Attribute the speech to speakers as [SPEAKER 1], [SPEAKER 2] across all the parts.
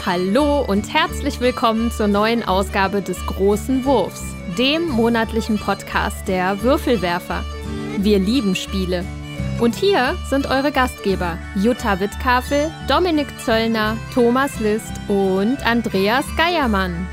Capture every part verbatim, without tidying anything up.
[SPEAKER 1] Hallo und herzlich willkommen zur neuen Ausgabe des Großen Wurfs, dem monatlichen Podcast der Würfelwerfer. Wir lieben Spiele. Und hier sind eure Gastgeber Jutta Wittkafel, Dominik Zöllner, Thomas List und Andreas Geiermann.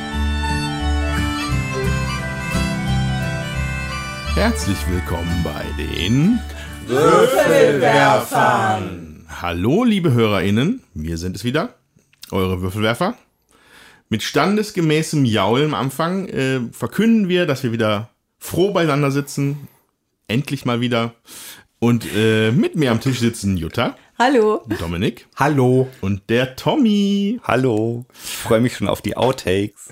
[SPEAKER 2] Herzlich willkommen bei den
[SPEAKER 3] Würfelwerfern.
[SPEAKER 2] Hallo liebe HörerInnen, wir sind es wieder, eure Würfelwerfer. Mit standesgemäßem Jaulen am Anfang äh, verkünden wir, dass wir wieder froh beieinander sitzen. Endlich mal wieder. Und äh, mit mir am Tisch sitzen Jutta.
[SPEAKER 4] Hallo.
[SPEAKER 2] Dominik.
[SPEAKER 3] Hallo.
[SPEAKER 2] Und der Tommy.
[SPEAKER 3] Hallo. Ich freue mich schon auf die Outtakes.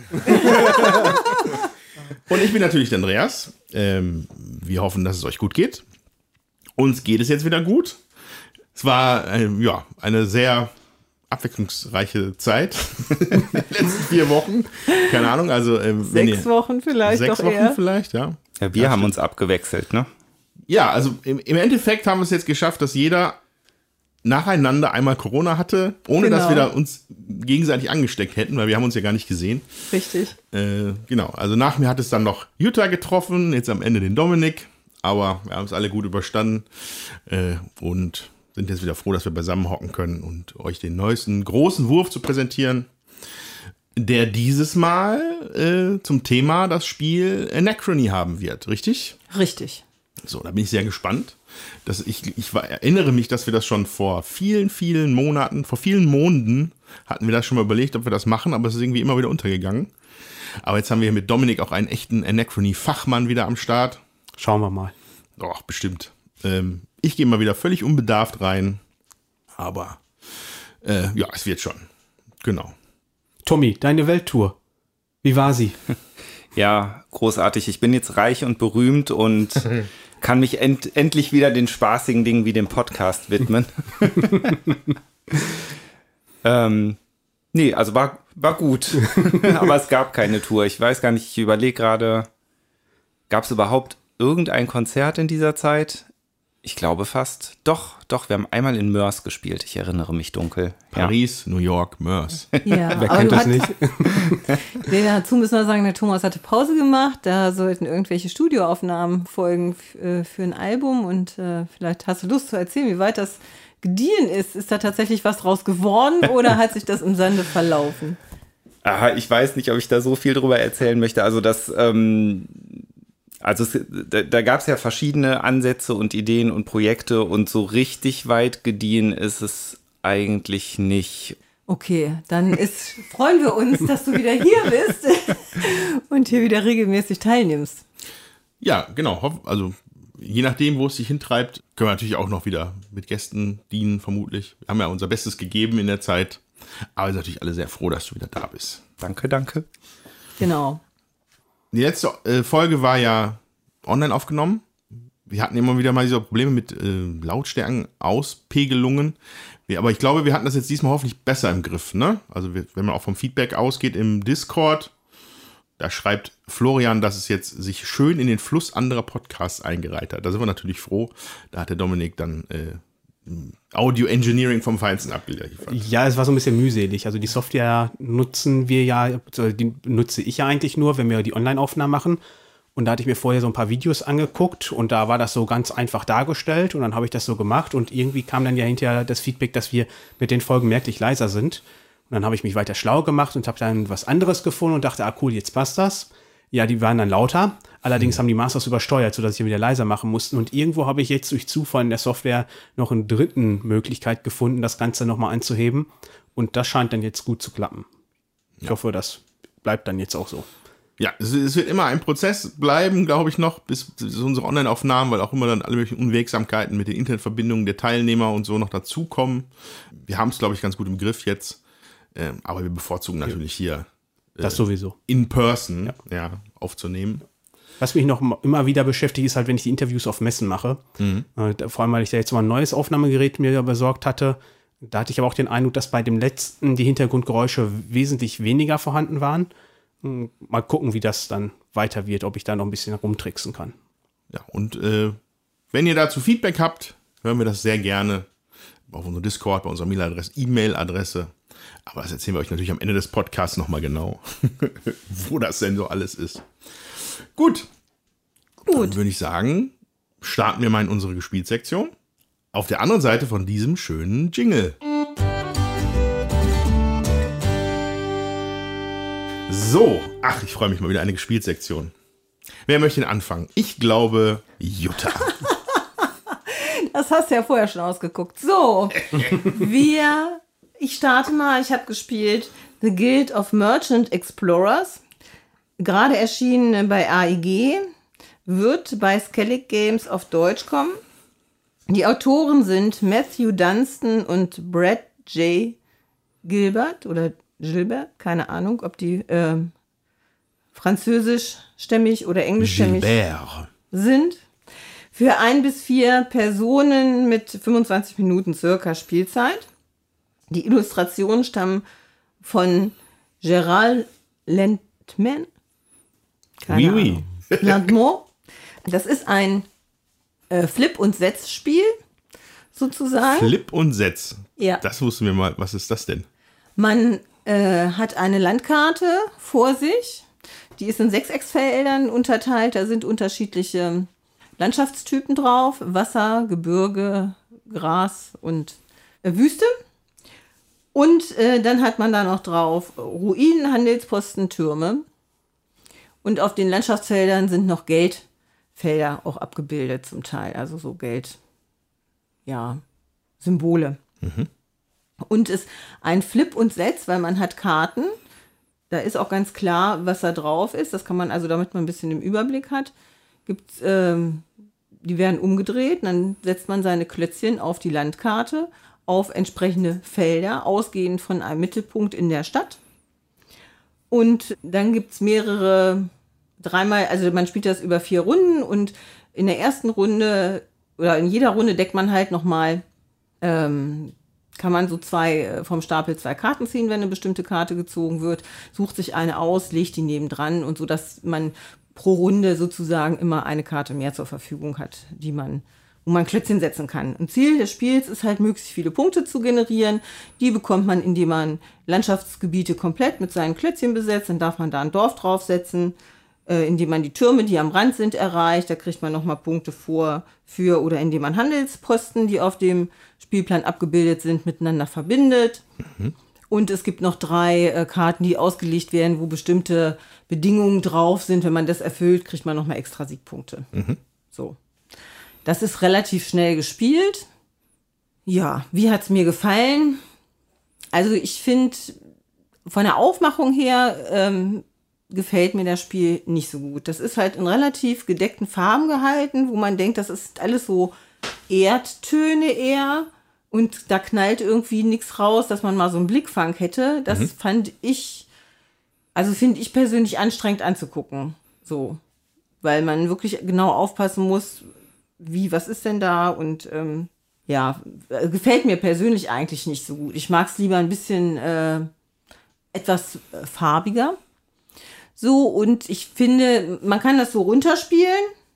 [SPEAKER 2] Und ich bin natürlich der Andreas. Ähm, wir hoffen, dass es euch gut geht. Uns geht es jetzt wieder gut. Es war äh, ja, eine sehr abwechslungsreiche Zeit. In den letzten vier Wochen. Keine Ahnung. Also, äh, wenn
[SPEAKER 4] Sechs
[SPEAKER 2] ihr,
[SPEAKER 4] Wochen vielleicht
[SPEAKER 2] Sechs
[SPEAKER 4] doch
[SPEAKER 2] Wochen
[SPEAKER 4] eher.
[SPEAKER 2] vielleicht, ja.
[SPEAKER 3] Ja, wir
[SPEAKER 2] Ja,
[SPEAKER 3] haben
[SPEAKER 2] stimmt.
[SPEAKER 3] uns abgewechselt, ne?
[SPEAKER 2] Ja, also im, im Endeffekt haben wir es jetzt geschafft, dass jeder nacheinander einmal Corona hatte, ohne
[SPEAKER 4] Genau.
[SPEAKER 2] dass wir da uns gegenseitig angesteckt hätten, weil wir haben uns ja gar nicht gesehen.
[SPEAKER 4] Richtig.
[SPEAKER 2] Äh, genau, also nach mir hat es dann noch Jutta getroffen, jetzt am Ende den Dominik, aber wir haben es alle gut überstanden äh, und sind jetzt wieder froh, dass wir beisammen hocken können und euch den neuesten großen Wurf zu präsentieren, der dieses Mal äh, zum Thema das Spiel Anachrony haben wird, richtig?
[SPEAKER 4] Richtig.
[SPEAKER 2] So, da bin ich sehr gespannt. Dass ich, ich war, erinnere mich, dass wir das schon vor vielen, vielen Monaten, vor vielen Monaten hatten wir das schon mal überlegt, ob wir das machen, aber es ist irgendwie immer wieder untergegangen. Aber jetzt haben wir hier mit Dominik auch einen echten Anachrony-Fachmann wieder am Start.
[SPEAKER 5] Schauen wir mal.
[SPEAKER 2] Doch, bestimmt. Ähm, ich gehe mal wieder völlig unbedarft rein. Aber äh, ja, es wird schon. Genau.
[SPEAKER 5] Tommy, deine Welttour. Wie war sie?
[SPEAKER 3] Ja, großartig. Ich bin jetzt reich und berühmt und kann mich end- endlich wieder den spaßigen Dingen wie dem Podcast widmen. ähm, nee, also war, war gut. Aber es gab keine Tour. Ich weiß gar nicht, ich überlege gerade, gab es überhaupt irgendein Konzert in dieser Zeit? Ich glaube fast. Doch, doch, wir haben einmal in Mörs gespielt. Ich erinnere mich dunkel.
[SPEAKER 2] Paris, New York, Mörs.
[SPEAKER 4] Ja,
[SPEAKER 5] Wer kennt
[SPEAKER 4] du
[SPEAKER 5] das
[SPEAKER 4] hat-
[SPEAKER 5] nicht?
[SPEAKER 4] Nee, dazu müssen wir sagen, der Thomas hatte Pause gemacht. Da sollten irgendwelche Studioaufnahmen folgen f- äh, für ein Album. Und äh, vielleicht hast du Lust zu erzählen, wie weit das gediehen ist. Ist da tatsächlich was draus geworden oder hat sich das im Sande verlaufen?
[SPEAKER 3] Aha, ich weiß nicht, ob ich da so viel drüber erzählen möchte. Also das, ähm, also es, da, da gab es ja verschiedene Ansätze und Ideen und Projekte und so richtig weit gediehen ist es eigentlich nicht.
[SPEAKER 4] Okay, dann ist, freuen wir uns, dass du wieder hier bist und hier wieder regelmäßig teilnimmst.
[SPEAKER 2] Ja, genau. Hoff- Also je nachdem, wo es sich hintreibt, können wir natürlich auch noch wieder mit Gästen dienen, vermutlich. Wir haben ja unser Bestes gegeben in der Zeit. Aber wir sind natürlich alle sehr froh, dass du wieder da bist.
[SPEAKER 3] Danke, danke.
[SPEAKER 4] Genau.
[SPEAKER 2] Die letzte äh, Folge war ja online aufgenommen. Wir hatten immer wieder mal diese Probleme mit äh, Lautstärken-Auspegelungen. Wir, aber ich glaube, wir hatten das jetzt diesmal hoffentlich besser im Griff, ne? Also wir, wenn man auch vom Feedback ausgeht im Discord, da schreibt Florian, dass es jetzt sich schön in den Fluss anderer Podcasts eingereiht hat. Da sind wir natürlich froh. Da hat der Dominik dann äh, Audio Engineering vom Feinsten abgeliefert.
[SPEAKER 5] Ja, es war so ein bisschen mühselig. Also die Software nutzen wir ja, also die nutze ich ja eigentlich nur, wenn wir die Online-Aufnahmen machen. Und da hatte ich mir vorher so ein paar Videos angeguckt und da war das so ganz einfach dargestellt und dann habe ich das so gemacht und irgendwie kam dann ja hinterher das Feedback, dass wir mit den Folgen merklich leiser sind. Und dann habe ich mich weiter schlau gemacht und habe dann was anderes gefunden und dachte, ah cool, jetzt passt das. Ja, die waren dann lauter. Allerdings haben die Masters übersteuert, sodass ich ihn wieder leiser machen musste. Und irgendwo habe ich jetzt durch Zufall in der Software noch eine dritten Möglichkeit gefunden, das Ganze nochmal anzuheben. Und das scheint dann jetzt gut zu klappen. Ich
[SPEAKER 2] Ja.
[SPEAKER 5] hoffe, das bleibt dann jetzt auch so.
[SPEAKER 2] Ja, es, es wird immer ein Prozess bleiben, glaube ich, noch, bis, bis unsere Online-Aufnahmen, weil auch immer dann alle möglichen Unwegsamkeiten mit den Internetverbindungen der Teilnehmer und so noch dazukommen. Wir haben es, glaube ich, ganz gut im Griff jetzt. Ähm, aber wir bevorzugen natürlich hier
[SPEAKER 5] Das sowieso.
[SPEAKER 2] in person ja. Ja, aufzunehmen.
[SPEAKER 5] Was mich noch immer wieder beschäftigt, ist halt, wenn ich die Interviews auf Messen mache. Mhm. Äh, vor allem, weil ich da jetzt mal ein neues Aufnahmegerät mir besorgt hatte. Da hatte ich aber auch den Eindruck, dass bei dem letzten die Hintergrundgeräusche wesentlich weniger vorhanden waren. Mal gucken, wie das dann weiter wird, ob ich da noch ein bisschen rumtricksen kann.
[SPEAKER 2] Ja, und äh, wenn ihr dazu Feedback habt, hören wir das sehr gerne auf unserem Discord, bei unserer E-Mail-Adresse. E-Mail-Adresse. Aber das erzählen wir euch natürlich am Ende des Podcasts nochmal genau, wo das denn so alles ist. Gut. Gut. Dann würde ich sagen, starten wir mal in unsere Gespielt-Sektion. Auf der anderen Seite von diesem schönen Jingle. So, ach, ich freue mich mal wieder, eine Gespielt-Sektion. Wer möchte denn anfangen? Ich glaube, Jutta.
[SPEAKER 4] Das hast du ja vorher schon ausgeguckt. So, wir, ich starte mal, ich habe gespielt The Guild of Merchant Explorers. Gerade erschienen bei A E G, wird bei Skellig Games auf Deutsch kommen. Die Autoren sind Matthew Dunstan und Brad J. Gilbert oder Gilbert, keine Ahnung, ob die äh, französischstämmig oder englischstämmig
[SPEAKER 2] Gilbert
[SPEAKER 4] sind. Für ein bis vier Personen mit fünfundzwanzig Minuten circa Spielzeit. Die Illustrationen stammen von Gérald Landman.
[SPEAKER 2] Oui, oui.
[SPEAKER 4] Landman. Das ist ein äh, Flip- und Setz-Spiel, sozusagen.
[SPEAKER 2] Flip und Setz.
[SPEAKER 4] Ja.
[SPEAKER 2] Das wussten wir mal. Was ist das denn?
[SPEAKER 4] Man äh, hat eine Landkarte vor sich. Die ist in Sechsecksfeldern unterteilt. Da sind unterschiedliche Landschaftstypen drauf. Wasser, Gebirge, Gras und äh, Wüste. Und äh, dann hat man da noch drauf Ruinen, Handelsposten, Türme. Und auf den Landschaftsfeldern sind noch Geldfelder auch abgebildet zum Teil. Also so Geld, ja, Symbole. Mhm. Und ist ein Flip und Setz, weil man hat Karten. Da ist auch ganz klar, was da drauf ist. Das kann man also, damit man ein bisschen den Überblick hat, gibt's, ähm, die werden umgedreht. Dann setzt man seine Klötzchen auf die Landkarte, auf entsprechende Felder, ausgehend von einem Mittelpunkt in der Stadt. Und dann gibt es mehrere, dreimal, also man spielt das über vier Runden und in der ersten Runde oder in jeder Runde deckt man halt nochmal, ähm, kann man so zwei vom Stapel zwei Karten ziehen, wenn eine bestimmte Karte gezogen wird, sucht sich eine aus, legt die nebendran und so, dass man pro Runde sozusagen immer eine Karte mehr zur Verfügung hat, die man, wo man Klötzchen setzen kann. Und Ziel des Spiels ist halt, möglichst viele Punkte zu generieren. Die bekommt man, indem man Landschaftsgebiete komplett mit seinen Klötzchen besetzt. Dann darf man da ein Dorf draufsetzen, äh, indem man die Türme, die am Rand sind, erreicht. Da kriegt man nochmal Punkte vor, für oder indem man Handelsposten, die auf dem Spielplan abgebildet sind, miteinander verbindet. Mhm. Und es gibt noch drei äh, Karten, die ausgelegt werden, wo bestimmte Bedingungen drauf sind. Wenn man das erfüllt, kriegt man nochmal extra Siegpunkte. Mhm. So. Das ist relativ schnell gespielt. Ja, wie hat es mir gefallen? Also ich finde, von der Aufmachung her ähm, gefällt mir das Spiel nicht so gut. Das ist halt in relativ gedeckten Farben gehalten, wo man denkt, das ist alles so Erdtöne eher. Und da knallt irgendwie nichts raus, dass man mal so einen Blickfang hätte. Das mhm. fand ich, also finde ich persönlich anstrengend anzugucken. So, weil man wirklich genau aufpassen muss, wie, was ist denn da? Und ähm, ja, gefällt mir persönlich eigentlich nicht so gut. Ich mag es lieber ein bisschen äh, etwas äh, farbiger. So, und ich finde, man kann das so runterspielen.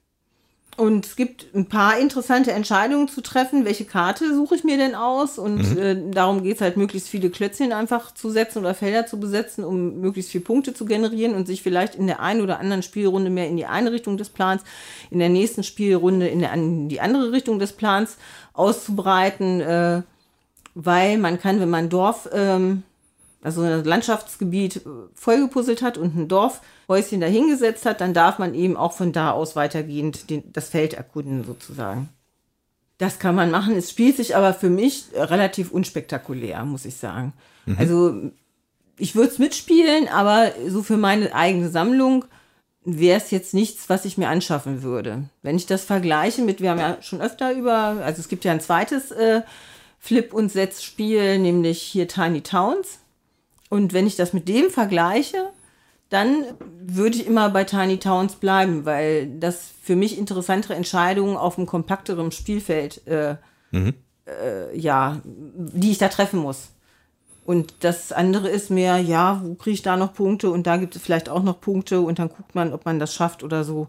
[SPEAKER 4] Und es gibt ein paar interessante Entscheidungen zu treffen. Welche Karte suche ich mir denn aus? Und mhm. äh, darum geht es halt, möglichst viele Klötzchen einfach zu setzen oder Felder zu besetzen, um möglichst viele Punkte zu generieren und sich vielleicht in der einen oder anderen Spielrunde mehr in die eine Richtung des Plans, in der nächsten Spielrunde in, der, in die andere Richtung des Plans auszubreiten. Äh, weil man kann, wenn man ein Dorf, ähm, also ein Landschaftsgebiet vollgepuzzelt hat und ein Dorfhäuschen dahingesetzt hat, dann darf man eben auch von da aus weitergehend den, das Feld erkunden sozusagen. Das kann man machen. Es spielt sich aber für mich relativ unspektakulär, muss ich sagen. Mhm. Also ich würde es mitspielen, aber so für meine eigene Sammlung wäre es jetzt nichts, was ich mir anschaffen würde. Wenn ich das vergleiche mit, wir haben ja schon öfter über, also es gibt ja ein zweites äh, Flip- und Setz-Spiel, nämlich hier Tiny Towns. Und wenn ich das mit dem vergleiche, dann würde ich immer bei Tiny Towns bleiben, weil das für mich interessantere Entscheidungen auf einem kompakteren Spielfeld, äh, mhm. äh, ja, die ich da treffen muss. Und das andere ist mehr, ja, wo kriege ich da noch Punkte und da gibt es vielleicht auch noch Punkte und dann guckt man, ob man das schafft oder so.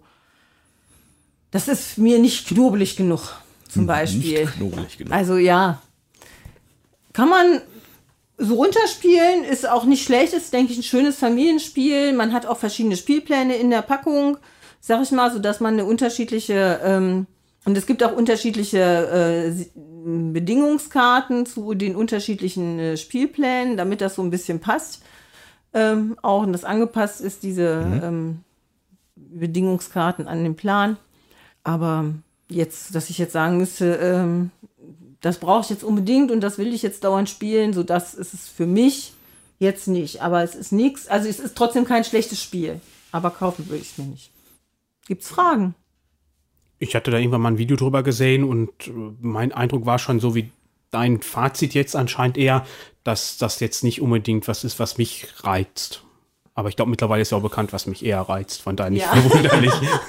[SPEAKER 4] Das ist mir nicht knobelig genug, zum Beispiel.
[SPEAKER 2] Nicht knobelig genug.
[SPEAKER 4] Also ja, kann man so runterspielen ist auch nicht schlecht, ist, denke ich, ein schönes Familienspiel. Man hat auch verschiedene Spielpläne in der Packung, sag ich mal, sodass man eine unterschiedliche, ähm, und es gibt auch unterschiedliche äh, Bedingungskarten zu den unterschiedlichen äh, Spielplänen, damit das so ein bisschen passt. Ähm, auch und das angepasst ist, diese mhm. ähm, Bedingungskarten an den Plan. Aber jetzt, dass ich jetzt sagen müsste, ähm, das brauche ich jetzt unbedingt und das will ich jetzt dauernd spielen, so das ist es für mich jetzt nicht. Aber es ist nichts, also es ist trotzdem kein schlechtes Spiel. Aber kaufen würde ich es mir nicht. Gibt's Fragen?
[SPEAKER 5] Ich hatte da irgendwann mal ein Video drüber gesehen und mein Eindruck war schon so wie dein Fazit jetzt anscheinend eher, dass das jetzt nicht unbedingt was ist, was mich reizt. Aber ich glaube, mittlerweile ist ja auch bekannt, was mich eher reizt, von daher nicht
[SPEAKER 4] ja.
[SPEAKER 5] verwunderlich.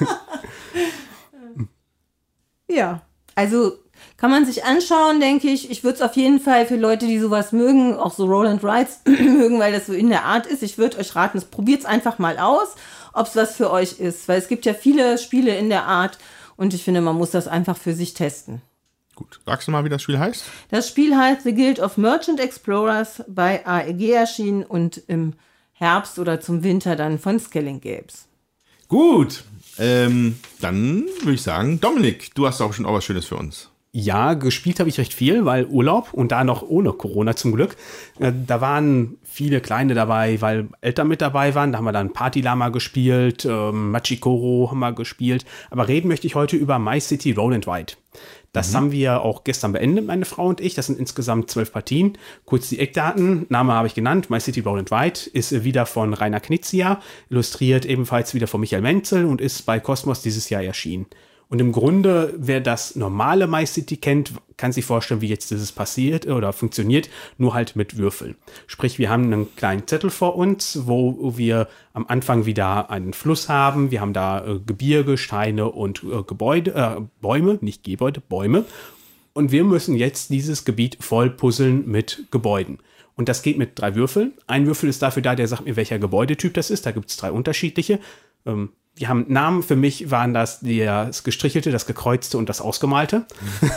[SPEAKER 4] Ja, also kann man sich anschauen, denke ich. Ich würde es auf jeden Fall für Leute, die sowas mögen, auch so Roll and Rides mögen, weil das so in der Art ist. Ich würde euch raten, probiert es einfach mal aus, ob es was für euch ist. Weil es gibt ja viele Spiele in der Art und ich finde, man muss das einfach für sich testen.
[SPEAKER 2] Gut, sagst du mal, wie das Spiel heißt?
[SPEAKER 4] Das Spiel heißt The Guild of Merchant Explorers, bei A E G erschienen und im Herbst oder zum Winter dann von Skelling Games.
[SPEAKER 2] Gut, ähm, dann würde ich sagen, Dominik, du hast auch schon auch was Schönes für uns.
[SPEAKER 5] Ja, gespielt habe ich recht viel, weil Urlaub und da noch ohne Corona zum Glück. Äh, da waren viele Kleine dabei, weil Eltern mit dabei waren. Da haben wir dann Party Lama gespielt, ähm, Machikoro haben wir gespielt. Aber reden möchte ich heute über My City Roll and Ride. Das mhm. haben wir auch gestern beendet, meine Frau und ich. Das sind insgesamt zwölf Partien. Kurz die Eckdaten. Name habe ich genannt. My City Roll and Ride ist wieder von Rainer Knizia, illustriert ebenfalls wieder von Michael Menzel und ist bei Kosmos dieses Jahr erschienen. Und im Grunde, wer das normale My City kennt, kann sich vorstellen, wie jetzt dieses passiert oder funktioniert, nur halt mit Würfeln. Sprich, wir haben einen kleinen Zettel vor uns, wo wir am Anfang wieder einen Fluss haben. Wir haben da äh, Gebirge, Steine und äh, Gebäude, äh, Bäume, nicht Gebäude, Bäume. Und wir müssen jetzt dieses Gebiet voll puzzeln mit Gebäuden. Und das geht mit drei Würfeln. Ein Würfel ist dafür da, der sagt mir, welcher Gebäudetyp das ist. Da gibt es drei unterschiedliche. Ähm, Die haben Namen, für mich waren das das Gestrichelte, das Gekreuzte und das Ausgemalte.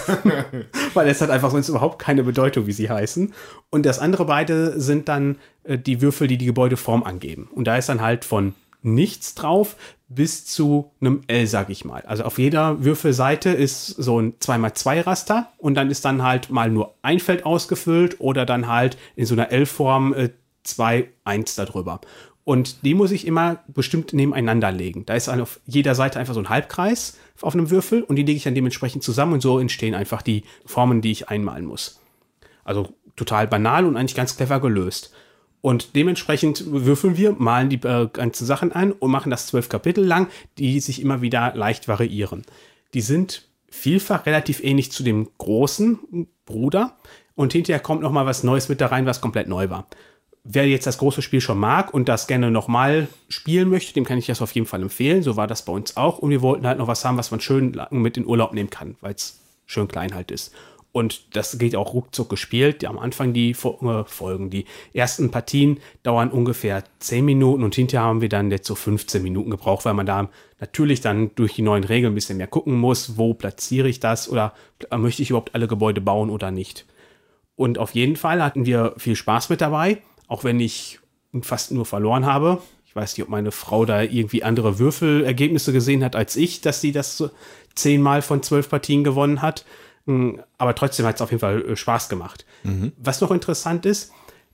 [SPEAKER 5] Weil es hat einfach sonst überhaupt keine Bedeutung, wie sie heißen. Und das andere beide sind dann äh, die Würfel, die die Gebäudeform angeben. Und da ist dann halt von nichts drauf bis zu einem L, sag ich mal. Also auf jeder Würfelseite ist so ein zwei mal zwei Raster und dann ist dann halt mal nur ein Feld ausgefüllt oder dann halt in so einer L-Form äh, zwei, eins darüber. Und die muss ich immer bestimmt nebeneinander legen. Da ist auf jeder Seite einfach so ein Halbkreis auf einem Würfel und die lege ich dann dementsprechend zusammen und so entstehen einfach die Formen, die ich einmalen muss. Also total banal und eigentlich ganz clever gelöst. Und dementsprechend würfeln wir, malen die äh, ganzen Sachen an und machen das zwölf Kapitel lang, die sich immer wieder leicht variieren. Die sind vielfach relativ ähnlich zu dem großen Bruder und hinterher kommt noch mal was Neues mit da rein, was komplett neu war. Wer jetzt das große Spiel schon mag und das gerne nochmal spielen möchte, dem kann ich das auf jeden Fall empfehlen. So war das bei uns auch. Und wir wollten halt noch was haben, was man schön mit in Urlaub nehmen kann, weil es schön klein halt ist. Und das geht auch ruckzuck gespielt. Am Anfang die Folgen, die ersten Partien dauern ungefähr zehn Minuten und hinterher haben wir dann jetzt so fünfzehn Minuten gebraucht, weil man da natürlich dann durch die neuen Regeln ein bisschen mehr gucken muss, wo platziere ich das oder möchte ich überhaupt alle Gebäude bauen oder nicht. Und auf jeden Fall hatten wir viel Spaß mit dabei. Auch wenn ich fast nur verloren habe. Ich weiß nicht, ob meine Frau da irgendwie andere Würfelergebnisse gesehen hat als ich, dass sie das so zehnmal von zwölf Partien gewonnen hat. Aber trotzdem hat es auf jeden Fall Spaß gemacht. Mhm. Was noch interessant ist,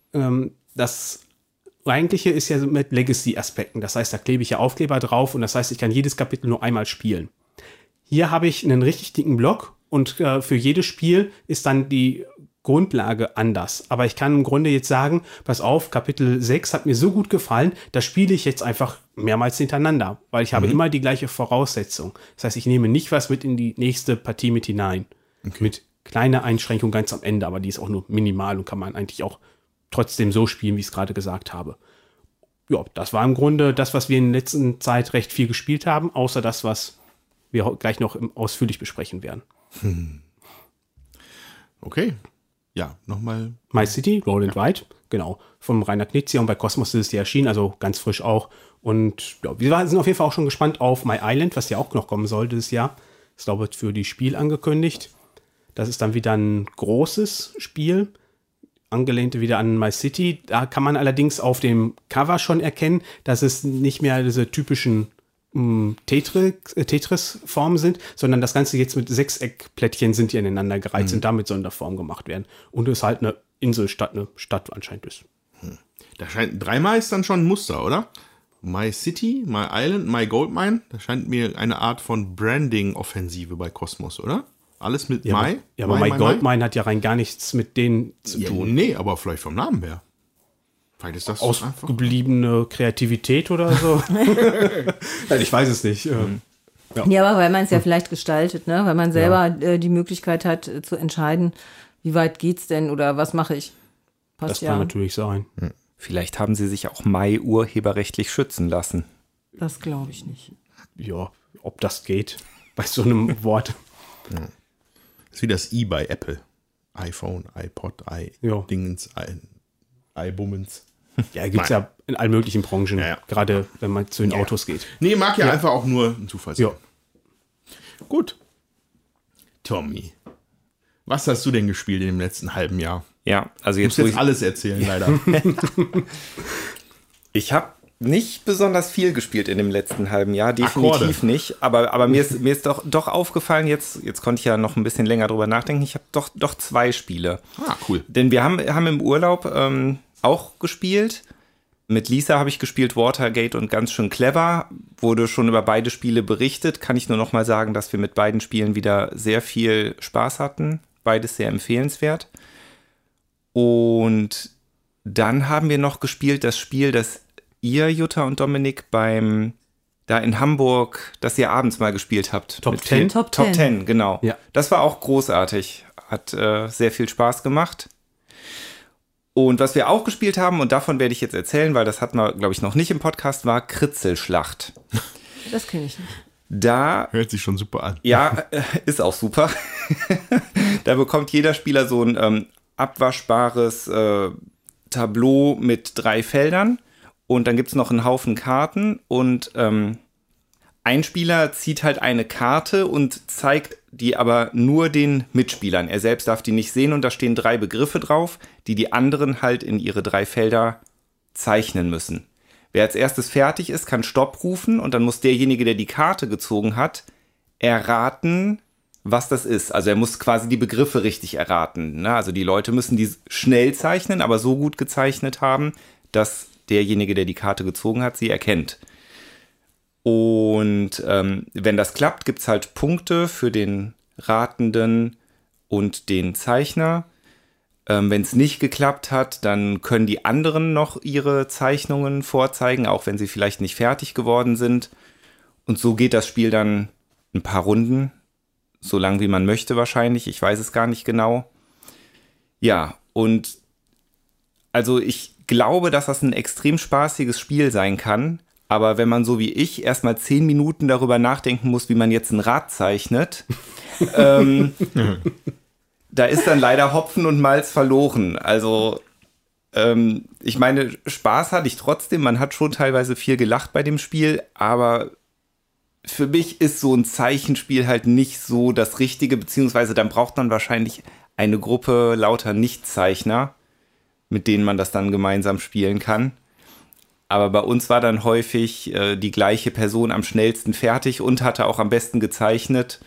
[SPEAKER 5] das Eigentliche ist ja mit Legacy-Aspekten. Das heißt, da klebe ich ja Aufkleber drauf und das heißt, ich kann jedes Kapitel nur einmal spielen. Hier habe ich einen richtig dicken Block und für jedes Spiel ist dann die Grundlage anders. Aber ich kann im Grunde jetzt sagen, pass auf, Kapitel sechs hat mir so gut gefallen, das spiele ich jetzt einfach mehrmals hintereinander, weil ich habe mhm. immer die gleiche Voraussetzung. Das heißt, ich nehme nicht was mit in die nächste Partie mit hinein. Okay. Mit kleiner Einschränkung ganz am Ende, aber die ist auch nur minimal und kann man eigentlich auch trotzdem so spielen, wie ich es gerade gesagt habe. Ja, das war im Grunde das, was wir in der letzten Zeit recht viel gespielt haben, außer das, was wir gleich noch ausführlich besprechen werden.
[SPEAKER 2] Hm. Okay. Ja, nochmal.
[SPEAKER 5] My City, Roll and Ride, genau. Vom Rainer Knizia und bei Kosmos ist es ja erschienen, also ganz frisch auch. Und ja, wir sind auf jeden Fall auch schon gespannt auf My Island, was ja auch noch kommen soll dieses Jahr. Das glaube ich für die Spiel angekündigt. Das ist dann wieder ein großes Spiel. angelehnte wieder an My City. Da kann man allerdings auf dem Cover schon erkennen, dass es nicht mehr diese typischen mh, Tetris, äh, Tetris-Formen sind, sondern das Ganze jetzt mit Sechseckplättchen sind, die ineinander gereiht mhm. sind, damit Sonderformen gemacht werden. Und es halt eine Inselstadt, eine Stadt anscheinend ist.
[SPEAKER 2] Hm. Da scheint dreimal ist dann schon ein Muster, oder? My City, My Island, My Goldmine. Das scheint mir eine Art von Branding-Offensive bei Cosmos, oder? Alles mit
[SPEAKER 5] ja,
[SPEAKER 2] My?
[SPEAKER 5] Aber, ja, aber My, My Goldmine hat ja rein gar nichts mit denen zu
[SPEAKER 2] ja,
[SPEAKER 5] tun.
[SPEAKER 2] Nee, aber vielleicht vom Namen her. Vielleicht ist das
[SPEAKER 5] ausgebliebene einfach Kreativität oder so. Nein, ich weiß es nicht. Mhm.
[SPEAKER 4] Ja. ja, aber weil man es ja vielleicht gestaltet, ne? Weil man selber ja. äh, die Möglichkeit hat äh, zu entscheiden, wie weit geht's denn oder was mache ich.
[SPEAKER 5] Passt das ja. kann natürlich sein.
[SPEAKER 3] Mhm. Vielleicht haben sie sich auch Mai urheberrechtlich schützen lassen.
[SPEAKER 4] Das glaube ich nicht.
[SPEAKER 5] Ja, ob das geht bei so einem Wort.
[SPEAKER 2] Ja. Das ist wie das i bei Apple. iPhone, iPod, i-Dingens, i-Bummens.
[SPEAKER 5] Ja, gibt es ja in allen möglichen Branchen, ja, ja. gerade wenn man zu den ja. Autos geht.
[SPEAKER 2] Nee, mag ja,
[SPEAKER 5] ja
[SPEAKER 2] einfach auch nur ein Zufall sein. Ja. Gut. Tommy, was hast du denn gespielt in dem letzten halben Jahr?
[SPEAKER 3] Ja, also jetzt,
[SPEAKER 2] du musst jetzt alles erzählen, leider.
[SPEAKER 3] Ich habe nicht besonders viel gespielt in dem letzten halben Jahr, definitiv Akkorde. nicht. Aber, aber mir ist, mir ist doch, doch aufgefallen, jetzt, jetzt konnte ich ja noch ein bisschen länger drüber nachdenken, ich habe doch, doch zwei Spiele.
[SPEAKER 2] Ah, cool.
[SPEAKER 3] Denn wir haben, haben im Urlaub ähm, auch gespielt. Mit Lisa habe ich gespielt Watergate und Ganz schön clever. Wurde schon über beide Spiele berichtet. Kann ich nur noch mal sagen, dass wir mit beiden Spielen wieder sehr viel Spaß hatten. Beides sehr empfehlenswert. Und dann haben wir noch gespielt das Spiel, das ihr, Jutta und Dominik, beim da in Hamburg, das ihr abends mal gespielt habt.
[SPEAKER 5] Top Ten?
[SPEAKER 3] Top Ten, Top Ten, genau.
[SPEAKER 5] Ja.
[SPEAKER 3] Das war auch großartig. Hat äh, sehr viel Spaß gemacht. Und was wir auch gespielt haben, und davon werde ich jetzt erzählen, weil das hatten wir, glaube ich, noch nicht im Podcast, war Kritzelschlacht.
[SPEAKER 4] Das kenne ich nicht.
[SPEAKER 3] Da
[SPEAKER 2] hört sich schon super an.
[SPEAKER 3] Ja, äh, ist auch super. Da bekommt jeder Spieler so ein ähm, abwaschbares äh, Tableau mit drei Feldern. Und dann gibt es noch einen Haufen Karten. Und ähm, ein Spieler zieht halt eine Karte und zeigt die aber nur den Mitspielern. Er selbst darf die nicht sehen und da stehen drei Begriffe drauf, die die anderen halt in ihre drei Felder zeichnen müssen. Wer als erstes fertig ist, kann Stopp rufen und dann muss derjenige, der die Karte gezogen hat, erraten, was das ist. Also er muss quasi die Begriffe richtig erraten. Ne? Also die Leute müssen die schnell zeichnen, aber so gut gezeichnet haben, dass derjenige, der die Karte gezogen hat, sie erkennt. Und ähm, wenn das klappt, gibt es halt Punkte für den Ratenden und den Zeichner. Ähm, wenn es nicht geklappt hat, dann können die anderen noch ihre Zeichnungen vorzeigen, auch wenn sie vielleicht nicht fertig geworden sind. Und so geht das Spiel dann ein paar Runden, so lang wie man möchte wahrscheinlich. Ich weiß es gar nicht genau. Ja, und also ich glaube, dass das ein extrem spaßiges Spiel sein kann. Aber wenn man so wie ich erstmal zehn Minuten darüber nachdenken muss, wie man jetzt ein Rad zeichnet, ähm, da ist dann leider Hopfen und Malz verloren. Also ähm, ich meine, Spaß hatte ich trotzdem. Man hat schon teilweise viel gelacht bei dem Spiel. Aber für mich ist so ein Zeichenspiel halt nicht so das Richtige. Beziehungsweise dann braucht man wahrscheinlich eine Gruppe lauter Nichtzeichner, mit denen man das dann gemeinsam spielen kann. Aber bei uns war dann häufig äh, die gleiche Person am schnellsten fertig und hatte auch am besten gezeichnet.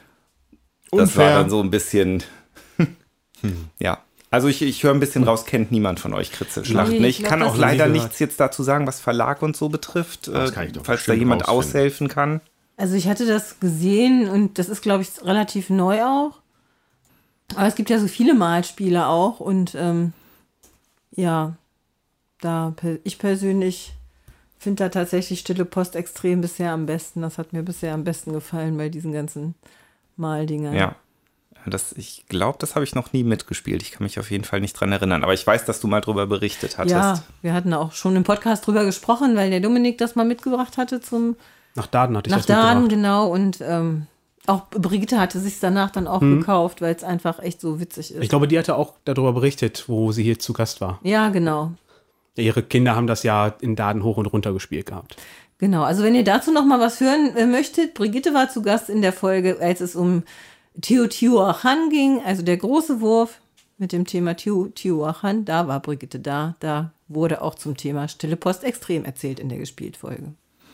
[SPEAKER 3] Das Unfair. War dann so ein bisschen, hm. ja. Also ich, ich höre ein bisschen raus, kennt niemand von euch Kritzelschlacht. Nee, ich, ich kann auch leider nichts jetzt dazu sagen, was Verlag und so betrifft, äh, falls da jemand aushelfen kann.
[SPEAKER 4] Also ich hatte das gesehen und das ist, glaube ich, relativ neu auch. Aber es gibt ja so viele Malspiele auch und ähm, ja, da ich persönlich finde da tatsächlich Stille Post extrem bisher am besten. Das hat mir bisher am besten gefallen bei diesen ganzen Maldingern.
[SPEAKER 3] Ja, das, ich glaube, das habe ich noch nie mitgespielt. Ich kann mich auf jeden Fall nicht dran erinnern. Aber ich weiß, dass du mal drüber berichtet hattest.
[SPEAKER 4] Ja, wir hatten auch schon im Podcast drüber gesprochen, weil der Dominik das mal mitgebracht hatte zum...
[SPEAKER 5] Nach Daden hatte ich
[SPEAKER 4] nach
[SPEAKER 5] das mitgebracht.
[SPEAKER 4] Nach Daden, genau. Und ähm, auch Brigitte hatte sich danach dann auch hm. gekauft, weil es einfach echt so witzig ist.
[SPEAKER 5] Ich glaube, die hatte auch darüber berichtet, wo sie hier zu Gast war.
[SPEAKER 4] Ja, genau.
[SPEAKER 5] Ihre Kinder haben das ja in Daden hoch und runter gespielt gehabt.
[SPEAKER 4] Genau, also wenn ihr dazu noch mal was hören äh, möchtet, Brigitte war zu Gast in der Folge, als es um Teotihuacan ging, also der große Wurf. mit dem Thema Tihuacan. Da war Brigitte da. Da wurde auch zum Thema Stille Post extrem erzählt in der Gespielt-Folge.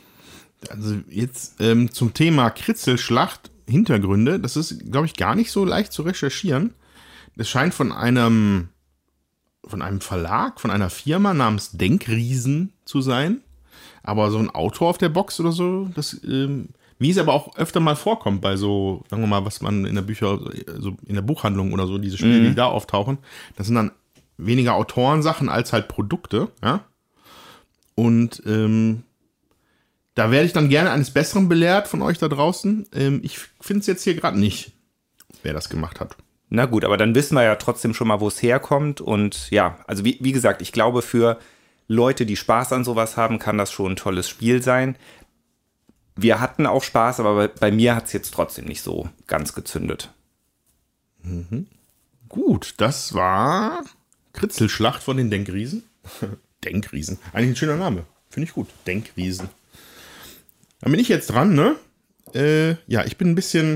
[SPEAKER 2] Also jetzt ähm, zum Thema Kritzelschlacht, Hintergründe. Das ist, glaube ich, gar nicht so leicht zu recherchieren. Das scheint von einem, von einem Verlag, von einer Firma namens Denkriesen zu sein. Aber so ein Autor auf der Box oder so, das, ähm, wie es aber auch öfter mal vorkommt bei so, sagen wir mal, was man in der Bücher, so in der Buchhandlung oder so, diese Spiele, mhm. die da auftauchen, das sind dann weniger Autorensachen als halt Produkte, ja. Und ähm, da werde ich dann gerne eines Besseren belehrt von euch da draußen. Ähm, ich finde es jetzt hier gerade nicht, wer das gemacht hat.
[SPEAKER 3] Na gut, aber dann wissen wir ja trotzdem schon mal, wo es herkommt. Und ja, also wie, wie gesagt, ich glaube, für Leute, die Spaß an sowas haben, kann das schon ein tolles Spiel sein. Wir hatten auch Spaß, aber bei, bei mir hat es jetzt trotzdem nicht so ganz gezündet.
[SPEAKER 2] Mhm. Gut, das war Kritzelschlacht von den Denkriesen. Denkriesen. Eigentlich ein schöner Name. Finde ich gut. Denkriesen. Dann bin ich jetzt dran, ne? Äh, ja, ich bin ein bisschen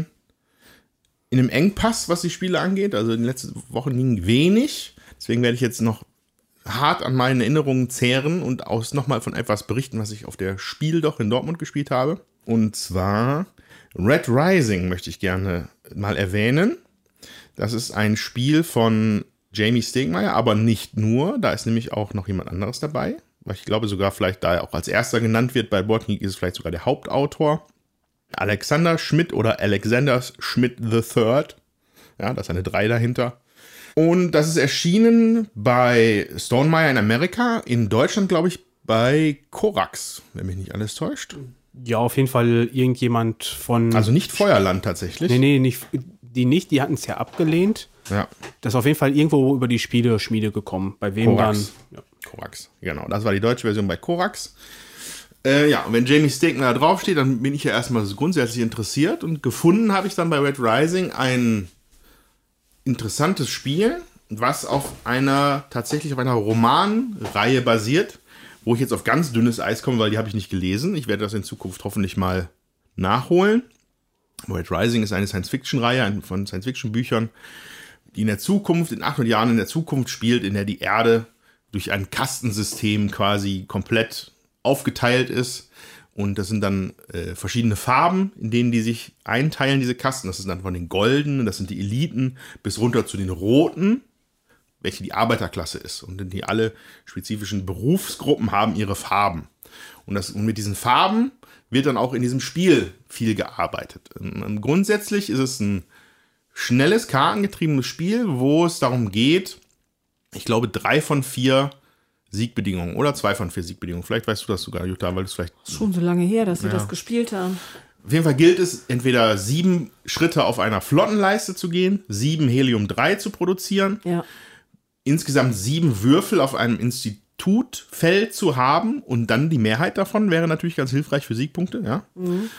[SPEAKER 2] in einem Engpass, was die Spiele angeht. Also in den letzten Wochen ging wenig. Deswegen werde ich jetzt noch hart an meinen Erinnerungen zehren und aus nochmal von etwas berichten, was ich auf der Spiel doch in Dortmund gespielt habe. Und zwar Red Rising möchte ich gerne mal erwähnen. Das ist ein Spiel von Jamie Stegmaier, aber nicht nur. Da ist nämlich auch noch jemand anderes dabei. Ich glaube sogar vielleicht, da er auch als erster genannt wird bei Board Geek, ist es vielleicht sogar der Hauptautor. Alexander Schmidt oder Alexander Schmidt the Third. Ja, da ist eine drei dahinter. Und das ist erschienen bei Stonemaier in Amerika, in Deutschland, glaube ich, bei Korax, wenn mich nicht alles täuscht.
[SPEAKER 5] Ja, auf jeden Fall irgendjemand von...
[SPEAKER 2] Also nicht Feuerland tatsächlich.
[SPEAKER 5] Nee, nee, nicht, die nicht, die hatten es ja abgelehnt.
[SPEAKER 2] Ja.
[SPEAKER 5] Das ist auf jeden Fall irgendwo über die Spiele-Schmiede gekommen. Bei wem
[SPEAKER 2] Korax.
[SPEAKER 5] dann? Ja.
[SPEAKER 2] Korax, genau. Das war die deutsche Version bei Korax. Äh, ja, und wenn Jamie Stegmaier da draufsteht, dann bin ich ja erstmal grundsätzlich interessiert. Und gefunden habe ich dann bei Red Rising ein interessantes Spiel, was auf einer, tatsächlich auf einer Romanreihe basiert, wo ich jetzt auf ganz dünnes Eis komme, weil die habe ich nicht gelesen. Ich werde das in Zukunft hoffentlich mal nachholen. Red Rising ist eine Science-Fiction-Reihe von Science-Fiction-Büchern, die in der Zukunft, in achthundert Jahren in der Zukunft spielt, in der die Erde durch ein Kastensystem quasi komplett aufgeteilt ist. Und das sind dann äh, verschiedene Farben, in denen die sich einteilen, diese Kasten. Das ist dann von den goldenen, das sind die Eliten, bis runter zu den roten, welche die Arbeiterklasse ist. Und die alle spezifischen Berufsgruppen haben ihre Farben. Und, das, und mit diesen Farben wird dann auch in diesem Spiel viel gearbeitet. Und grundsätzlich ist es ein schnelles, kartengetriebenes Spiel, wo es darum geht, ich glaube, drei von vier Siegbedingungen oder zwei von vier Siegbedingungen. Vielleicht weißt du das sogar, Jutta, weil du es vielleicht...
[SPEAKER 4] Schon so lange her, dass wir
[SPEAKER 2] Ja.
[SPEAKER 4] das gespielt haben.
[SPEAKER 2] Auf jeden Fall gilt es, entweder sieben Schritte auf einer Flottenleiste zu gehen, sieben Helium drei zu produzieren,
[SPEAKER 4] Ja.
[SPEAKER 2] insgesamt sieben Würfel auf einem Institutfeld zu haben und dann die Mehrheit davon wäre natürlich ganz hilfreich für Siegpunkte, ja.
[SPEAKER 4] Mhm.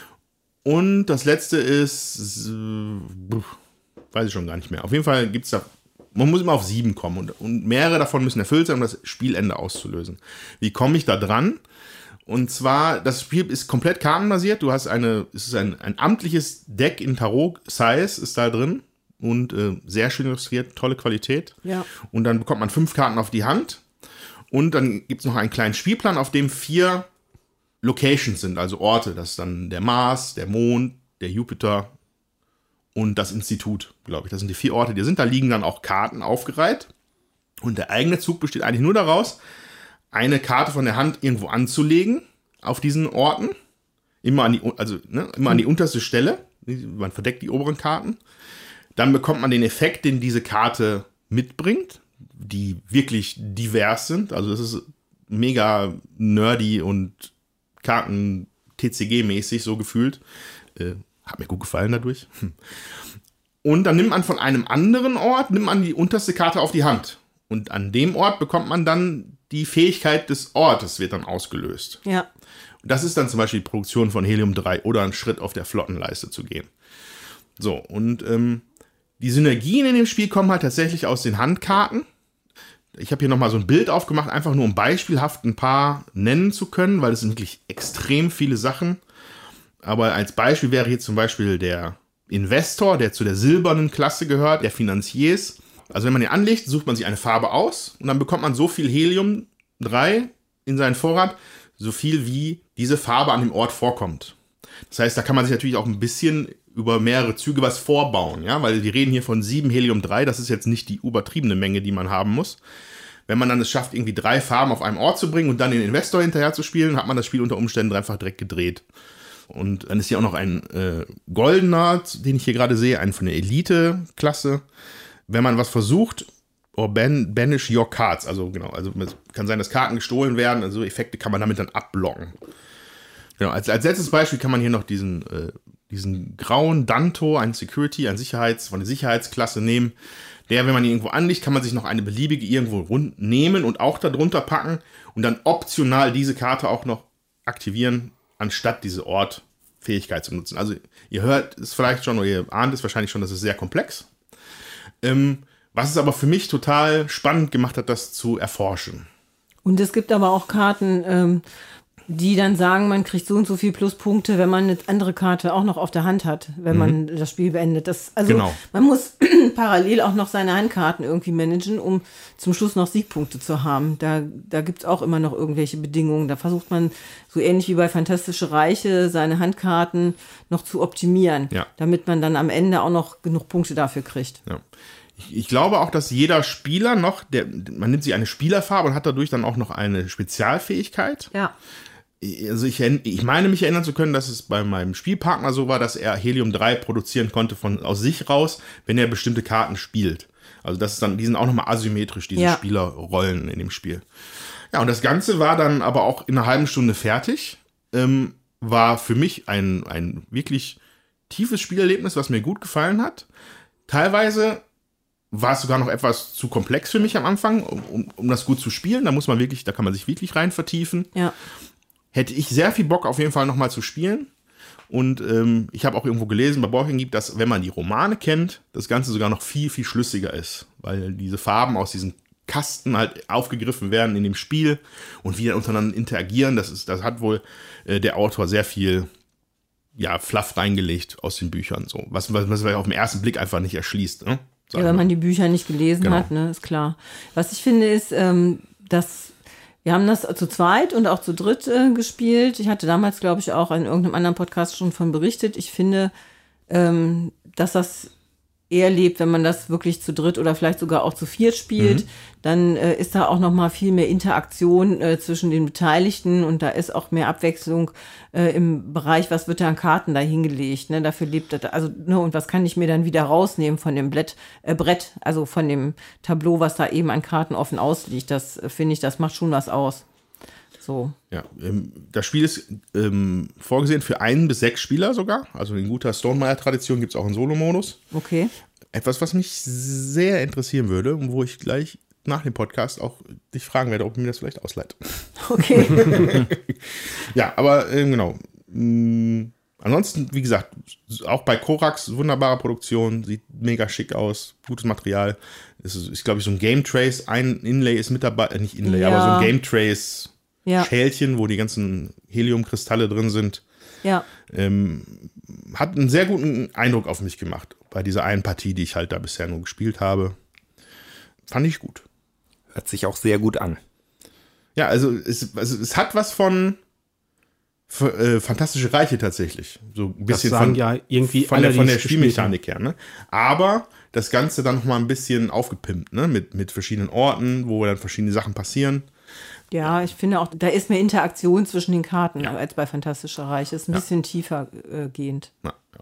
[SPEAKER 2] Und das letzte ist, äh, weiß ich schon gar nicht mehr. Auf jeden Fall gibt es da, man muss immer auf sieben kommen und, und mehrere davon müssen erfüllt sein, um das Spielende auszulösen. Wie komme ich da dran? Und zwar, das Spiel ist komplett kartenbasiert. Du hast eine, es ist ein, ein amtliches Deck in Tarot-Size ist da drin und äh, sehr schön illustriert, tolle Qualität.
[SPEAKER 4] Ja.
[SPEAKER 2] Und dann bekommt man fünf Karten auf die Hand und dann gibt es noch einen kleinen Spielplan, auf dem vier Locations sind, also Orte. Das ist dann der Mars, der Mond, der Jupiter und das Institut, glaube ich. Das sind die vier Orte, die sind. Da liegen dann auch Karten aufgereiht. Und der eigene Zug besteht eigentlich nur daraus, eine Karte von der Hand irgendwo anzulegen auf diesen Orten. Immer an die, also, ne, immer an die unterste Stelle. Man verdeckt die oberen Karten. Dann bekommt man den Effekt, den diese Karte mitbringt, die wirklich divers sind. Also es ist mega nerdy und Karten-T C G-mäßig so gefühlt. Äh, hat mir gut gefallen dadurch. Und dann nimmt man von einem anderen Ort, nimmt man die unterste Karte auf die Hand. Und an dem Ort bekommt man dann die Fähigkeit des Ortes, wird dann ausgelöst.
[SPEAKER 4] Ja.
[SPEAKER 2] Und das ist dann zum Beispiel die Produktion von Helium drei oder ein Schritt auf der Flottenleiste zu gehen. So, und ähm, die Synergien in dem Spiel kommen halt tatsächlich aus den Handkarten. Ich habe hier nochmal so ein Bild aufgemacht, einfach nur um beispielhaft ein paar nennen zu können, weil es sind wirklich extrem viele Sachen. Aber als Beispiel wäre hier zum Beispiel der Investor, der zu der silbernen Klasse gehört, der Finanziers. Also wenn man den anlegt, sucht man sich eine Farbe aus und dann bekommt man so viel Helium drei in seinen Vorrat, so viel wie diese Farbe an dem Ort vorkommt. Das heißt, da kann man sich natürlich auch ein bisschen über mehrere Züge was vorbauen, ja, weil wir reden hier von sieben Helium drei, das ist jetzt nicht die übertriebene Menge, die man haben muss. Wenn man dann es schafft, irgendwie drei Farben auf einem Ort zu bringen und dann den Investor hinterher zu spielen, hat man das Spiel unter Umständen einfach direkt gedreht. Und dann ist hier auch noch ein äh, goldener, den ich hier gerade sehe, ein von der Elite-Klasse. Wenn man was versucht, or ban, banish your cards, also genau, also es kann sein, dass Karten gestohlen werden, also Effekte kann man damit dann abblocken. Genau, als, als letztes Beispiel kann man hier noch diesen, äh, diesen grauen Danto, ein Security, ein Sicherheits, von der Sicherheitsklasse nehmen. Der, wenn man ihn irgendwo anlegt, kann man sich noch eine beliebige irgendwo rund nehmen und auch darunter packen und dann optional diese Karte auch noch aktivieren, anstatt diese Ort-Fähigkeit zu nutzen. Also ihr hört es vielleicht schon oder ihr ahnt es wahrscheinlich schon, das ist sehr komplex. Ähm, was es aber für mich total spannend gemacht hat, das zu erforschen.
[SPEAKER 4] Und es gibt aber auch Karten, ähm, die dann sagen, man kriegt so und so viel Pluspunkte, wenn man eine andere Karte auch noch auf der Hand hat, wenn mhm. man das Spiel beendet. Das, also
[SPEAKER 2] genau.
[SPEAKER 4] Man muss parallel auch noch seine Handkarten irgendwie managen, um zum Schluss noch Siegpunkte zu haben. Da, da gibt es auch immer noch irgendwelche Bedingungen. Da versucht man, so ähnlich wie bei Fantastische Reiche, seine Handkarten noch zu optimieren,
[SPEAKER 2] ja.
[SPEAKER 4] damit man dann am Ende auch noch genug Punkte dafür kriegt.
[SPEAKER 2] Ja. Ich, ich glaube auch, dass jeder Spieler noch, der, man nimmt sich eine Spielerfarbe und hat dadurch dann auch noch eine Spezialfähigkeit.
[SPEAKER 4] Ja.
[SPEAKER 2] Also ich, ich meine mich erinnern zu können, dass es bei meinem Spielpartner so war, dass er Helium drei produzieren konnte von aus sich raus, wenn er bestimmte Karten spielt. Also das ist dann, die sind auch nochmal asymmetrisch, diese ja. Spielerrollen in dem Spiel. Ja, und das Ganze war dann aber auch in einer halben Stunde fertig. Ähm, war für mich ein, ein wirklich tiefes Spielerlebnis, was mir gut gefallen hat. Teilweise war es sogar noch etwas zu komplex für mich am Anfang, um, um, um das gut zu spielen. Da muss man wirklich, da kann man sich wirklich rein vertiefen.
[SPEAKER 4] Ja.
[SPEAKER 2] Hätte ich sehr viel Bock auf jeden Fall nochmal zu spielen. Und ähm, ich habe auch irgendwo gelesen, bei Borgen gibt, dass, wenn man die Romane kennt, das Ganze sogar noch viel, viel schlüssiger ist. Weil diese Farben aus diesen Kasten halt aufgegriffen werden in dem Spiel und wie dann untereinander interagieren. Das ist, das hat wohl äh, der Autor sehr viel ja, Fluff reingelegt aus den Büchern. So. Was, was, was man auf den ersten Blick einfach nicht erschließt. Ne?
[SPEAKER 4] Ja, wenn man die Bücher nicht gelesen
[SPEAKER 2] genau.
[SPEAKER 4] hat, ne, ist klar. Was ich finde, ist, ähm, dass wir haben das zu zweit und auch zu dritt äh, gespielt. Ich hatte damals, glaube ich, auch in irgendeinem anderen Podcast schon von berichtet. Ich finde, ähm, dass das eher lebt, wenn man das wirklich zu dritt oder vielleicht sogar auch zu viert spielt. Mhm. Dann äh, ist da auch noch mal viel mehr Interaktion äh, zwischen den Beteiligten und da ist auch mehr Abwechslung äh, im Bereich, was wird da an Karten da hingelegt. Ne? Dafür lebt das, also ne, und was kann ich mir dann wieder rausnehmen von dem Brett, äh, Brett, also von dem Tableau, was da eben an Karten offen ausliegt. Das äh, finde ich, das macht schon was aus. So.
[SPEAKER 2] Ja, ähm, das Spiel ist ähm, vorgesehen für einen bis sechs Spieler sogar. Also in guter Stonemaier-Tradition gibt es auch einen Solo-Modus.
[SPEAKER 4] Okay.
[SPEAKER 2] Etwas, was mich sehr interessieren würde und wo ich gleich nach dem Podcast auch dich fragen werde, ob ich mir das vielleicht ausleiht.
[SPEAKER 4] Okay.
[SPEAKER 2] Ja, aber äh, genau. Mhm. Ansonsten, wie gesagt, auch bei Korax, wunderbare Produktion, sieht mega schick aus, gutes Material. Es ist, ist glaube ich, so ein Game Trace, ein Inlay ist mit dabei, äh, nicht Inlay,
[SPEAKER 4] ja.
[SPEAKER 2] aber so ein Game Trace
[SPEAKER 4] ja.
[SPEAKER 2] Schälchen, wo die ganzen Heliumkristalle drin sind.
[SPEAKER 4] Ja.
[SPEAKER 2] Ähm, hat einen sehr guten Eindruck auf mich gemacht bei dieser einen Partie, die ich halt da bisher nur gespielt habe. Fand ich gut.
[SPEAKER 3] Hört sich auch sehr gut an.
[SPEAKER 2] Ja, also es, also es hat was von F- äh, Fantastische Reiche tatsächlich. So ein bisschen
[SPEAKER 5] das sagen
[SPEAKER 2] von,
[SPEAKER 5] ja irgendwie
[SPEAKER 2] von
[SPEAKER 5] alle,
[SPEAKER 2] der, von
[SPEAKER 5] die
[SPEAKER 2] der
[SPEAKER 5] es gespielt
[SPEAKER 2] Spielmechanik her. Ne? Aber das Ganze dann noch mal ein bisschen aufgepimpt, ne? mit, mit verschiedenen Orten, wo dann verschiedene Sachen passieren.
[SPEAKER 4] Ja, ich finde auch, da ist mehr Interaktion zwischen den Karten
[SPEAKER 2] Ja.
[SPEAKER 4] als bei Fantastischer Reich. Ist ein
[SPEAKER 2] Ja.
[SPEAKER 4] bisschen tiefer äh, gehend.
[SPEAKER 2] Ja, ja.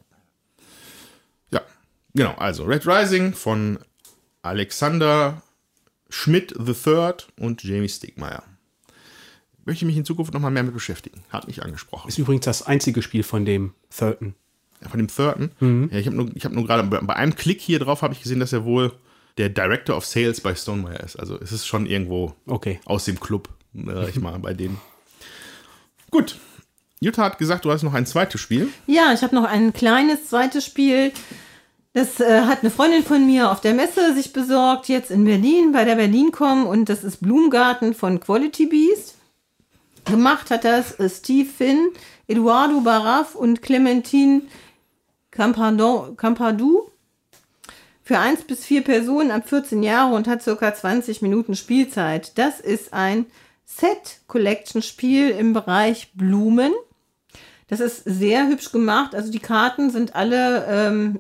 [SPEAKER 2] ja, genau. Also Red Rising von Alexander Schmidt the Third und Jamie Stegmaier. Möchte ich mich in Zukunft noch mal mehr mit beschäftigen. Hat mich angesprochen.
[SPEAKER 5] Ist übrigens das einzige Spiel von dem Thirden.
[SPEAKER 2] Von dem Thirden?
[SPEAKER 5] Mhm.
[SPEAKER 2] Ja, ich habe nur, ich hab nur gerade bei, bei einem Klick hier drauf habe ich gesehen, dass er wohl der Director of Sales bei Stonemaier ist. Also es ist schon irgendwo
[SPEAKER 5] Okay.
[SPEAKER 2] aus dem Club, sag ich mal, bei denen. Gut. Jutta hat gesagt, du hast noch ein zweites Spiel.
[SPEAKER 4] Ja, ich habe noch ein kleines zweites Spiel. Das äh, hat eine Freundin von mir auf der Messe sich besorgt, jetzt in Berlin, bei der BerlinCom. Und das ist Blumengarten von Quality Beast. Gemacht hat das äh, Steve Finn, Eduardo Baraf und Clementine Campadon- Campadou. für eins bis vier Personen ab vierzehn Jahre und hat circa zwanzig Minuten Spielzeit. Das ist ein Set-Collection-Spiel im Bereich Blumen. Das ist sehr hübsch gemacht. Also die Karten sind alle ähm,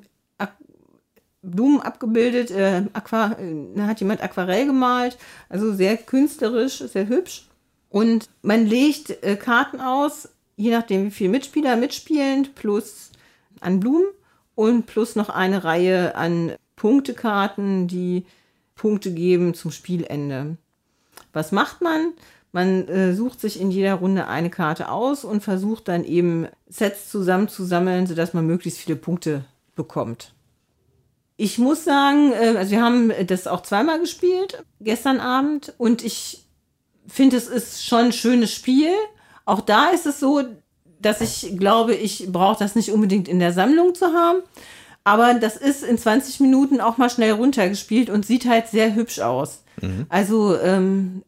[SPEAKER 4] Blumen abgebildet. Äh, Aqua, äh, hat jemand Aquarell gemalt. Also sehr künstlerisch, sehr hübsch. Und man legt äh, Karten aus, je nachdem wie viele Mitspieler mitspielen, plus an Blumen und plus noch eine Reihe an Punktekarten, die Punkte geben zum Spielende. Was macht man? Man äh, sucht sich in jeder Runde eine Karte aus und versucht dann eben Sets zusammenzusammeln, sodass man möglichst viele Punkte bekommt. Ich muss sagen, äh, also wir haben das auch zweimal gespielt, gestern Abend, und ich finde, es ist schon ein schönes Spiel. Auch da ist es so, dass ich glaube, ich brauche das nicht unbedingt in der Sammlung zu haben. Aber das ist in zwanzig Minuten auch mal schnell runtergespielt und sieht halt sehr hübsch aus. Mhm. Also ähm,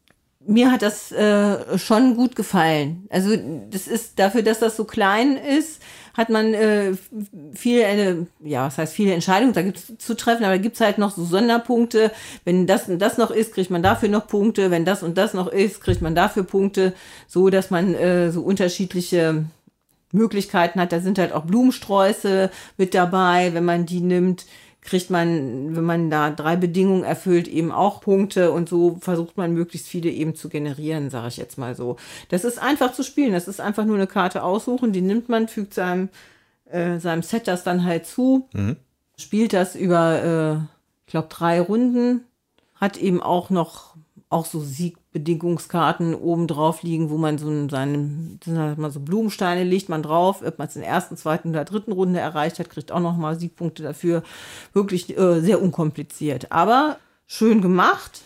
[SPEAKER 4] mir hat das äh, schon gut gefallen. Also das ist dafür, dass das so klein ist, hat man äh, viele, äh, ja, was heißt viele Entscheidungen da gibt's zu treffen, aber gibt es halt noch so Sonderpunkte. Wenn das und das noch ist, kriegt man dafür noch Punkte. Wenn das und das noch ist, kriegt man dafür Punkte, so dass man äh, so unterschiedliche Möglichkeiten hat. Da sind halt auch Blumensträuße mit dabei. Wenn man die nimmt, kriegt man, wenn man da drei Bedingungen erfüllt, eben auch Punkte, und so versucht man möglichst viele eben zu generieren, sage ich jetzt mal so. Das ist einfach zu spielen. Das ist einfach nur eine Karte aussuchen, die nimmt man, fügt seinem, äh, seinem Set das dann halt zu, mhm. spielt das über, äh, ich glaube, drei Runden, hat eben auch noch auch so Siegbedingungskarten oben drauf liegen, wo man so seine, mal so Blumensteine legt man drauf, ob man es in der ersten, zweiten oder dritten Runde erreicht hat, kriegt auch noch mal Siegpunkte dafür. Wirklich äh, sehr unkompliziert, aber schön gemacht.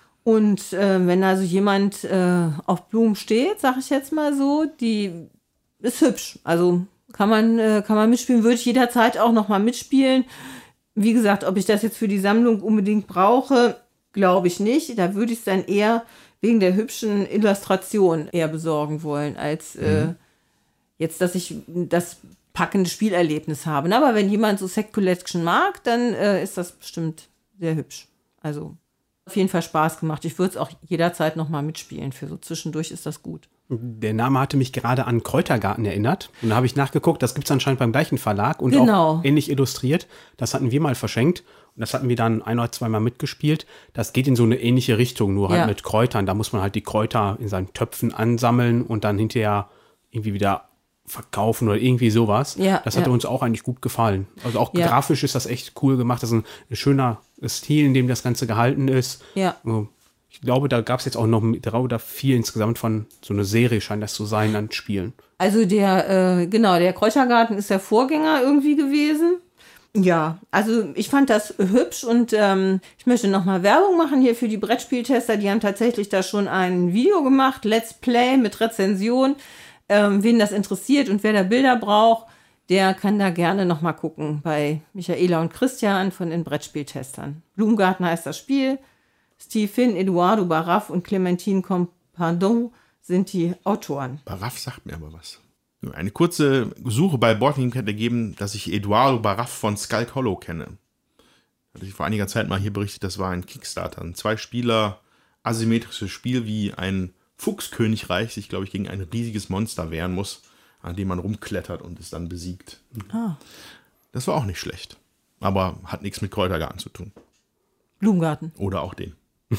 [SPEAKER 4] Und äh, wenn also jemand äh, auf Blumen steht, sag ich jetzt mal so, die ist hübsch. Also kann man, äh, kann man mitspielen, würde ich jederzeit auch noch mal mitspielen. Wie gesagt, ob ich das jetzt für die Sammlung unbedingt brauche, glaube ich nicht. Da würde ich es dann eher wegen der hübschen Illustration eher besorgen wollen, als mhm. äh, jetzt, dass ich das packende Spielerlebnis habe. Aber wenn jemand so Set Collection mag, dann äh, ist das bestimmt sehr hübsch. Also auf jeden Fall Spaß gemacht. Ich würde es auch jederzeit noch mal mitspielen. Für so zwischendurch ist das gut.
[SPEAKER 5] Der Name hatte mich gerade an Kräutergarten erinnert. Und da habe ich nachgeguckt, das gibt es anscheinend beim gleichen Verlag und
[SPEAKER 4] genau.
[SPEAKER 5] auch ähnlich illustriert. Das hatten wir mal verschenkt. Und das hatten wir dann ein oder zweimal mitgespielt. Das geht in so eine ähnliche Richtung, nur halt
[SPEAKER 4] ja.
[SPEAKER 5] mit Kräutern. Da muss man halt die Kräuter in seinen Töpfen ansammeln und dann hinterher irgendwie wieder verkaufen oder irgendwie sowas.
[SPEAKER 4] Ja,
[SPEAKER 5] das hatte
[SPEAKER 4] ja.
[SPEAKER 5] uns auch eigentlich gut gefallen. Also auch
[SPEAKER 4] ja.
[SPEAKER 5] grafisch ist das echt cool gemacht. Das ist ein, ein schöner Stil, in dem das Ganze gehalten ist.
[SPEAKER 4] Ja.
[SPEAKER 5] Ich glaube, da gab es jetzt auch noch drei oder vier insgesamt von so einer Serie, scheint das zu sein, an Spielen.
[SPEAKER 4] Also der, äh, genau, der Kräutergarten ist der Vorgänger irgendwie gewesen. Ja, also ich fand das hübsch und ähm, ich möchte nochmal Werbung machen hier für die Brettspieltester. Die haben tatsächlich da schon ein Video gemacht, Let's Play mit Rezension. Ähm, wen das interessiert und wer da Bilder braucht, der kann da gerne nochmal gucken bei Michaela und Christian von den Brettspieltestern. Blumengarten heißt das Spiel. Steve Finn, Eduardo Barraff und Clementine Compardon sind die Autoren.
[SPEAKER 2] Barraff sagt mir aber was. Eine kurze Suche bei Boardgame hat ergeben, dass ich Eduardo Barraff von Skulk Hollow kenne. Hatte ich vor einiger Zeit mal hier berichtet, das war ein Kickstarter. Ein Zwei-Spieler asymmetrisches Spiel, wie ein Fuchskönigreich sich, glaube ich, gegen ein riesiges Monster wehren muss, an dem man rumklettert und es dann besiegt.
[SPEAKER 4] Ah.
[SPEAKER 2] Das war auch nicht schlecht. Aber hat nichts mit Kräutergarten zu tun.
[SPEAKER 4] Blumengarten.
[SPEAKER 2] Oder auch den.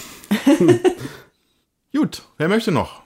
[SPEAKER 2] Gut, wer möchte noch?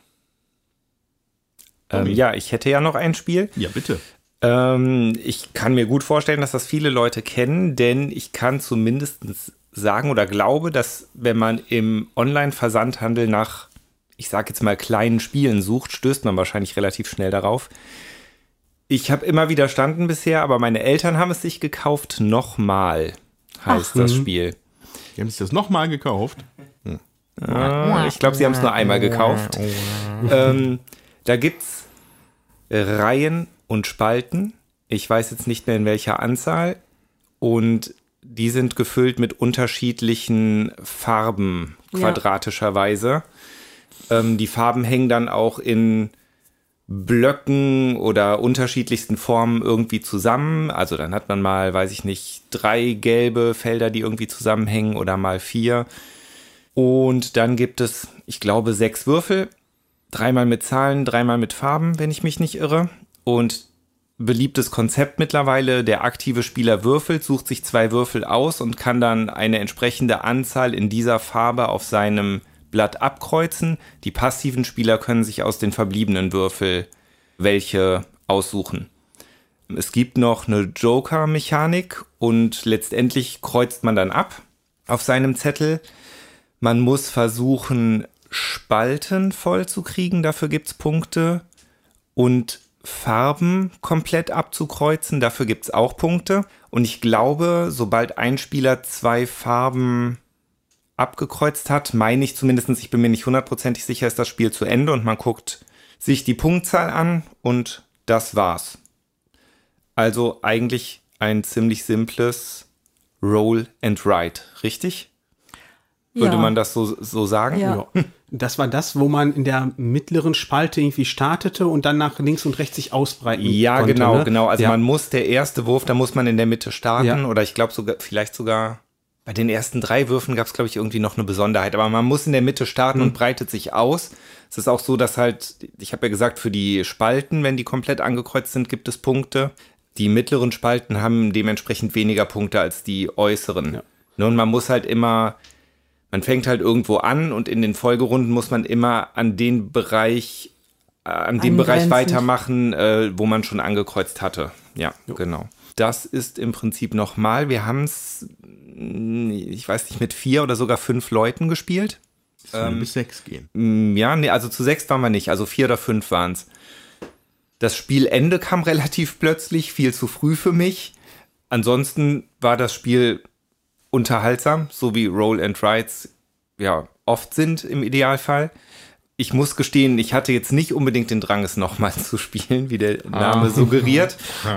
[SPEAKER 3] Ähm, ja, ich hätte ja noch ein Spiel.
[SPEAKER 2] Ja, bitte.
[SPEAKER 3] Ähm, ich kann mir gut vorstellen, dass das viele Leute kennen, denn ich kann zumindest sagen oder glaube, dass wenn man im Online-Versandhandel nach, ich sag jetzt mal, kleinen Spielen sucht, stößt man wahrscheinlich relativ schnell darauf. Ich habe immer widerstanden bisher, aber meine Eltern haben es sich gekauft. Nochmal heißt Ach, das Spiel.
[SPEAKER 2] Die haben sich das nochmal gekauft?
[SPEAKER 3] Hm. Ah, ich glaube, sie haben es nur einmal gekauft. ähm, da gibt's Reihen und Spalten. Ich weiß jetzt nicht mehr in welcher Anzahl. Und die sind gefüllt mit unterschiedlichen Farben, quadratischerweise. Ja. Ähm, die Farben hängen dann auch in Blöcken oder unterschiedlichsten Formen irgendwie zusammen. Also dann hat man mal, weiß ich nicht, drei gelbe Felder, die irgendwie zusammenhängen oder mal vier. Und dann gibt es, ich glaube, sechs Würfel. Dreimal mit Zahlen, dreimal mit Farben, wenn ich mich nicht irre. Und beliebtes Konzept mittlerweile, der aktive Spieler würfelt, sucht sich zwei Würfel aus und kann dann eine entsprechende Anzahl in dieser Farbe auf seinem Blatt abkreuzen. Die passiven Spieler können sich aus den verbliebenen Würfel welche aussuchen. Es gibt noch eine Joker-Mechanik und letztendlich kreuzt man dann ab auf seinem Zettel. Man muss versuchen, Spalten voll zu kriegen, dafür gibt es Punkte. Und Farben komplett abzukreuzen, dafür gibt es auch Punkte. Und ich glaube, sobald ein Spieler zwei Farben abgekreuzt hat, meine ich zumindest, ich bin mir nicht hundertprozentig sicher, ist das Spiel zu Ende und man guckt sich die Punktzahl an und das war's. Also eigentlich ein ziemlich simples Roll and Write, richtig? Würde
[SPEAKER 4] Ja.
[SPEAKER 3] man das so, so sagen?
[SPEAKER 4] Ja.
[SPEAKER 5] Ja. Das war das, wo man in der mittleren Spalte irgendwie startete und dann nach links und rechts sich ausbreiten
[SPEAKER 3] Ja,
[SPEAKER 5] konnte.
[SPEAKER 3] genau,
[SPEAKER 5] ne?
[SPEAKER 3] genau. Also
[SPEAKER 5] ja.
[SPEAKER 3] man muss, der erste Wurf, da muss man in der Mitte starten
[SPEAKER 5] Ja.
[SPEAKER 3] oder ich glaube sogar, vielleicht sogar bei den ersten drei Würfen gab es, glaube ich, irgendwie noch eine Besonderheit. Aber man muss in der Mitte starten
[SPEAKER 5] Mhm.
[SPEAKER 3] und breitet sich aus. Es ist auch so, dass halt, ich habe ja gesagt, für die Spalten, wenn die komplett angekreuzt sind, gibt es Punkte. Die mittleren Spalten haben dementsprechend weniger Punkte als die äußeren.
[SPEAKER 5] Ja.
[SPEAKER 3] Ne, und man muss halt immer, man fängt halt irgendwo an und in den Folgerunden muss man immer an den Bereich, äh, an dem Bereich
[SPEAKER 4] Angrenzend.
[SPEAKER 3] weitermachen, äh, wo man schon angekreuzt hatte. Ja, genau. Das ist im Prinzip nochmal, wir haben es, ich weiß nicht, mit vier oder sogar fünf Leuten gespielt.
[SPEAKER 2] Es soll bis sechs gehen.
[SPEAKER 3] Mm, Ja, nee, also zu sechs waren wir nicht, also vier oder fünf waren es. Das Spielende kam relativ plötzlich, viel zu früh für mich. Ansonsten war das Spiel unterhaltsam, so wie Roll and Rides ja oft sind im Idealfall. Ich muss gestehen, ich hatte jetzt nicht unbedingt den Drang, es nochmal zu spielen, wie der Name
[SPEAKER 2] Ah.
[SPEAKER 3] suggeriert.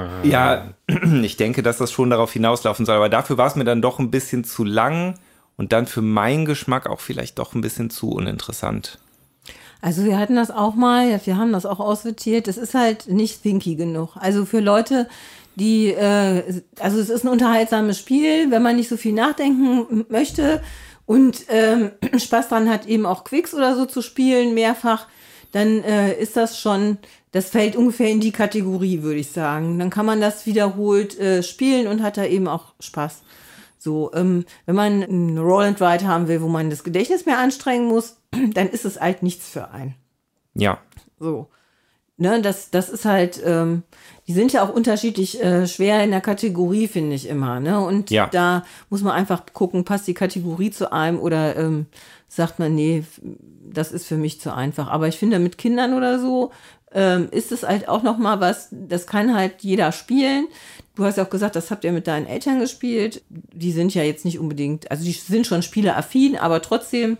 [SPEAKER 3] Ja, ich denke, dass das schon darauf hinauslaufen soll, aber dafür war es mir dann doch ein bisschen zu lang und dann für meinen Geschmack auch vielleicht doch ein bisschen zu uninteressant.
[SPEAKER 4] Also wir hatten das auch mal, wir haben das auch aussortiert. Es ist halt nicht thinky genug. Also für Leute, die, äh, also es ist ein unterhaltsames Spiel, wenn man nicht so viel nachdenken möchte und ähm, Spaß dran hat, eben auch Quicks oder so zu spielen, mehrfach, dann äh, ist das schon, das fällt ungefähr in die Kategorie, würde ich sagen. Dann kann man das wiederholt äh, spielen und hat da eben auch Spaß. So, ähm, wenn man ein Roll and Write haben will, wo man das Gedächtnis mehr anstrengen muss, dann ist es halt nichts für einen.
[SPEAKER 3] Ja,
[SPEAKER 4] So. Ne, das, das ist halt, ähm, die sind ja auch unterschiedlich äh, schwer in der Kategorie, finde ich immer. Ne? Und
[SPEAKER 3] Ja.
[SPEAKER 4] da muss man einfach gucken, passt die Kategorie zu einem oder ähm, sagt man, nee, f- das ist für mich zu einfach. Aber ich finde, mit Kindern oder so ähm, ist es halt auch noch mal was, das kann halt jeder spielen. Du hast ja auch gesagt, das habt ihr mit deinen Eltern gespielt. Die sind ja jetzt nicht unbedingt, also die sind schon spieleraffin, aber trotzdem,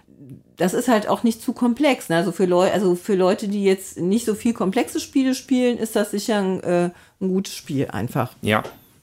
[SPEAKER 4] das ist halt auch nicht zu komplex. Ne? Also, für Leu also für Leute, die jetzt nicht so viel komplexe Spiele spielen, ist das sicher ein, äh, ein gutes Spiel einfach.
[SPEAKER 3] ja.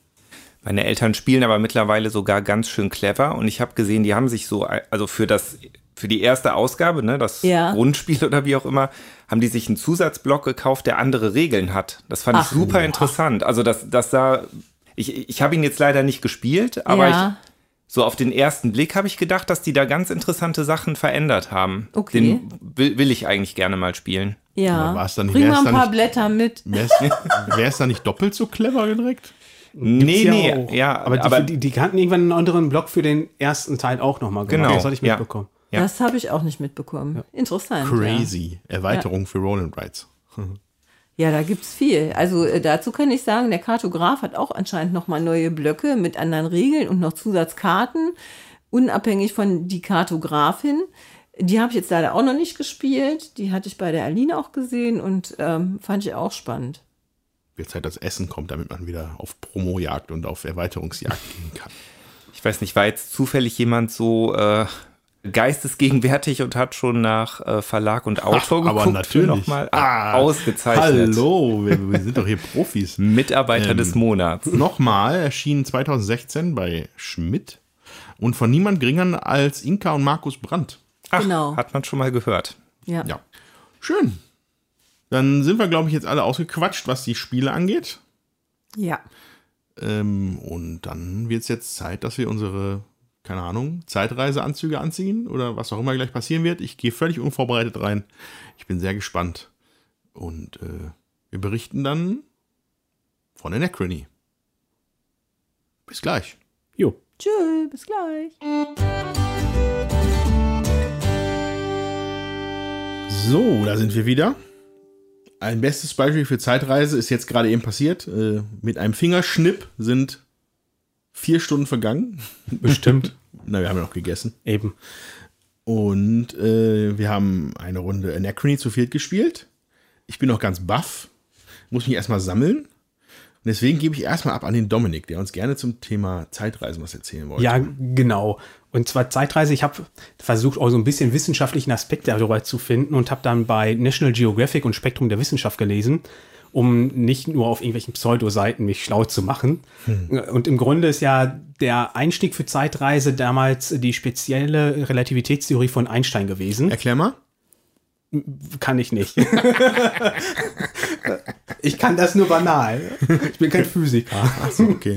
[SPEAKER 3] Meine Eltern spielen aber mittlerweile sogar ganz schön clever und ich habe gesehen, die haben sich so, also für das, für die erste Ausgabe, ne, das
[SPEAKER 4] Ja.
[SPEAKER 3] Grundspiel oder wie auch immer, haben die sich einen Zusatzblock gekauft, der andere Regeln hat. Das fand
[SPEAKER 4] Ach.
[SPEAKER 3] ich super interessant. Also das, das sah, ich, ich habe ihn jetzt leider nicht gespielt, aber
[SPEAKER 4] Ja.
[SPEAKER 3] ich, so auf den ersten Blick habe ich gedacht, dass die da ganz interessante Sachen verändert haben.
[SPEAKER 4] Okay.
[SPEAKER 3] Den will, will ich eigentlich gerne mal spielen.
[SPEAKER 4] Ja,
[SPEAKER 2] Aber war's dann nicht-
[SPEAKER 4] bring
[SPEAKER 2] wär's
[SPEAKER 4] mal ein
[SPEAKER 2] dann
[SPEAKER 4] paar
[SPEAKER 2] nicht-
[SPEAKER 4] Blätter mit.
[SPEAKER 2] Wäre es da nicht doppelt so clever direkt?
[SPEAKER 3] Nee,
[SPEAKER 5] ja
[SPEAKER 3] nee,
[SPEAKER 5] auch.
[SPEAKER 3] ja,
[SPEAKER 5] aber, die,
[SPEAKER 3] aber
[SPEAKER 5] die, die hatten irgendwann einen anderen Blog für den ersten Teil auch nochmal gemacht.
[SPEAKER 3] Genau,
[SPEAKER 5] Das hatte ich
[SPEAKER 3] ja.
[SPEAKER 5] mitbekommen.
[SPEAKER 3] Ja.
[SPEAKER 4] Das habe ich auch nicht mitbekommen. Interessant.
[SPEAKER 2] Crazy. Erweiterung für Roll and Rides.
[SPEAKER 4] Ja, ja, da gibt's viel. Also äh, dazu kann ich sagen, der Kartograf hat auch anscheinend nochmal neue Blöcke mit anderen Regeln und noch Zusatzkarten, unabhängig von die Kartografin. Die habe ich jetzt leider auch noch nicht gespielt. Die hatte ich bei der Aline auch gesehen und ähm, fand ich auch spannend.
[SPEAKER 2] Wird Zeit, dass Essen kommt, damit man wieder auf Promojagd und auf Erweiterungsjagd gehen kann.
[SPEAKER 3] ich weiß nicht, war jetzt zufällig jemand so äh, geistesgegenwärtig und hat schon nach äh, Verlag und Autor
[SPEAKER 2] Ach, aber
[SPEAKER 3] geguckt?
[SPEAKER 2] natürlich.
[SPEAKER 3] Nochmal
[SPEAKER 2] Ah,
[SPEAKER 3] ausgezeichnet.
[SPEAKER 2] Hallo, wir, wir sind doch hier Profis.
[SPEAKER 3] Mitarbeiter
[SPEAKER 2] Ähm,
[SPEAKER 3] des Monats.
[SPEAKER 2] Nochmal, erschien zwanzig sechzehn bei Schmidt und von niemand geringeren als Inka und Markus Brandt.
[SPEAKER 3] Ach,
[SPEAKER 4] genau.
[SPEAKER 3] hat man schon mal gehört.
[SPEAKER 4] Ja.
[SPEAKER 2] Ja, schön. Dann sind wir, glaube ich, jetzt alle ausgequatscht, was die Spiele angeht.
[SPEAKER 4] Ja.
[SPEAKER 2] Ähm, und dann wird es jetzt Zeit, dass wir unsere, keine Ahnung, Zeitreiseanzüge anziehen oder was auch immer gleich passieren wird. Ich gehe völlig unvorbereitet rein. Ich bin sehr gespannt. Und äh, wir berichten dann von Anachrony. Bis gleich.
[SPEAKER 5] Jo.
[SPEAKER 4] Tschüss, bis gleich.
[SPEAKER 2] So, da sind wir wieder. Ein bestes Beispiel für Zeitreise ist jetzt gerade eben passiert. Äh, mit einem Fingerschnipp sind vier Stunden vergangen.
[SPEAKER 5] Bestimmt.
[SPEAKER 2] Na, wir haben ja noch gegessen.
[SPEAKER 5] Eben.
[SPEAKER 2] Und äh, wir haben eine Runde Anachrony zu viert gespielt. Ich bin noch ganz baff. Muss mich erstmal sammeln. Und deswegen gebe ich erstmal ab an den Dominik, der uns gerne zum Thema Zeitreisen was erzählen wollte.
[SPEAKER 5] Ja, genau. Und zwar Zeitreise, ich habe versucht, auch so ein bisschen wissenschaftlichen Aspekt darüber zu finden und habe dann bei National Geographic und Spektrum der Wissenschaft gelesen, um nicht nur auf irgendwelchen Pseudo-Seiten mich schlau zu machen. Hm. Und im Grunde ist ja der Einstieg für Zeitreise damals die spezielle Relativitätstheorie von Einstein gewesen.
[SPEAKER 2] Erklär mal.
[SPEAKER 5] Kann ich nicht. Ich kann das nur banal. Ich bin kein Physiker.
[SPEAKER 2] Ach so, okay.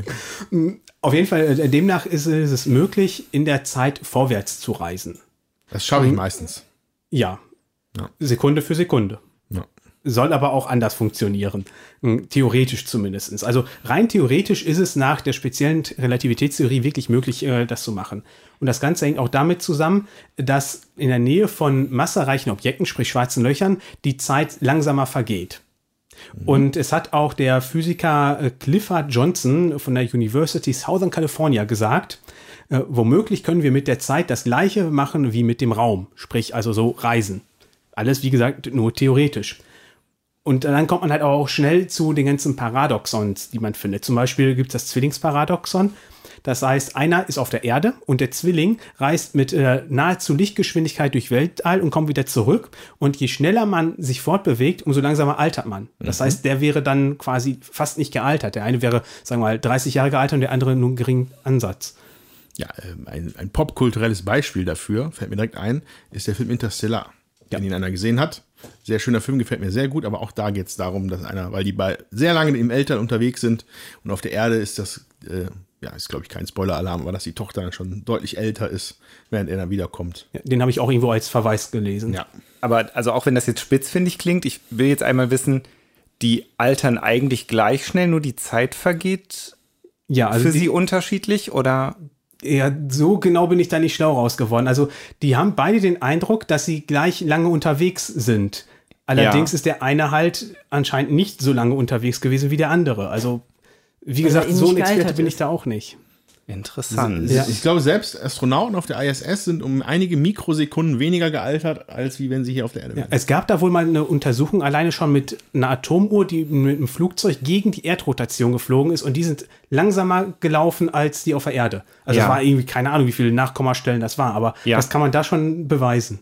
[SPEAKER 5] Auf jeden Fall, demnach ist es möglich, in der Zeit vorwärts zu reisen.
[SPEAKER 2] Das schaffe ich meistens.
[SPEAKER 5] Ja.
[SPEAKER 2] Ja.
[SPEAKER 5] Sekunde für Sekunde.
[SPEAKER 2] Ja.
[SPEAKER 5] Soll aber auch anders funktionieren. Theoretisch zumindest. Also rein theoretisch ist es nach der speziellen Relativitätstheorie wirklich möglich, das zu machen. Und das Ganze hängt auch damit zusammen, dass in der Nähe von massereichen Objekten, sprich schwarzen Löchern, die Zeit langsamer vergeht. Mhm. Und es hat auch der Physiker Clifford Johnson von der University Southern California gesagt, äh, womöglich können wir mit der Zeit das Gleiche machen wie mit dem Raum, sprich also so reisen. Alles, wie gesagt, nur theoretisch. Und dann kommt man halt auch schnell zu den ganzen Paradoxons, die man findet. Zum Beispiel gibt es das Zwillingsparadoxon. Das heißt, einer ist auf der Erde und der Zwilling reist mit äh, nahezu Lichtgeschwindigkeit durch Weltall und kommt wieder zurück. Und je schneller man sich fortbewegt, umso langsamer altert man. Das mhm. heißt, der wäre dann quasi fast nicht gealtert. Der eine wäre, sagen wir mal, dreißig Jahre gealtert und der andere nur einen geringen Ansatz.
[SPEAKER 2] Ja, ähm, ein, ein popkulturelles Beispiel dafür, fällt mir direkt ein, ist der Film Interstellar.
[SPEAKER 5] Ja.
[SPEAKER 2] Wenn ihn einer gesehen hat. Sehr schöner Film, gefällt mir sehr gut, aber auch da geht es darum, dass einer, weil die bei sehr lange im Eltern unterwegs sind und auf der Erde ist das, äh, ja, ist glaube ich kein Spoiler-Alarm, aber dass die Tochter dann schon deutlich älter ist, während er dann wiederkommt.
[SPEAKER 5] Ja, den habe ich auch irgendwo als Verweis gelesen.
[SPEAKER 2] Ja.
[SPEAKER 3] Aber also auch wenn das jetzt spitzfindig klingt, ich will jetzt einmal wissen, die altern eigentlich gleich schnell, nur die Zeit vergeht
[SPEAKER 5] ja, also
[SPEAKER 3] für
[SPEAKER 5] die,
[SPEAKER 3] sie unterschiedlich oder?
[SPEAKER 5] Ja, so genau bin ich da nicht schlau raus geworden. Also die haben beide den Eindruck, dass sie gleich lange unterwegs sind. Allerdings ja. ist der eine halt anscheinend nicht so lange unterwegs gewesen wie der andere. Also wie
[SPEAKER 4] Weil
[SPEAKER 5] gesagt, so ein Experte bin ich da auch nicht.
[SPEAKER 3] Interessant.
[SPEAKER 2] Ja. Ich glaube, selbst Astronauten auf der I S S sind um einige Mikrosekunden weniger gealtert, als wie wenn sie hier auf der Erde wären.
[SPEAKER 5] Ja, es gab da wohl mal eine Untersuchung, alleine schon mit einer Atomuhr, die mit einem Flugzeug gegen die Erdrotation geflogen ist und die sind langsamer gelaufen als die auf der Erde. Also es
[SPEAKER 3] ja.
[SPEAKER 5] war irgendwie, keine Ahnung, wie viele Nachkommastellen das war, aber
[SPEAKER 3] ja.
[SPEAKER 5] das kann man da schon beweisen.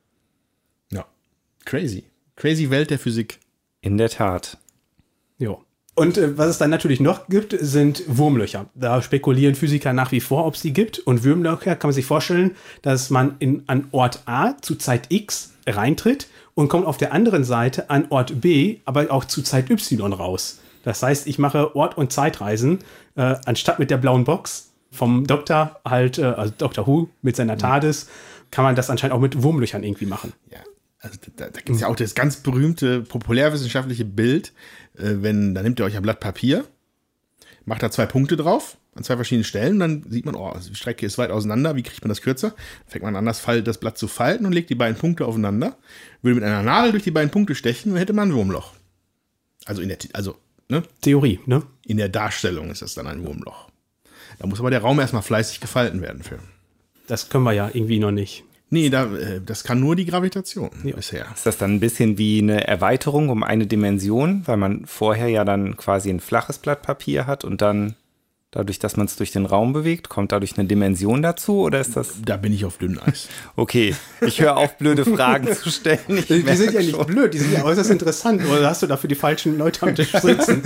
[SPEAKER 2] Ja, crazy. Crazy Welt der Physik.
[SPEAKER 3] In der Tat.
[SPEAKER 5] Jo. Und äh, was es dann natürlich noch gibt, sind Wurmlöcher. Da spekulieren Physiker nach wie vor, ob es die gibt. Und Wurmlöcher kann man sich vorstellen, dass man in, an Ort A zu Zeit X reintritt und kommt auf der anderen Seite an Ort B, aber auch zu Zeit Y raus. Das heißt, ich mache Ort- und Zeitreisen, äh, anstatt mit der blauen Box vom Doktor, halt, äh, also Doktor Who mit seiner TARDIS, kann man das anscheinend auch mit Wurmlöchern irgendwie machen.
[SPEAKER 2] Ja. Also da, da gibt es ja auch das ganz berühmte populärwissenschaftliche Bild, äh, wenn, da nimmt ihr euch ein Blatt Papier, macht da zwei Punkte drauf, an zwei verschiedenen Stellen, dann sieht man, oh, die Strecke ist weit auseinander, wie kriegt man das kürzer? Fängt man an, das, Fall, das Blatt zu falten und legt die beiden Punkte aufeinander, würde mit einer Nadel durch die beiden Punkte stechen, dann hätte man ein Wurmloch. Also in der, also, ne?
[SPEAKER 5] Theorie, ne?
[SPEAKER 2] In der Darstellung ist das dann ein Wurmloch. Da muss aber der Raum erstmal fleißig gefalten werden für.
[SPEAKER 5] Das können wir ja irgendwie noch nicht.
[SPEAKER 2] Nee, da, das kann nur die Gravitation
[SPEAKER 5] ja.
[SPEAKER 2] bisher.
[SPEAKER 3] Ist das dann ein bisschen wie eine Erweiterung um eine Dimension, weil man vorher ja dann quasi ein flaches Blatt Papier hat und dann dadurch, dass man es durch den Raum bewegt, kommt dadurch eine Dimension dazu oder ist das?
[SPEAKER 2] Da bin ich auf dünnem Eis.
[SPEAKER 3] Okay, ich höre auf, blöde Fragen zu stellen. Ich
[SPEAKER 5] die sind ja nicht
[SPEAKER 3] schon.
[SPEAKER 5] blöd, die sind ja äußerst interessant. Oder hast du dafür die falschen Leute am Tisch sitzen?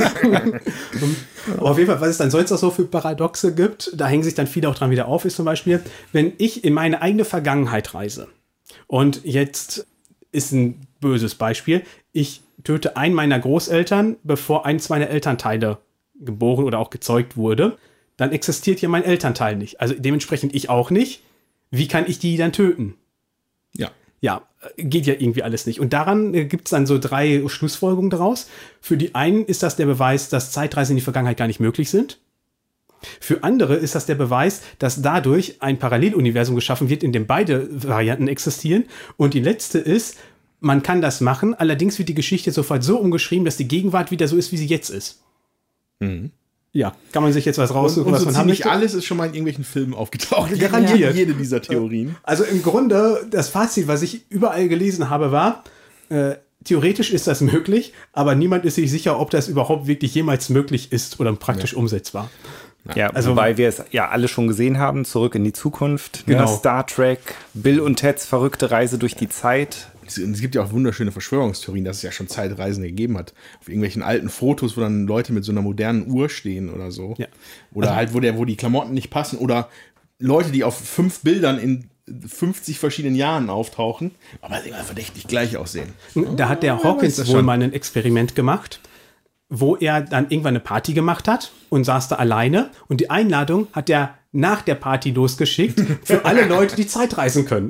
[SPEAKER 5] Aber auf jeden Fall, was es dann sonst auch so für Paradoxe gibt, da hängen sich dann viele auch dran wieder auf, ist zum Beispiel, wenn ich in meine eigene Vergangenheit reise und jetzt ist ein böses Beispiel, ich töte einen meiner Großeltern, bevor eins meiner Elternteile geboren oder auch gezeugt wurde, dann existiert ja mein Elternteil nicht. Also dementsprechend ich auch nicht. Wie kann ich die dann töten?
[SPEAKER 2] Ja.
[SPEAKER 5] Ja, geht ja irgendwie alles nicht. Und daran äh, gibt es dann so drei Schlussfolgerungen daraus. Für die einen ist das der Beweis, dass Zeitreisen in die Vergangenheit gar nicht möglich sind. Für andere ist das der Beweis, dass dadurch ein Paralleluniversum geschaffen wird, in dem beide Varianten existieren. Und die letzte ist, man kann das machen, allerdings wird die Geschichte sofort so umgeschrieben, dass die Gegenwart wieder so ist, wie sie jetzt ist.
[SPEAKER 2] Mhm.
[SPEAKER 5] Ja, kann man sich jetzt was raussuchen,
[SPEAKER 2] und, und
[SPEAKER 5] was
[SPEAKER 2] so
[SPEAKER 5] man haben
[SPEAKER 2] ziemlich
[SPEAKER 5] möchte?
[SPEAKER 2] alles ist schon mal in irgendwelchen Filmen aufgetaucht.
[SPEAKER 5] Garantiert.
[SPEAKER 2] Jede dieser Theorien.
[SPEAKER 5] Also im Grunde, das Fazit, was ich überall gelesen habe, war, äh, theoretisch ist das möglich, aber niemand ist sich sicher, ob das überhaupt wirklich jemals möglich ist oder praktisch
[SPEAKER 2] Ja.
[SPEAKER 5] umsetzbar.
[SPEAKER 3] Ja,
[SPEAKER 5] Also-
[SPEAKER 3] wobei wir es ja alle schon gesehen haben, Zurück in die Zukunft,
[SPEAKER 5] Genau.
[SPEAKER 3] ne, Star Trek, Bill und Teds verrückte Reise durch die Zeit.
[SPEAKER 2] Es es gibt ja auch wunderschöne Verschwörungstheorien, dass es ja schon Zeitreisende gegeben hat. Auf irgendwelchen alten Fotos, wo dann Leute mit so einer modernen Uhr stehen oder so.
[SPEAKER 5] Ja.
[SPEAKER 2] Oder
[SPEAKER 5] Also-
[SPEAKER 2] halt, wo, der, wo die Klamotten nicht passen. Oder Leute, die auf fünf Bildern in fünfzig verschiedenen Jahren auftauchen, aber immer verdächtig gleich aussehen.
[SPEAKER 5] Da hat der
[SPEAKER 2] weiß
[SPEAKER 5] Hawkins
[SPEAKER 2] das
[SPEAKER 5] wohl
[SPEAKER 2] schon.
[SPEAKER 5] mal ein Experiment gemacht, wo er dann irgendwann eine Party gemacht hat und saß da alleine und die Einladung hat er nach der Party losgeschickt für alle Leute, die Zeitreisen können.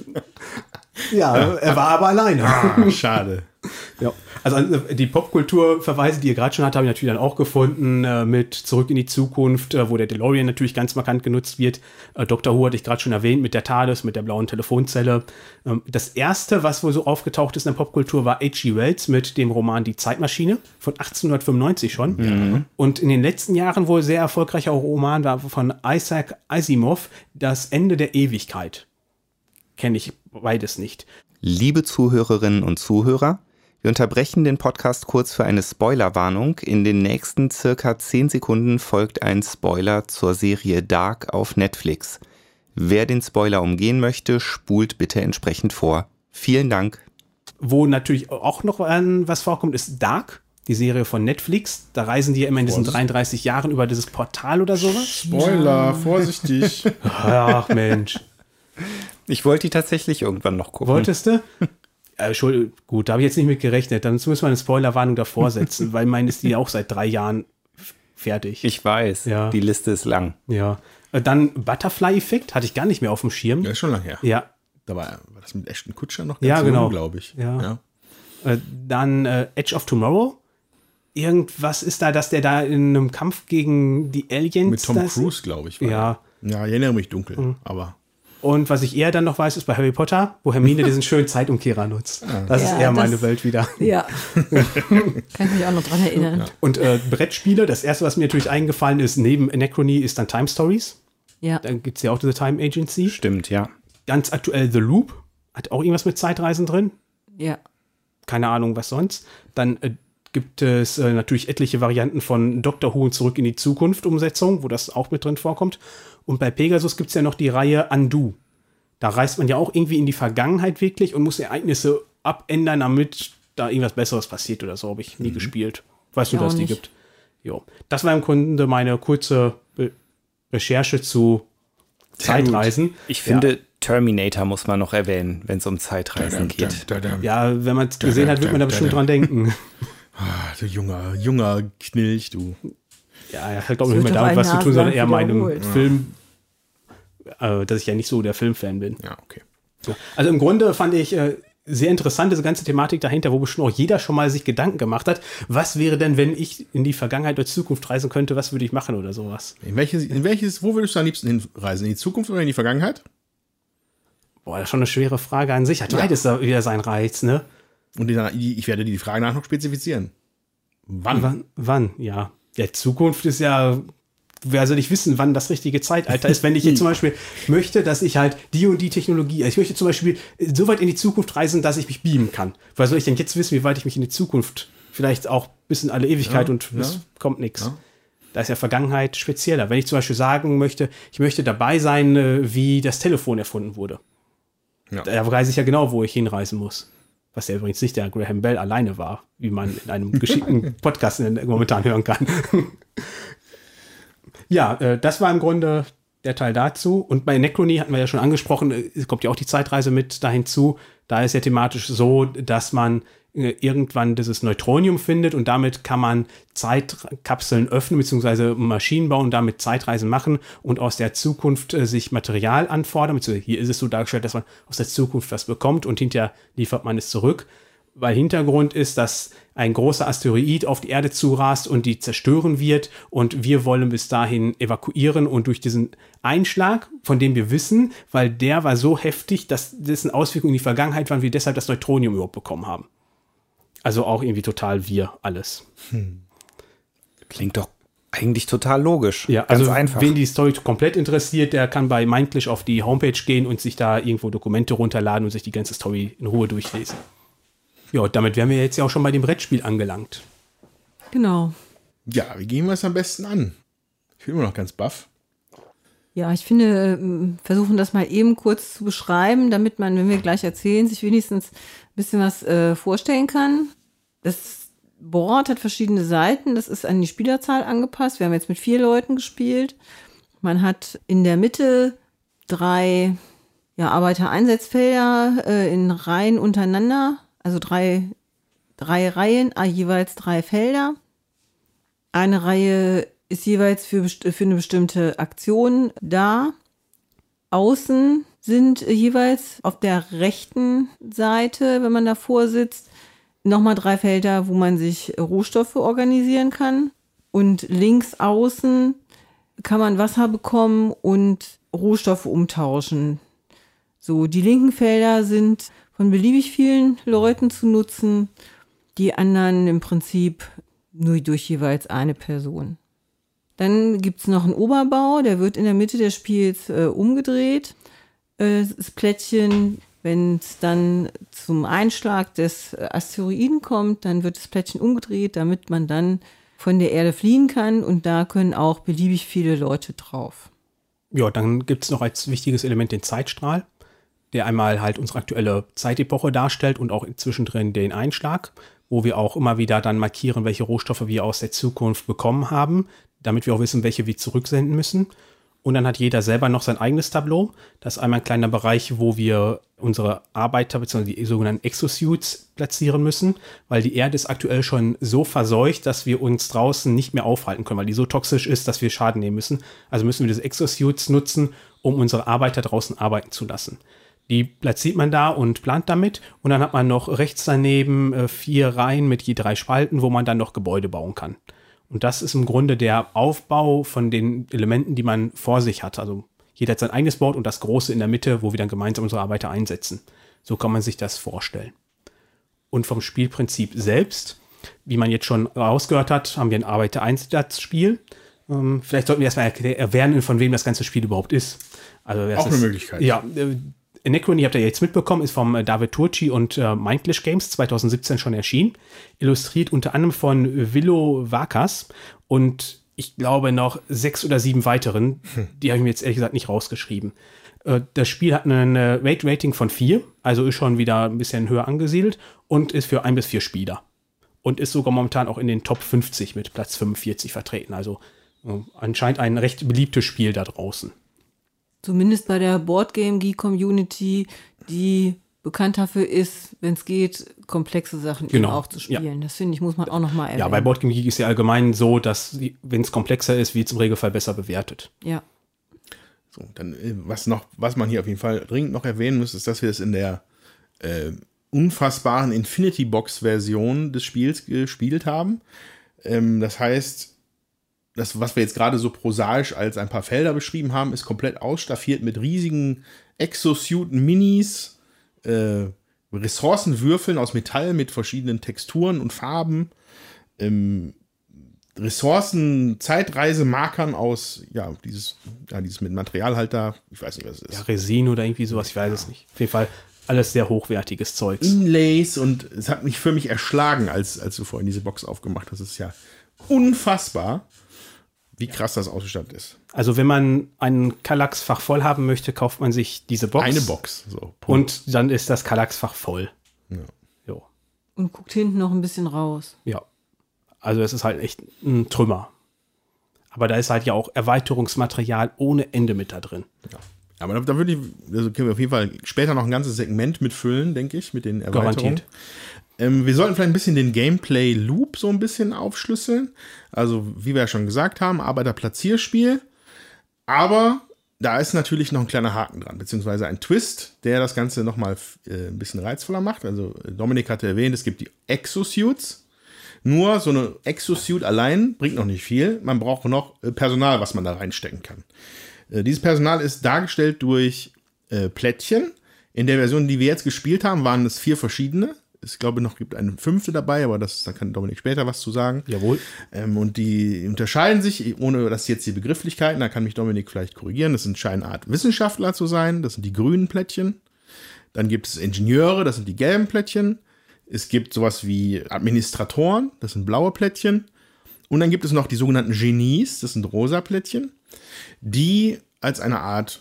[SPEAKER 5] Ja, er war aber alleine.
[SPEAKER 2] Ah, schade.
[SPEAKER 5] Ja. Also äh, die Popkulturverweise, die ihr gerade schon hattet, habe ich natürlich dann auch gefunden äh, mit Zurück in die Zukunft, äh, wo der DeLorean natürlich ganz markant genutzt wird. Äh, Doctor Who hatte ich gerade schon erwähnt mit der TARDIS, mit der blauen Telefonzelle. Ähm, das erste, was wohl so aufgetaucht ist in der Popkultur, war H G Wells mit dem Roman Die Zeitmaschine von achtzehnhundertfünfundneunzig schon. Mhm. Und in den letzten Jahren wohl sehr erfolgreicher Roman war von Isaac Asimov Das Ende der Ewigkeit. Kenne ich beides nicht.
[SPEAKER 3] Liebe Zuhörerinnen und Zuhörer, wir unterbrechen den Podcast kurz für eine Spoilerwarnung. In den nächsten circa zehn Sekunden folgt ein Spoiler zur Serie Dark auf Netflix. Wer den Spoiler umgehen möchte, spult bitte entsprechend vor. Vielen Dank.
[SPEAKER 5] Wo natürlich auch noch ähm, was vorkommt, ist Dark, die Serie von Netflix. Da reisen die ja immer in diesen
[SPEAKER 2] Vorsicht.
[SPEAKER 5] dreiunddreißig Jahren über dieses Portal oder sowas.
[SPEAKER 2] Spoiler, vorsichtig.
[SPEAKER 5] Ach Mensch.
[SPEAKER 3] Ich wollte die tatsächlich irgendwann noch gucken.
[SPEAKER 5] Wolltest du? Äh, Entschuldigung, gut, da habe ich jetzt nicht mit gerechnet. Dann müssen wir eine Spoilerwarnung davor setzen, weil meine ist die auch seit drei Jahren f- fertig.
[SPEAKER 3] Ich weiß,
[SPEAKER 5] Ja.
[SPEAKER 3] die Liste ist lang.
[SPEAKER 5] ja. Äh, Dann Butterfly-Effekt, hatte ich gar nicht mehr auf dem Schirm.
[SPEAKER 2] Ja, ist schon lange her.
[SPEAKER 5] Ja.
[SPEAKER 2] Da war, war das mit Ashton Kutscher noch
[SPEAKER 5] Ja, genau.
[SPEAKER 2] glaube ich.
[SPEAKER 5] Ja. Äh, Dann äh, Edge of Tomorrow. Irgendwas ist da, dass der da in einem Kampf gegen die Aliens.
[SPEAKER 2] Mit Tom
[SPEAKER 5] da ist.
[SPEAKER 2] Cruise, glaube ich. war
[SPEAKER 5] Ja.
[SPEAKER 2] der. Ja, ich erinnere mich dunkel. Aber
[SPEAKER 5] Und was ich eher dann noch weiß, ist bei Harry Potter, wo Hermine diesen schönen Zeitumkehrer nutzt. Das ist
[SPEAKER 4] Ja,
[SPEAKER 5] eher
[SPEAKER 4] das-
[SPEAKER 5] meine Welt wieder.
[SPEAKER 4] Ja. Kann ich mich auch noch dran erinnern.
[SPEAKER 5] Und äh, Brettspiele, das erste, was mir natürlich eingefallen ist, neben Anachrony, ist dann Time Stories.
[SPEAKER 4] Ja.
[SPEAKER 5] Dann gibt es ja auch diese Time Agency.
[SPEAKER 3] Stimmt, ja.
[SPEAKER 5] Ganz aktuell The Loop. Hat auch irgendwas mit Zeitreisen drin.
[SPEAKER 4] Ja.
[SPEAKER 5] Keine Ahnung, was sonst. Dann äh, gibt es äh, natürlich etliche Varianten von Doctor Who und Zurück in die Zukunft Umsetzung, wo das auch mit drin vorkommt. Und bei Pegasus gibt es ja noch die Reihe Undo. Da reist man ja auch irgendwie in die Vergangenheit wirklich und muss Ereignisse abändern, damit da irgendwas Besseres passiert oder so. Habe ich nie gespielt. Weißt du,
[SPEAKER 4] Ich
[SPEAKER 5] dass
[SPEAKER 4] auch
[SPEAKER 5] die
[SPEAKER 4] nicht.
[SPEAKER 5] gibt? Jo. Das war im Grunde meine kurze Be Recherche zu Zeitreisen.
[SPEAKER 3] Ich finde, Terminator muss man noch erwähnen, wenn es um Zeitreisen geht.
[SPEAKER 5] Ja, wenn man es gesehen hat, wird man da bestimmt dran denken.
[SPEAKER 2] Ah, du junger, junger Knilch, du.
[SPEAKER 5] Ja, er hat, glaube
[SPEAKER 4] Das
[SPEAKER 5] ich, nicht
[SPEAKER 4] wird
[SPEAKER 5] mehr
[SPEAKER 4] doch
[SPEAKER 5] damit was zu
[SPEAKER 4] ein
[SPEAKER 5] tun, sondern eher
[SPEAKER 4] Nasenlang
[SPEAKER 5] meinem
[SPEAKER 4] wiederholt.
[SPEAKER 5] Film, äh, dass ich ja nicht so der Filmfan bin.
[SPEAKER 2] Ja, okay.
[SPEAKER 5] Ja. Also im Grunde fand ich äh, sehr interessant, diese ganze Thematik dahinter, wo bestimmt auch jeder schon mal sich Gedanken gemacht hat, was wäre denn, wenn ich in die Vergangenheit oder Zukunft reisen könnte, was würde ich machen oder sowas.
[SPEAKER 2] In welches, in welches, wo würdest du am liebsten hinreisen? In die Zukunft oder in die Vergangenheit?
[SPEAKER 5] Boah, das ist schon eine schwere Frage an sich. Hat beides da wieder seinen Reiz, ne?
[SPEAKER 2] Und die, ich werde die Frage nach noch spezifizieren. Wann?
[SPEAKER 5] Wann? Wann? Ja. Ja, Zukunft ist ja, wer soll nicht wissen, wann das richtige Zeitalter ist, wenn ich jetzt zum Beispiel möchte, dass ich halt die und die Technologie, also ich möchte zum Beispiel so weit in die Zukunft reisen, dass ich mich beamen kann. Weil soll ich denn jetzt wissen, wie weit ich mich in die Zukunft, vielleicht auch bis in alle Ewigkeit
[SPEAKER 2] Ja,
[SPEAKER 5] und es
[SPEAKER 2] ja.
[SPEAKER 5] kommt nichts.
[SPEAKER 2] Ja.
[SPEAKER 5] Da ist ja Vergangenheit spezieller. Wenn ich zum Beispiel sagen möchte, ich möchte dabei sein, äh, wie das Telefon erfunden wurde.
[SPEAKER 2] Ja.
[SPEAKER 5] Da weiß ich ja genau, wo ich hinreisen muss. Was ja übrigens nicht der Graham Bell alleine war, wie man in einem geschickten Podcast momentan hören kann. Ja, äh, das war im Grunde der Teil dazu. Und bei Anachrony hatten wir ja schon angesprochen, äh, kommt ja auch die Zeitreise mit dahin zu. Da ist ja thematisch so, dass man äh, irgendwann dieses Neutronium findet und damit kann man Zeitkapseln öffnen bzw. Maschinen bauen und damit Zeitreisen machen und aus der Zukunft äh, sich Material anfordern. Hier ist es so dargestellt, dass man aus der Zukunft was bekommt und hinterher liefert man es zurück. Weil Hintergrund ist, dass ein großer Asteroid auf die Erde zurast und die zerstören wird und wir wollen bis dahin evakuieren und durch diesen Einschlag, von dem wir wissen, weil der war so heftig, dass dessen Auswirkungen in die Vergangenheit waren, wir deshalb das Neutronium überhaupt bekommen haben. Also auch irgendwie total wir alles.
[SPEAKER 3] Hm. Klingt doch eigentlich total logisch.
[SPEAKER 5] Ja,
[SPEAKER 3] ganz
[SPEAKER 5] also
[SPEAKER 3] einfach.
[SPEAKER 5] Wen die Story komplett interessiert, der kann bei Mindclish auf die Homepage gehen und sich da irgendwo Dokumente runterladen und sich die ganze Story in Ruhe durchlesen. Ja, damit wären wir jetzt ja auch schon bei dem Brettspiel angelangt.
[SPEAKER 4] Genau.
[SPEAKER 2] Ja, wie gehen wir es am besten an? Ich bin immer noch ganz baff.
[SPEAKER 4] Ja, ich finde, versuchen das mal eben kurz zu beschreiben, damit man, wenn wir gleich erzählen, sich wenigstens ein bisschen was äh, vorstellen kann. Das Board hat verschiedene Seiten, das ist an die Spielerzahl angepasst. Wir haben jetzt mit vier Leuten gespielt. Man hat in der Mitte drei ja, Arbeitereinsatzfelder äh, in Reihen untereinander. Also drei, drei Reihen, ah, jeweils drei Felder. Eine Reihe ist jeweils für, für eine bestimmte Aktion da. Außen sind jeweils auf der rechten Seite, wenn man davor sitzt, nochmal drei Felder, wo man sich Rohstoffe organisieren kann. Und links außen kann man Wasser bekommen und Rohstoffe umtauschen. So, die linken Felder sind von beliebig vielen Leuten zu nutzen, die anderen im Prinzip nur durch jeweils eine Person. Dann gibt es noch einen Oberbau, der wird in der Mitte des Spiels äh, umgedreht. Äh, das Plättchen, wenn es dann zum Einschlag des Asteroiden kommt, dann wird das Plättchen umgedreht, damit man dann von der Erde fliehen kann und da können auch beliebig viele Leute drauf.
[SPEAKER 5] Ja, dann gibt es noch als wichtiges Element den Zeitstrahl, der einmal halt unsere aktuelle Zeitepoche darstellt und auch zwischendrin den Einschlag, wo wir auch immer wieder dann markieren, welche Rohstoffe wir aus der Zukunft bekommen haben, damit wir auch wissen, welche wir zurücksenden müssen. Und dann hat jeder selber noch sein eigenes Tableau. Das ist einmal ein kleiner Bereich, wo wir unsere Arbeiter bzw. die sogenannten Exosuits platzieren müssen, weil die Erde ist aktuell schon so verseucht, dass wir uns draußen nicht mehr aufhalten können, weil die so toxisch ist, dass wir Schaden nehmen müssen. Also müssen wir diese Exosuits nutzen, um unsere Arbeiter draußen arbeiten zu lassen. Die platziert man da und plant damit. Und dann hat man noch rechts daneben äh, vier Reihen mit je drei Spalten, wo man dann noch Gebäude bauen kann. Und das ist im Grunde der Aufbau von den Elementen, die man vor sich hat. Also jeder hat sein eigenes Board und das große in der Mitte, wo wir dann gemeinsam unsere Arbeiter einsetzen. So kann man sich das vorstellen. Und vom Spielprinzip selbst, wie man jetzt schon rausgehört hat, haben wir ein Arbeiter-Einsatzspiel. Ähm, vielleicht sollten wir erstmal erwähnen, von wem das ganze Spiel überhaupt ist. Also das
[SPEAKER 2] Auch
[SPEAKER 5] ist,
[SPEAKER 2] eine Möglichkeit.
[SPEAKER 5] Ja, äh, Anachrony, habt ihr jetzt mitbekommen, ist vom äh, David Turci und äh, Mindclish Games zwanzig siebzehn schon erschienen. Illustriert unter anderem von Willo Vakas und ich glaube noch sechs oder sieben weiteren. Hm. Die habe ich mir jetzt ehrlich gesagt nicht rausgeschrieben. Äh, das Spiel hat ein äh, Rate-Rating von vier, also ist schon wieder ein bisschen höher angesiedelt und ist für ein bis vier Spieler. Und ist sogar momentan auch in den Top fünfzig mit Platz fünfundvierzig vertreten. Also äh, anscheinend ein recht beliebtes Spiel da draußen.
[SPEAKER 4] Zumindest bei der Boardgame-Geek-Community, die bekannt dafür ist, wenn es geht, komplexe Sachen
[SPEAKER 5] genau.
[SPEAKER 4] eben auch zu spielen.
[SPEAKER 5] Ja.
[SPEAKER 4] Das finde ich, muss man auch nochmal erwähnen.
[SPEAKER 5] Ja, bei Boardgame Geek ist ja allgemein so, dass, wenn es komplexer ist, wird es im Regelfall besser bewertet.
[SPEAKER 4] Ja.
[SPEAKER 2] So, dann, was noch, was man hier auf jeden Fall dringend noch erwähnen muss, ist, dass wir es in der äh, unfassbaren Infinity-Box-Version des Spiels gespielt haben. Ähm, das heißt, das, was wir jetzt gerade so prosaisch als ein paar Felder beschrieben haben, ist komplett ausstaffiert mit riesigen Exosuit-Minis, äh, Ressourcenwürfeln aus Metall mit verschiedenen Texturen und Farben, ähm, Ressourcen, Zeitreisemarkern aus, ja, dieses, ja, dieses mit Materialhalter, ich weiß nicht, was es ist.
[SPEAKER 5] Ja, Resin oder irgendwie sowas, ich weiß es nicht. Auf jeden Fall alles sehr hochwertiges Zeugs.
[SPEAKER 2] Inlays und es hat mich für mich erschlagen, als, als du vorhin diese Box aufgemacht hast. Das ist ja unfassbar, wie krass das ausgestattet ist.
[SPEAKER 5] Also wenn man ein Kallax-Fach voll haben möchte, kauft man sich diese Box.
[SPEAKER 2] Eine Box. So,
[SPEAKER 5] und dann ist das Kallax-Fach voll.
[SPEAKER 2] Ja.
[SPEAKER 5] Jo.
[SPEAKER 4] Und guckt hinten noch ein bisschen raus.
[SPEAKER 5] Ja. Also es ist halt echt ein Trümmer. Aber da ist halt ja auch Erweiterungsmaterial ohne Ende mit da drin.
[SPEAKER 2] Ja. Aber da, da würde ich, also können wir auf jeden Fall später noch ein ganzes Segment mitfüllen, denke ich, mit den Erweiterungen.
[SPEAKER 5] Garantiert.
[SPEAKER 2] Ähm, wir sollten vielleicht ein bisschen den Gameplay-Loop so ein bisschen aufschlüsseln. Also, wie wir ja schon gesagt haben, Arbeiter-Platzierspiel. Aber da ist natürlich noch ein kleiner Haken dran, beziehungsweise ein Twist, der das Ganze nochmal äh, ein bisschen reizvoller macht. Also, Dominik hatte erwähnt, es gibt die Exosuits. Nur so eine Exosuit allein bringt noch nicht viel. Man braucht noch äh, Personal, was man da reinstecken kann. Äh, dieses Personal ist dargestellt durch äh, Plättchen. In der Version, die wir jetzt gespielt haben, waren es vier verschiedene. Ich glaube, noch gibt eine fünfte dabei, aber das, da kann Dominik später was zu sagen.
[SPEAKER 5] Jawohl.
[SPEAKER 2] Ähm, und die unterscheiden sich, ohne dass jetzt die Begrifflichkeiten, da kann mich Dominik vielleicht korrigieren, das sind scheinen Art Wissenschaftler zu sein, das sind die grünen Plättchen. Dann gibt es Ingenieure, das sind die gelben Plättchen. Es gibt sowas wie Administratoren, das sind blaue Plättchen. Und dann gibt es noch die sogenannten Genies, das sind rosa Plättchen, die als eine Art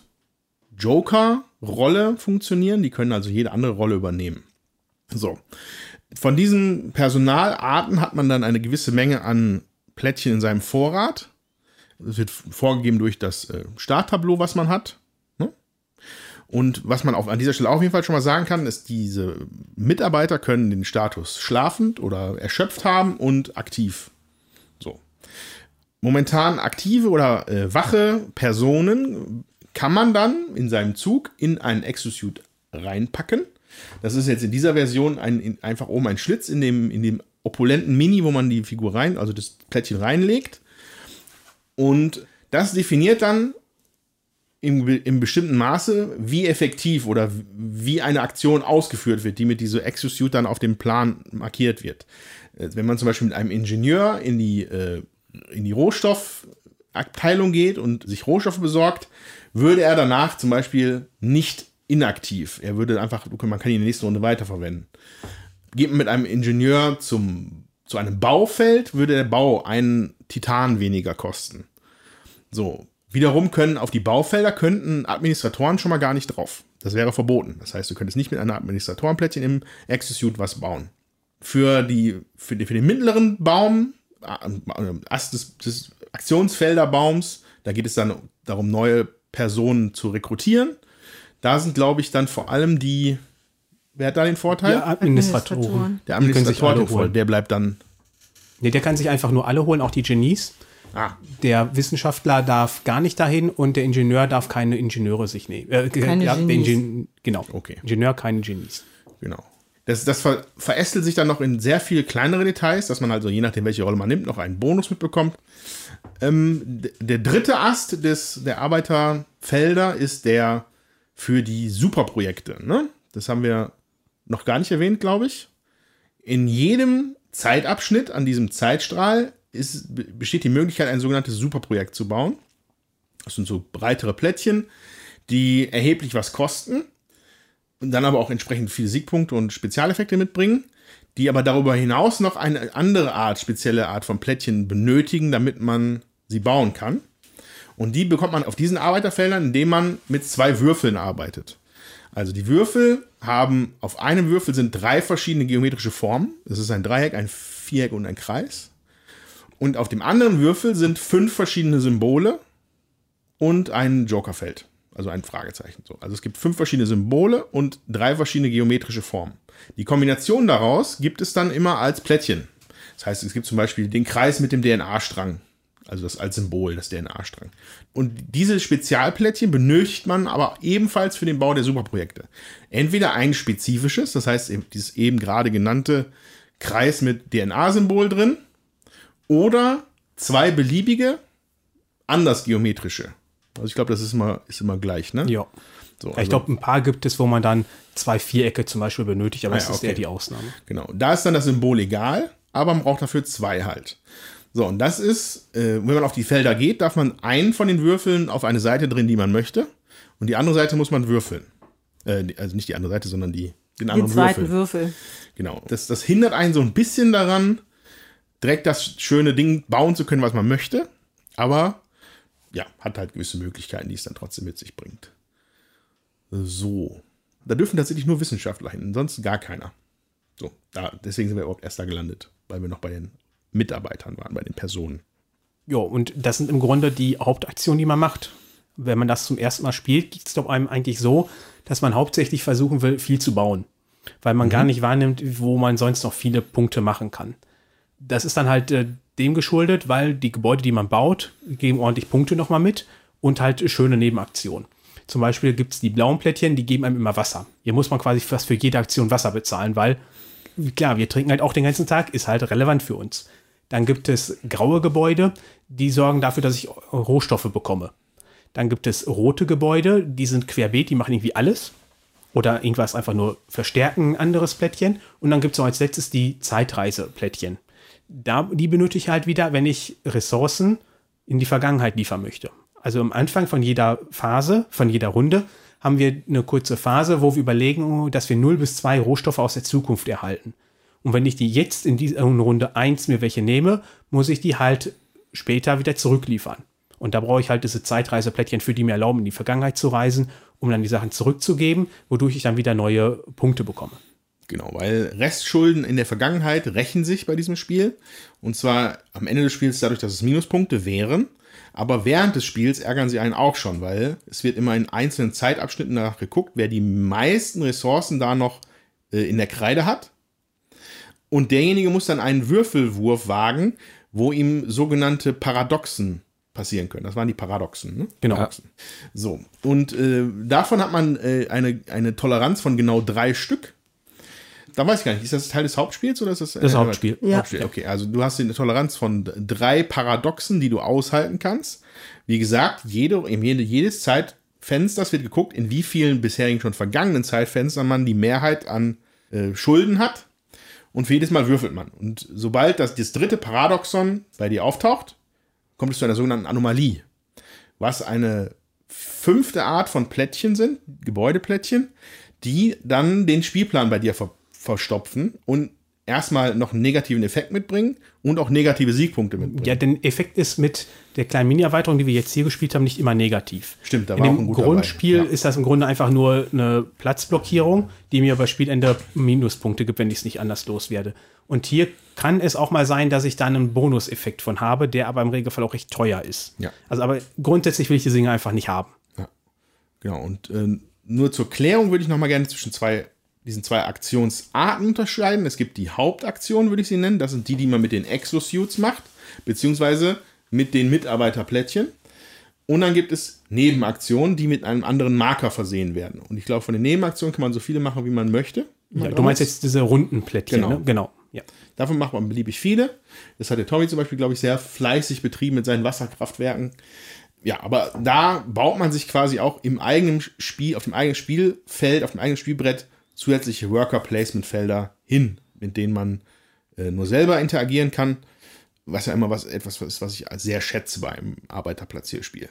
[SPEAKER 2] Joker-Rolle funktionieren. Die können also jede andere Rolle übernehmen. So, von diesen Personalarten hat man dann eine gewisse Menge an Plättchen in seinem Vorrat. Das wird vorgegeben durch das äh, Starttableau, was man hat. Ne? Und was man auch an dieser Stelle auf jeden Fall schon mal sagen kann, ist, diese Mitarbeiter können den Status schlafend oder erschöpft haben und aktiv. So. Momentan aktive oder äh, wache Personen kann man dann in seinem Zug in einen Exosuit reinpacken. Das ist jetzt in dieser Version ein, in, einfach oben ein Schlitz in dem, in dem opulenten Mini, wo man die Figur rein, also das Plättchen reinlegt. Und das definiert dann im, im bestimmten Maße, wie effektiv oder wie eine Aktion ausgeführt wird, die mit dieser Exosuit dann auf dem Plan markiert wird. Wenn man zum Beispiel mit einem Ingenieur in die, äh, in die Rohstoffabteilung geht und sich Rohstoffe besorgt, würde er danach zum Beispiel nicht inaktiv. Er würde einfach, man kann ihn in der nächsten Runde weiterverwenden. Geht man mit einem Ingenieur zum, zu einem Baufeld, würde der Bau einen Titan weniger kosten. So. Wiederum können auf die Baufelder könnten Administratoren schon mal gar nicht drauf. Das wäre verboten. Das heißt, du könntest nicht mit einem Administratorenplättchen im Exosuit was bauen. Für, die, für, die, für den mittleren Baum, Ast des, des Aktionsfelderbaums, da geht es dann darum, neue Personen zu rekrutieren. Da sind, glaube ich, dann vor allem die, wer hat da den Vorteil?
[SPEAKER 5] Ja, Administratoren.
[SPEAKER 2] Der Administrator, voll, der bleibt dann.
[SPEAKER 5] Nee, der kann sich einfach nur alle holen, auch die Genies.
[SPEAKER 2] Ah.
[SPEAKER 5] Der Wissenschaftler darf gar nicht dahin und der Ingenieur darf keine Ingenieure sich nehmen. Äh,
[SPEAKER 4] keine
[SPEAKER 5] ja,
[SPEAKER 4] Genies.
[SPEAKER 5] Ingen genau.
[SPEAKER 2] Okay.
[SPEAKER 5] Ingenieur, keine Genies.
[SPEAKER 2] Genau. Das, das ver verästelt sich dann noch in sehr viel kleinere Details, dass man also, je nachdem, welche Rolle man nimmt, noch einen Bonus mitbekommt. Ähm, der dritte Ast des, der Arbeiterfelder ist der für die Superprojekte. Ne? Das haben wir noch gar nicht erwähnt, glaube ich. In jedem Zeitabschnitt an diesem Zeitstrahl ist, besteht die Möglichkeit, ein sogenanntes Superprojekt zu bauen. Das sind so breitere Plättchen, die erheblich was kosten und dann aber auch entsprechend viele Siegpunkte und Spezialeffekte mitbringen, die aber darüber hinaus noch eine andere Art, spezielle Art von Plättchen benötigen, damit man sie bauen kann. Und die bekommt man auf diesen Arbeiterfeldern, indem man mit zwei Würfeln arbeitet. Also die Würfel haben, auf einem Würfel sind drei verschiedene geometrische Formen. Das ist ein Dreieck, ein Viereck und ein Kreis. Und auf dem anderen Würfel sind fünf verschiedene Symbole und ein Jokerfeld, also ein Fragezeichen. So. Also es gibt fünf verschiedene Symbole und drei verschiedene geometrische Formen. Die Kombination daraus gibt es dann immer als Plättchen. Das heißt, es gibt zum Beispiel den Kreis mit dem D N A-Strang. Also das als Symbol, das D N A-Strang. Und diese Spezialplättchen benötigt man aber ebenfalls für den Bau der Superprojekte. Entweder ein spezifisches, das heißt dieses eben gerade genannte Kreis mit D N A-Symbol drin, oder zwei beliebige, anders geometrische. Also ich glaube, das ist immer, ist immer gleich, ne?
[SPEAKER 5] Ja.
[SPEAKER 2] So,
[SPEAKER 5] ich
[SPEAKER 2] also,
[SPEAKER 5] glaube, ein paar gibt es, wo man dann zwei Vierecke zum Beispiel benötigt, aber
[SPEAKER 2] Ah,
[SPEAKER 5] das
[SPEAKER 2] ja,
[SPEAKER 5] ist
[SPEAKER 2] okay.
[SPEAKER 5] eher die Ausnahme.
[SPEAKER 2] Genau. Da ist dann das Symbol egal, aber man braucht dafür zwei halt. So, und das ist, äh, wenn man auf die Felder geht, darf man einen von den Würfeln auf eine Seite drehen, die man möchte. Und die andere Seite muss man würfeln. Äh, also nicht die andere Seite, sondern die, den anderen
[SPEAKER 4] Den zweiten
[SPEAKER 2] Würfel.
[SPEAKER 4] Würfel.
[SPEAKER 2] Genau. Das, das hindert einen so ein bisschen daran, direkt das schöne Ding bauen zu können, was man möchte. Aber ja, hat halt gewisse Möglichkeiten, die es dann trotzdem mit sich bringt. So. Da dürfen tatsächlich nur Wissenschaftler hin, ansonsten gar keiner. So, da, deswegen sind wir überhaupt erst da gelandet, weil wir noch bei den Mitarbeitern waren, bei den Personen.
[SPEAKER 5] Ja, und das sind im Grunde die Hauptaktionen, die man macht. Wenn man das zum ersten Mal spielt, geht es doch einem eigentlich so, dass man hauptsächlich versuchen will, viel zu bauen. Weil man mhm. gar nicht wahrnimmt, wo man sonst noch viele Punkte machen kann. Das ist dann halt äh, dem geschuldet, weil die Gebäude, die man baut, geben ordentlich Punkte nochmal mit und halt schöne Nebenaktionen. Zum Beispiel gibt es die blauen Plättchen, die geben einem immer Wasser. Hier muss man quasi fast für jede Aktion Wasser bezahlen, weil, klar, wir trinken halt auch den ganzen Tag, ist halt relevant für uns. Dann gibt es graue Gebäude, die sorgen dafür, dass ich Rohstoffe bekomme. Dann gibt es rote Gebäude, die sind querbeet, die machen irgendwie alles. Oder irgendwas einfach nur verstärken, ein anderes Plättchen. Und dann gibt es noch als letztes die Zeitreise-Plättchen. Da, die benötige ich halt wieder, wenn ich Ressourcen in die Vergangenheit liefern möchte. Also am Anfang von jeder Phase, von jeder Runde, haben wir eine kurze Phase, wo wir überlegen, dass wir null bis zwei Rohstoffe aus der Zukunft erhalten. Und wenn ich die jetzt in dieser Runde eins mir welche nehme, muss ich die halt später wieder zurückliefern. Und da brauche ich halt diese Zeitreiseplättchen, für die mir erlauben, in die Vergangenheit zu reisen, um dann die Sachen zurückzugeben, wodurch ich dann wieder neue Punkte bekomme.
[SPEAKER 2] Genau, weil Restschulden in der Vergangenheit rächen sich bei diesem Spiel. Und zwar am Ende des Spiels dadurch, dass es Minuspunkte wären. Aber während des Spiels ärgern sie einen auch schon, weil es wird immer in einzelnen Zeitabschnitten danach geguckt, wer die meisten Ressourcen da noch äh, in der Kreide hat. Und derjenige muss dann einen Würfelwurf wagen, wo ihm sogenannte Paradoxen passieren können. Das waren die Paradoxen, ne?
[SPEAKER 5] Genau.
[SPEAKER 2] Paradoxen. So, und äh, davon hat man äh, eine, eine Toleranz von genau drei Stück. Da weiß ich gar nicht, ist das Teil des Hauptspiels oder ist das? Äh,
[SPEAKER 5] das Hauptspiel.
[SPEAKER 2] Ja. Hauptspiel. Okay, also du hast eine Toleranz von drei Paradoxen, die du aushalten kannst. Wie gesagt, jede, jede, jedes Zeitfenster, es wird geguckt, in wie vielen bisherigen schon vergangenen Zeitfenstern man die Mehrheit an äh, Schulden hat. Und für jedes Mal würfelt man. Und sobald das, das dritte Paradoxon bei dir auftaucht, kommt es zu einer sogenannten Anomalie. Was eine fünfte Art von Plättchen sind, Gebäudeplättchen, die dann den Spielplan bei dir ver verstopfen und erstmal noch einen negativen Effekt mitbringen und auch negative Siegpunkte mitbringen.
[SPEAKER 5] Ja, der Effekt ist mit der kleinen Mini-Erweiterung, die wir jetzt hier gespielt haben, nicht immer negativ.
[SPEAKER 2] Stimmt, da
[SPEAKER 5] In
[SPEAKER 2] war auch
[SPEAKER 5] dem
[SPEAKER 2] ein guter
[SPEAKER 5] Grundspiel
[SPEAKER 2] dabei. Ja.
[SPEAKER 5] ist das im Grunde einfach nur eine Platzblockierung, die mir bei Spielende Minuspunkte gibt, wenn ich es nicht anders loswerde. Und hier kann es auch mal sein, dass ich da einen Bonuseffekt von habe, der aber im Regelfall auch recht teuer ist.
[SPEAKER 2] Ja.
[SPEAKER 5] Also aber grundsätzlich will ich die Dinge einfach nicht haben.
[SPEAKER 2] Ja. Genau, und äh, nur zur Klärung würde ich noch mal gerne zwischen zwei diesen zwei Aktionsarten unterscheiden. Es gibt die Hauptaktion, würde ich sie nennen. Das sind die, die man mit den Exosuits macht, beziehungsweise mit den Mitarbeiterplättchen. Und dann gibt es Nebenaktionen, die mit einem anderen Marker versehen werden. Und ich glaube, von den Nebenaktionen kann man so viele machen, wie man möchte.
[SPEAKER 5] Ja, du meinst jetzt diese runden Plättchen,
[SPEAKER 2] Genau.
[SPEAKER 5] ne? Genau. Ja.
[SPEAKER 2] Davon macht man beliebig viele. Das hat der Tommy zum Beispiel, glaube ich, sehr fleißig betrieben mit seinen Wasserkraftwerken. Ja, aber da baut man sich quasi auch im eigenen Spiel, auf dem eigenen Spielfeld, auf dem eigenen Spielbrett zusätzliche Worker-Placement-Felder hin, mit denen man äh, nur selber interagieren kann, was ja immer was, etwas ist, was ich sehr schätze beim Arbeiterplatzierspiel.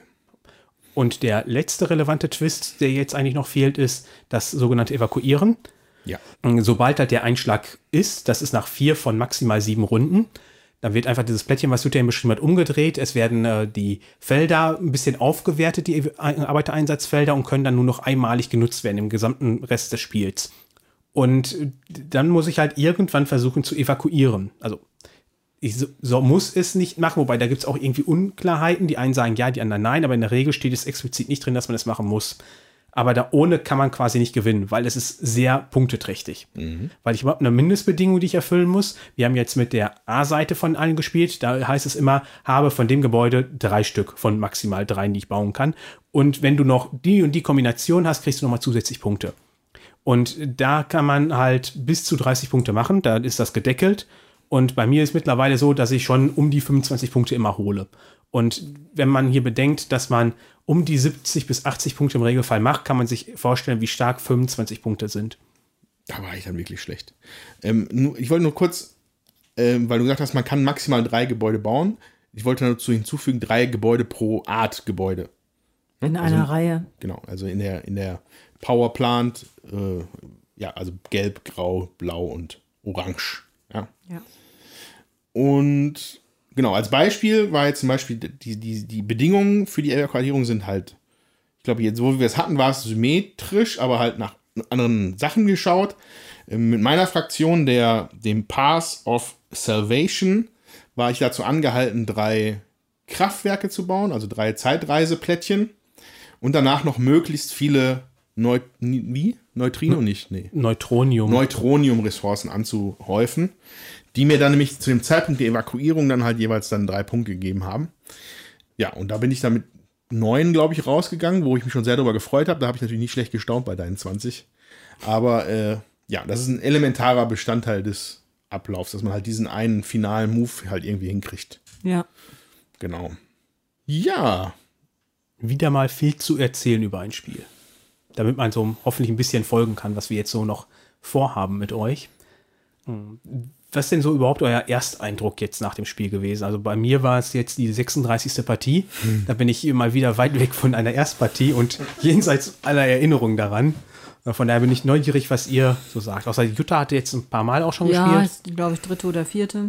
[SPEAKER 5] Und der letzte relevante Twist, der jetzt eigentlich noch fehlt, ist das sogenannte Evakuieren.
[SPEAKER 2] Ja.
[SPEAKER 5] Sobald halt der Einschlag ist, das ist nach vier von maximal sieben Runden, dann wird einfach dieses Plättchen, was Jutta eben beschrieben hat, umgedreht. Es werden äh, die Felder ein bisschen aufgewertet, die Arbeitereinsatzfelder, und können dann nur noch einmalig genutzt werden im gesamten Rest des Spiels. Und dann muss ich halt irgendwann versuchen zu evakuieren. Also ich so, so muss es nicht machen, wobei da gibt es auch irgendwie Unklarheiten. Die einen sagen ja, die anderen nein, aber in der Regel steht es explizit nicht drin, dass man das machen muss. Aber da ohne kann man quasi nicht gewinnen, weil es ist sehr punkteträchtig. Mhm. Weil ich überhaupt eine Mindestbedingung, die ich erfüllen muss. Wir haben jetzt mit der A-Seite von allen gespielt. Da heißt es immer, habe von dem Gebäude drei Stück von maximal drei, die ich bauen kann. Und wenn du noch die und die Kombination hast, kriegst du nochmal zusätzlich Punkte. Und da kann man halt bis zu dreißig Punkte machen. Da ist das gedeckelt. Und bei mir ist mittlerweile so, dass ich schon um die fünfundzwanzig Punkte immer hole. Und wenn man hier bedenkt, dass man um die siebzig bis achtzig Punkte im Regelfall macht, kann man sich vorstellen, wie stark fünfundzwanzig Punkte sind.
[SPEAKER 2] Da war ich dann wirklich schlecht. Ähm, nur, ich wollte nur kurz, ähm, weil du gesagt hast, man kann maximal drei Gebäude bauen. Ich wollte dazu hinzufügen, drei Gebäude pro Art Gebäude. Ne?
[SPEAKER 4] In einer
[SPEAKER 2] also,
[SPEAKER 4] Reihe.
[SPEAKER 2] Genau, also in der, in der Powerplant, äh, ja, also gelb, grau, blau und orange. Ja.
[SPEAKER 4] Ja.
[SPEAKER 2] Und genau, als Beispiel war jetzt zum Beispiel, die, die, die Bedingungen für die Evakuierung sind halt, ich glaube, jetzt, so wie wir es hatten, war es symmetrisch, aber halt nach anderen Sachen geschaut. Mit meiner Fraktion, der, dem Path of Salvation, war ich dazu angehalten, drei Kraftwerke zu bauen, also drei Zeitreiseplättchen. und danach noch möglichst viele Neu wie? Neutrino nicht? Nee.
[SPEAKER 5] Neutronium.
[SPEAKER 2] Neutronium-Ressourcen anzuhäufen, die mir dann nämlich zu dem Zeitpunkt der Evakuierung dann halt jeweils dann drei Punkte gegeben haben. Ja, und da bin ich dann mit neun, glaube ich, rausgegangen, wo ich mich schon sehr darüber gefreut habe. Da habe ich natürlich nicht schlecht gestaunt bei deinen zwanzig. Aber äh, ja, das ist ein elementarer Bestandteil des Ablaufs, dass man halt diesen einen finalen Move halt irgendwie hinkriegt.
[SPEAKER 4] Ja.
[SPEAKER 2] Genau. Ja.
[SPEAKER 5] Wieder mal viel zu erzählen über ein Spiel. Damit man so hoffentlich ein bisschen folgen kann, was wir jetzt so noch vorhaben mit euch. Was ist denn so überhaupt euer Ersteindruck jetzt nach dem Spiel gewesen? Also bei mir war es jetzt die sechsunddreißigste Partie. Hm. Da bin ich mal wieder weit weg von einer Erstpartie und jenseits aller Erinnerungen daran. Von daher bin ich neugierig, was ihr so sagt. Außer Jutta hatte jetzt ein paar Mal auch schon
[SPEAKER 4] ja,
[SPEAKER 5] gespielt.
[SPEAKER 4] Ja, ist, glaube ich, dritte oder vierte.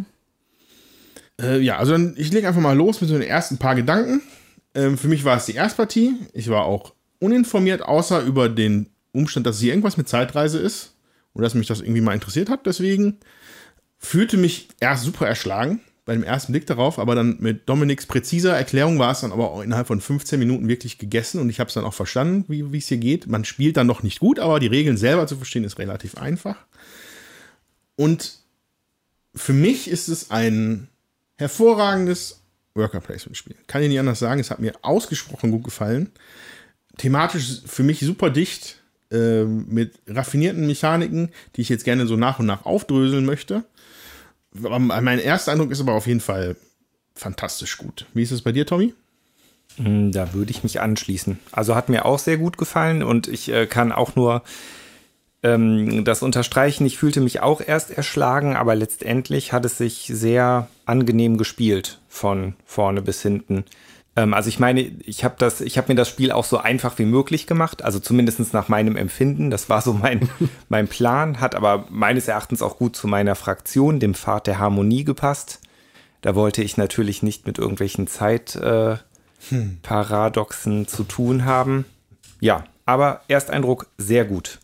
[SPEAKER 2] Äh, ja, also dann, ich lege einfach mal los mit so den ersten paar Gedanken. Ähm, für mich war es die Erstpartie. Ich war auch uninformiert, außer über den Umstand, dass hier irgendwas mit Zeitreise ist und dass mich das irgendwie mal interessiert hat. Deswegen fühlte mich erst super erschlagen bei dem ersten Blick darauf, aber dann mit Dominiks präziser Erklärung war es dann aber auch innerhalb von fünfzehn Minuten wirklich gegessen und ich habe es dann auch verstanden, wie wie es hier geht. Man spielt dann noch nicht gut, aber die Regeln selber zu verstehen ist relativ einfach. Und für mich ist es ein hervorragendes Worker-Placement-Spiel. Kann ich nicht anders sagen, es hat mir ausgesprochen gut gefallen. Thematisch für mich super dicht, äh, mit raffinierten Mechaniken, die ich jetzt gerne so nach und nach aufdröseln möchte. Mein erster Eindruck ist aber auf jeden Fall fantastisch gut. Wie ist es bei dir, Tommy?
[SPEAKER 3] Da würde ich mich anschließen. Also hat mir auch sehr gut gefallen und ich äh, kann auch nur ähm, das unterstreichen. Ich fühlte mich auch erst erschlagen, aber letztendlich hat es sich sehr angenehm gespielt von vorne bis hinten. Ähm, also ich meine, ich habe das, ich habe mir das Spiel auch so einfach wie möglich gemacht, also zumindest nach meinem Empfinden. Das war so mein, mein Plan, hat aber meines Erachtens auch gut zu meiner Fraktion, dem Pfad der Harmonie, gepasst. Da wollte ich natürlich nicht mit irgendwelchen Zeitparadoxen äh, hm. zu tun haben. Ja, aber Ersteindruck sehr gut.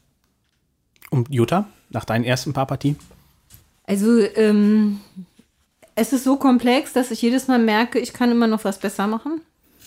[SPEAKER 5] Und Jutta, nach deinen ersten paar Partien?
[SPEAKER 4] Also, ähm, es ist so komplex, dass ich jedes Mal merke, ich kann immer noch was besser machen.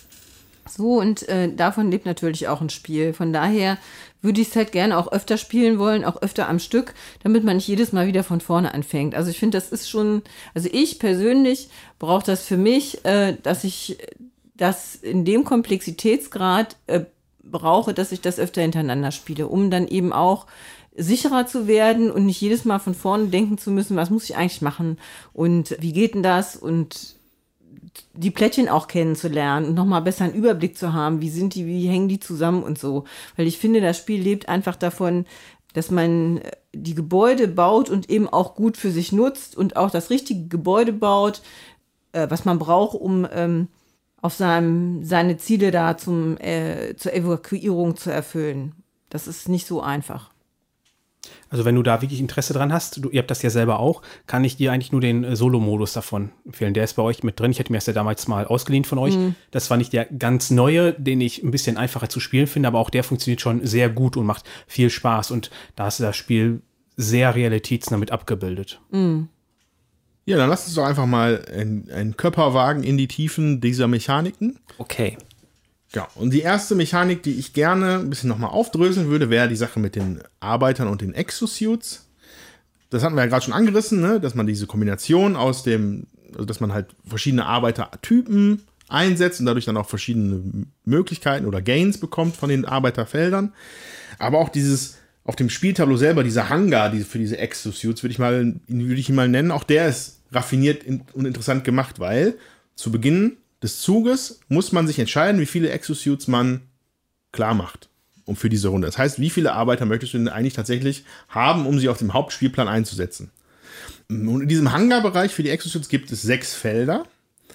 [SPEAKER 4] So, und äh, davon lebt natürlich auch ein Spiel. Von daher würde ich es halt gerne auch öfter spielen wollen, auch öfter am Stück, damit man nicht jedes Mal wieder von vorne anfängt. Also ich finde, das ist schon, also ich persönlich brauche das für mich, äh, dass ich das in dem Komplexitätsgrad äh, brauche, dass ich das öfter hintereinander spiele, um dann eben auch sicherer zu werden und nicht jedes Mal von vorne denken zu müssen, was muss ich eigentlich machen und wie geht denn das und die Plättchen auch kennenzulernen und nochmal besser einen Überblick zu haben, wie sind die, wie hängen die zusammen und so. Weil ich finde, das Spiel lebt einfach davon, dass man die Gebäude baut und eben auch gut für sich nutzt und auch das richtige Gebäude baut, äh, was man braucht, um ähm, auf seinem, seine Ziele da zum, äh, zur Evakuierung zu erfüllen. Das ist nicht so einfach.
[SPEAKER 5] Also wenn du da wirklich Interesse dran hast, du, ihr habt das ja selber auch, kann ich dir eigentlich nur den äh, Solo-Modus davon empfehlen. Der ist bei euch mit drin. Ich hätte mir das ja damals mal ausgeliehen von euch. Mhm. Das war nicht der ganz neue, den ich ein bisschen einfacher zu spielen finde, aber auch der funktioniert schon sehr gut und macht viel Spaß. Und da hast du das Spiel sehr realitätsnah mit abgebildet.
[SPEAKER 4] Mhm.
[SPEAKER 2] Ja, dann lass uns doch einfach mal einen Körper wagen in die Tiefen dieser Mechaniken.
[SPEAKER 3] Okay.
[SPEAKER 2] Ja, und die erste Mechanik, die ich gerne ein bisschen nochmal aufdröseln würde, wäre die Sache mit den Arbeitern und den Exosuits. Das hatten wir ja gerade schon angerissen, ne? Dass man diese Kombination aus dem, also dass man halt verschiedene Arbeitertypen einsetzt und dadurch dann auch verschiedene Möglichkeiten oder Gains bekommt von den Arbeiterfeldern. Aber auch dieses, auf dem Spieltableau selber, dieser Hangar die, für diese Exosuits, würde ich mal, würde ich ihn mal nennen, auch der ist raffiniert und interessant gemacht, weil zu Beginn des Zuges muss man sich entscheiden, wie viele Exosuits man klar macht, um für diese Runde. Das heißt, wie viele Arbeiter möchtest du denn eigentlich tatsächlich haben, um sie auf dem Hauptspielplan einzusetzen? Und in diesem Hangarbereich für die Exosuits gibt es sechs Felder,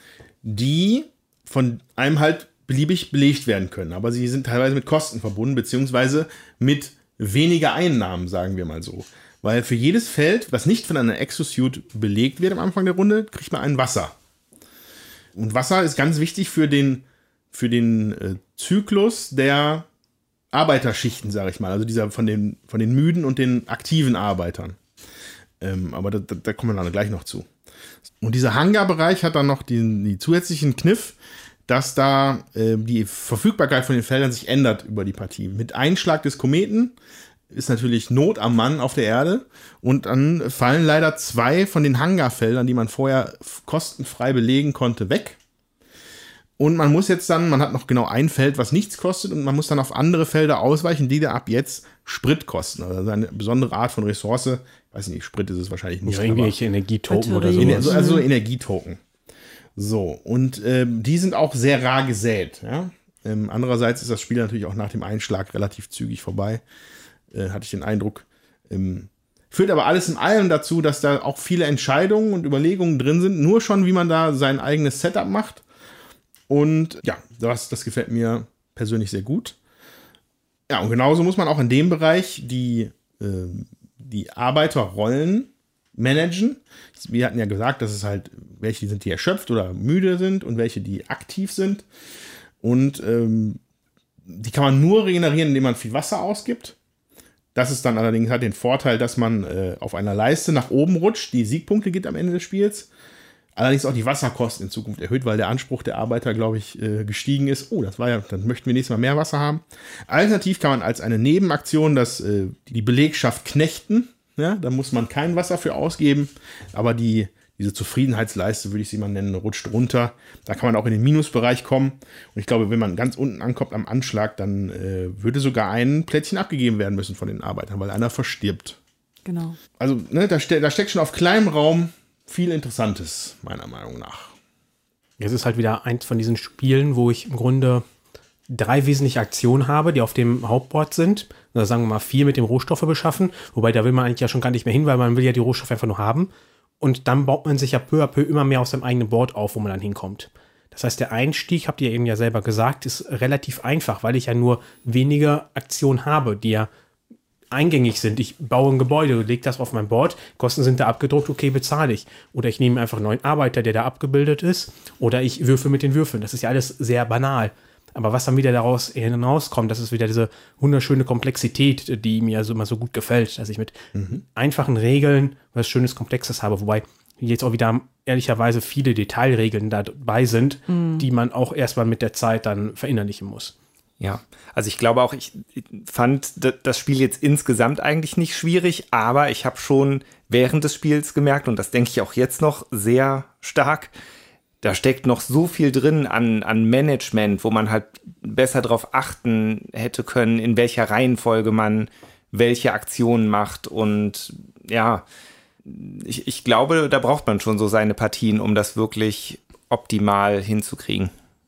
[SPEAKER 2] die von einem halt beliebig belegt werden können. Aber sie sind teilweise mit Kosten verbunden, beziehungsweise mit weniger Einnahmen, sagen wir mal so. Weil für jedes Feld, was nicht von einer Exosuit belegt wird am Anfang der Runde, kriegt man ein Wasser. Und Wasser ist ganz wichtig für den, für den äh, Zyklus der Arbeiterschichten, sage ich mal. Also dieser von den, von den müden und den aktiven Arbeitern. Ähm, aber da, da, da kommen wir dann gleich noch zu. Und dieser Hangarbereich hat dann noch den, die zusätzlichen Kniff, dass da äh, die Verfügbarkeit von den Feldern sich ändert über die Partie. Mit Einschlag des Kometen ist natürlich Not am Mann auf der Erde und dann fallen leider zwei von den Hangarfeldern, die man vorher kostenfrei belegen konnte, weg. Und man muss jetzt dann, man hat noch genau ein Feld, was nichts kostet und man muss dann auf andere Felder ausweichen, die da ab jetzt Sprit kosten. Also eine besondere Art von Ressource. Ich weiß nicht, Sprit ist es wahrscheinlich nicht.
[SPEAKER 5] Ja, irgendwelche Energietoken oder so.
[SPEAKER 2] Also, also Energietoken. So, und ähm, die sind auch sehr rar gesät. Ja? Ähm, andererseits ist das Spiel natürlich auch nach dem Einschlag relativ zügig vorbei. Äh, hatte ich den Eindruck. Ähm, führt aber alles in allem dazu, dass da auch viele Entscheidungen und Überlegungen drin sind, nur schon, wie man da sein eigenes Setup macht. Und ja, das, das gefällt mir persönlich sehr gut. Ja, und genauso muss man auch in dem Bereich die, äh, die Arbeiterrollen managen. Wir hatten ja gesagt, dass es halt welche sind, die erschöpft oder müde sind und welche, die aktiv sind. Und ähm, die kann man nur regenerieren, indem man viel Wasser ausgibt. Das ist dann allerdings hat den Vorteil, dass man äh, auf einer Leiste nach oben rutscht, die Siegpunkte gibt am Ende des Spiels. Allerdings auch die Wasserkosten in Zukunft erhöht, weil der Anspruch der Arbeiter, glaube ich, äh, gestiegen ist. Oh, das war ja, dann möchten wir nächstes Mal mehr Wasser haben. Alternativ kann man als eine Nebenaktion das, äh, die Belegschaft knechten. Ja, da muss man kein Wasser für ausgeben, aber die, diese Zufriedenheitsleiste, würde ich sie mal nennen, rutscht runter. Da kann man auch in den Minusbereich kommen. Und ich glaube, wenn man ganz unten ankommt am Anschlag, dann äh, würde sogar ein Plättchen abgegeben werden müssen von den Arbeitern, weil einer verstirbt.
[SPEAKER 4] Genau.
[SPEAKER 2] Also ne, da, ste- da steckt schon auf kleinem Raum viel Interessantes, meiner Meinung nach.
[SPEAKER 5] Es ist halt wieder eins von diesen Spielen, wo ich im Grunde drei wesentliche Aktionen habe, die auf dem Hauptboard sind. Oder sagen wir mal vier mit dem Rohstoffe beschaffen. Wobei, da will man eigentlich ja schon gar nicht mehr hin, weil man will ja die Rohstoffe einfach nur haben. Und dann baut man sich ja peu à peu immer mehr aus seinem eigenen Board auf, wo man dann hinkommt. Das heißt, der Einstieg, habt ihr eben ja selber gesagt, ist relativ einfach, weil ich ja nur wenige Aktionen habe, die ja eingängig sind. Ich baue ein Gebäude, lege das auf mein Board, Kosten sind da abgedruckt, okay, bezahle ich. Oder ich nehme einfach einen neuen Arbeiter, der da abgebildet ist. Oder ich würfel mit den Würfeln. Das ist ja alles sehr banal. Aber was dann wieder daraus hinauskommt, das ist wieder diese wunderschöne Komplexität, die mir also immer so gut gefällt, dass ich mit mhm. einfachen Regeln was Schönes, Komplexes habe. Wobei jetzt auch wieder ehrlicherweise viele Detailregeln dabei sind, mhm. die man auch erstmal mit der Zeit dann verinnerlichen muss.
[SPEAKER 3] Ja, also ich glaube auch, ich fand das Spiel jetzt insgesamt eigentlich nicht schwierig, aber ich habe schon während des Spiels gemerkt, und das denke ich auch jetzt noch sehr stark, da steckt noch so viel drin an, an Management, wo man halt besser darauf achten hätte können, in welcher Reihenfolge man welche Aktionen macht. Und ja, ich, ich glaube, da braucht man schon so seine Partien, um das wirklich optimal hinzukriegen.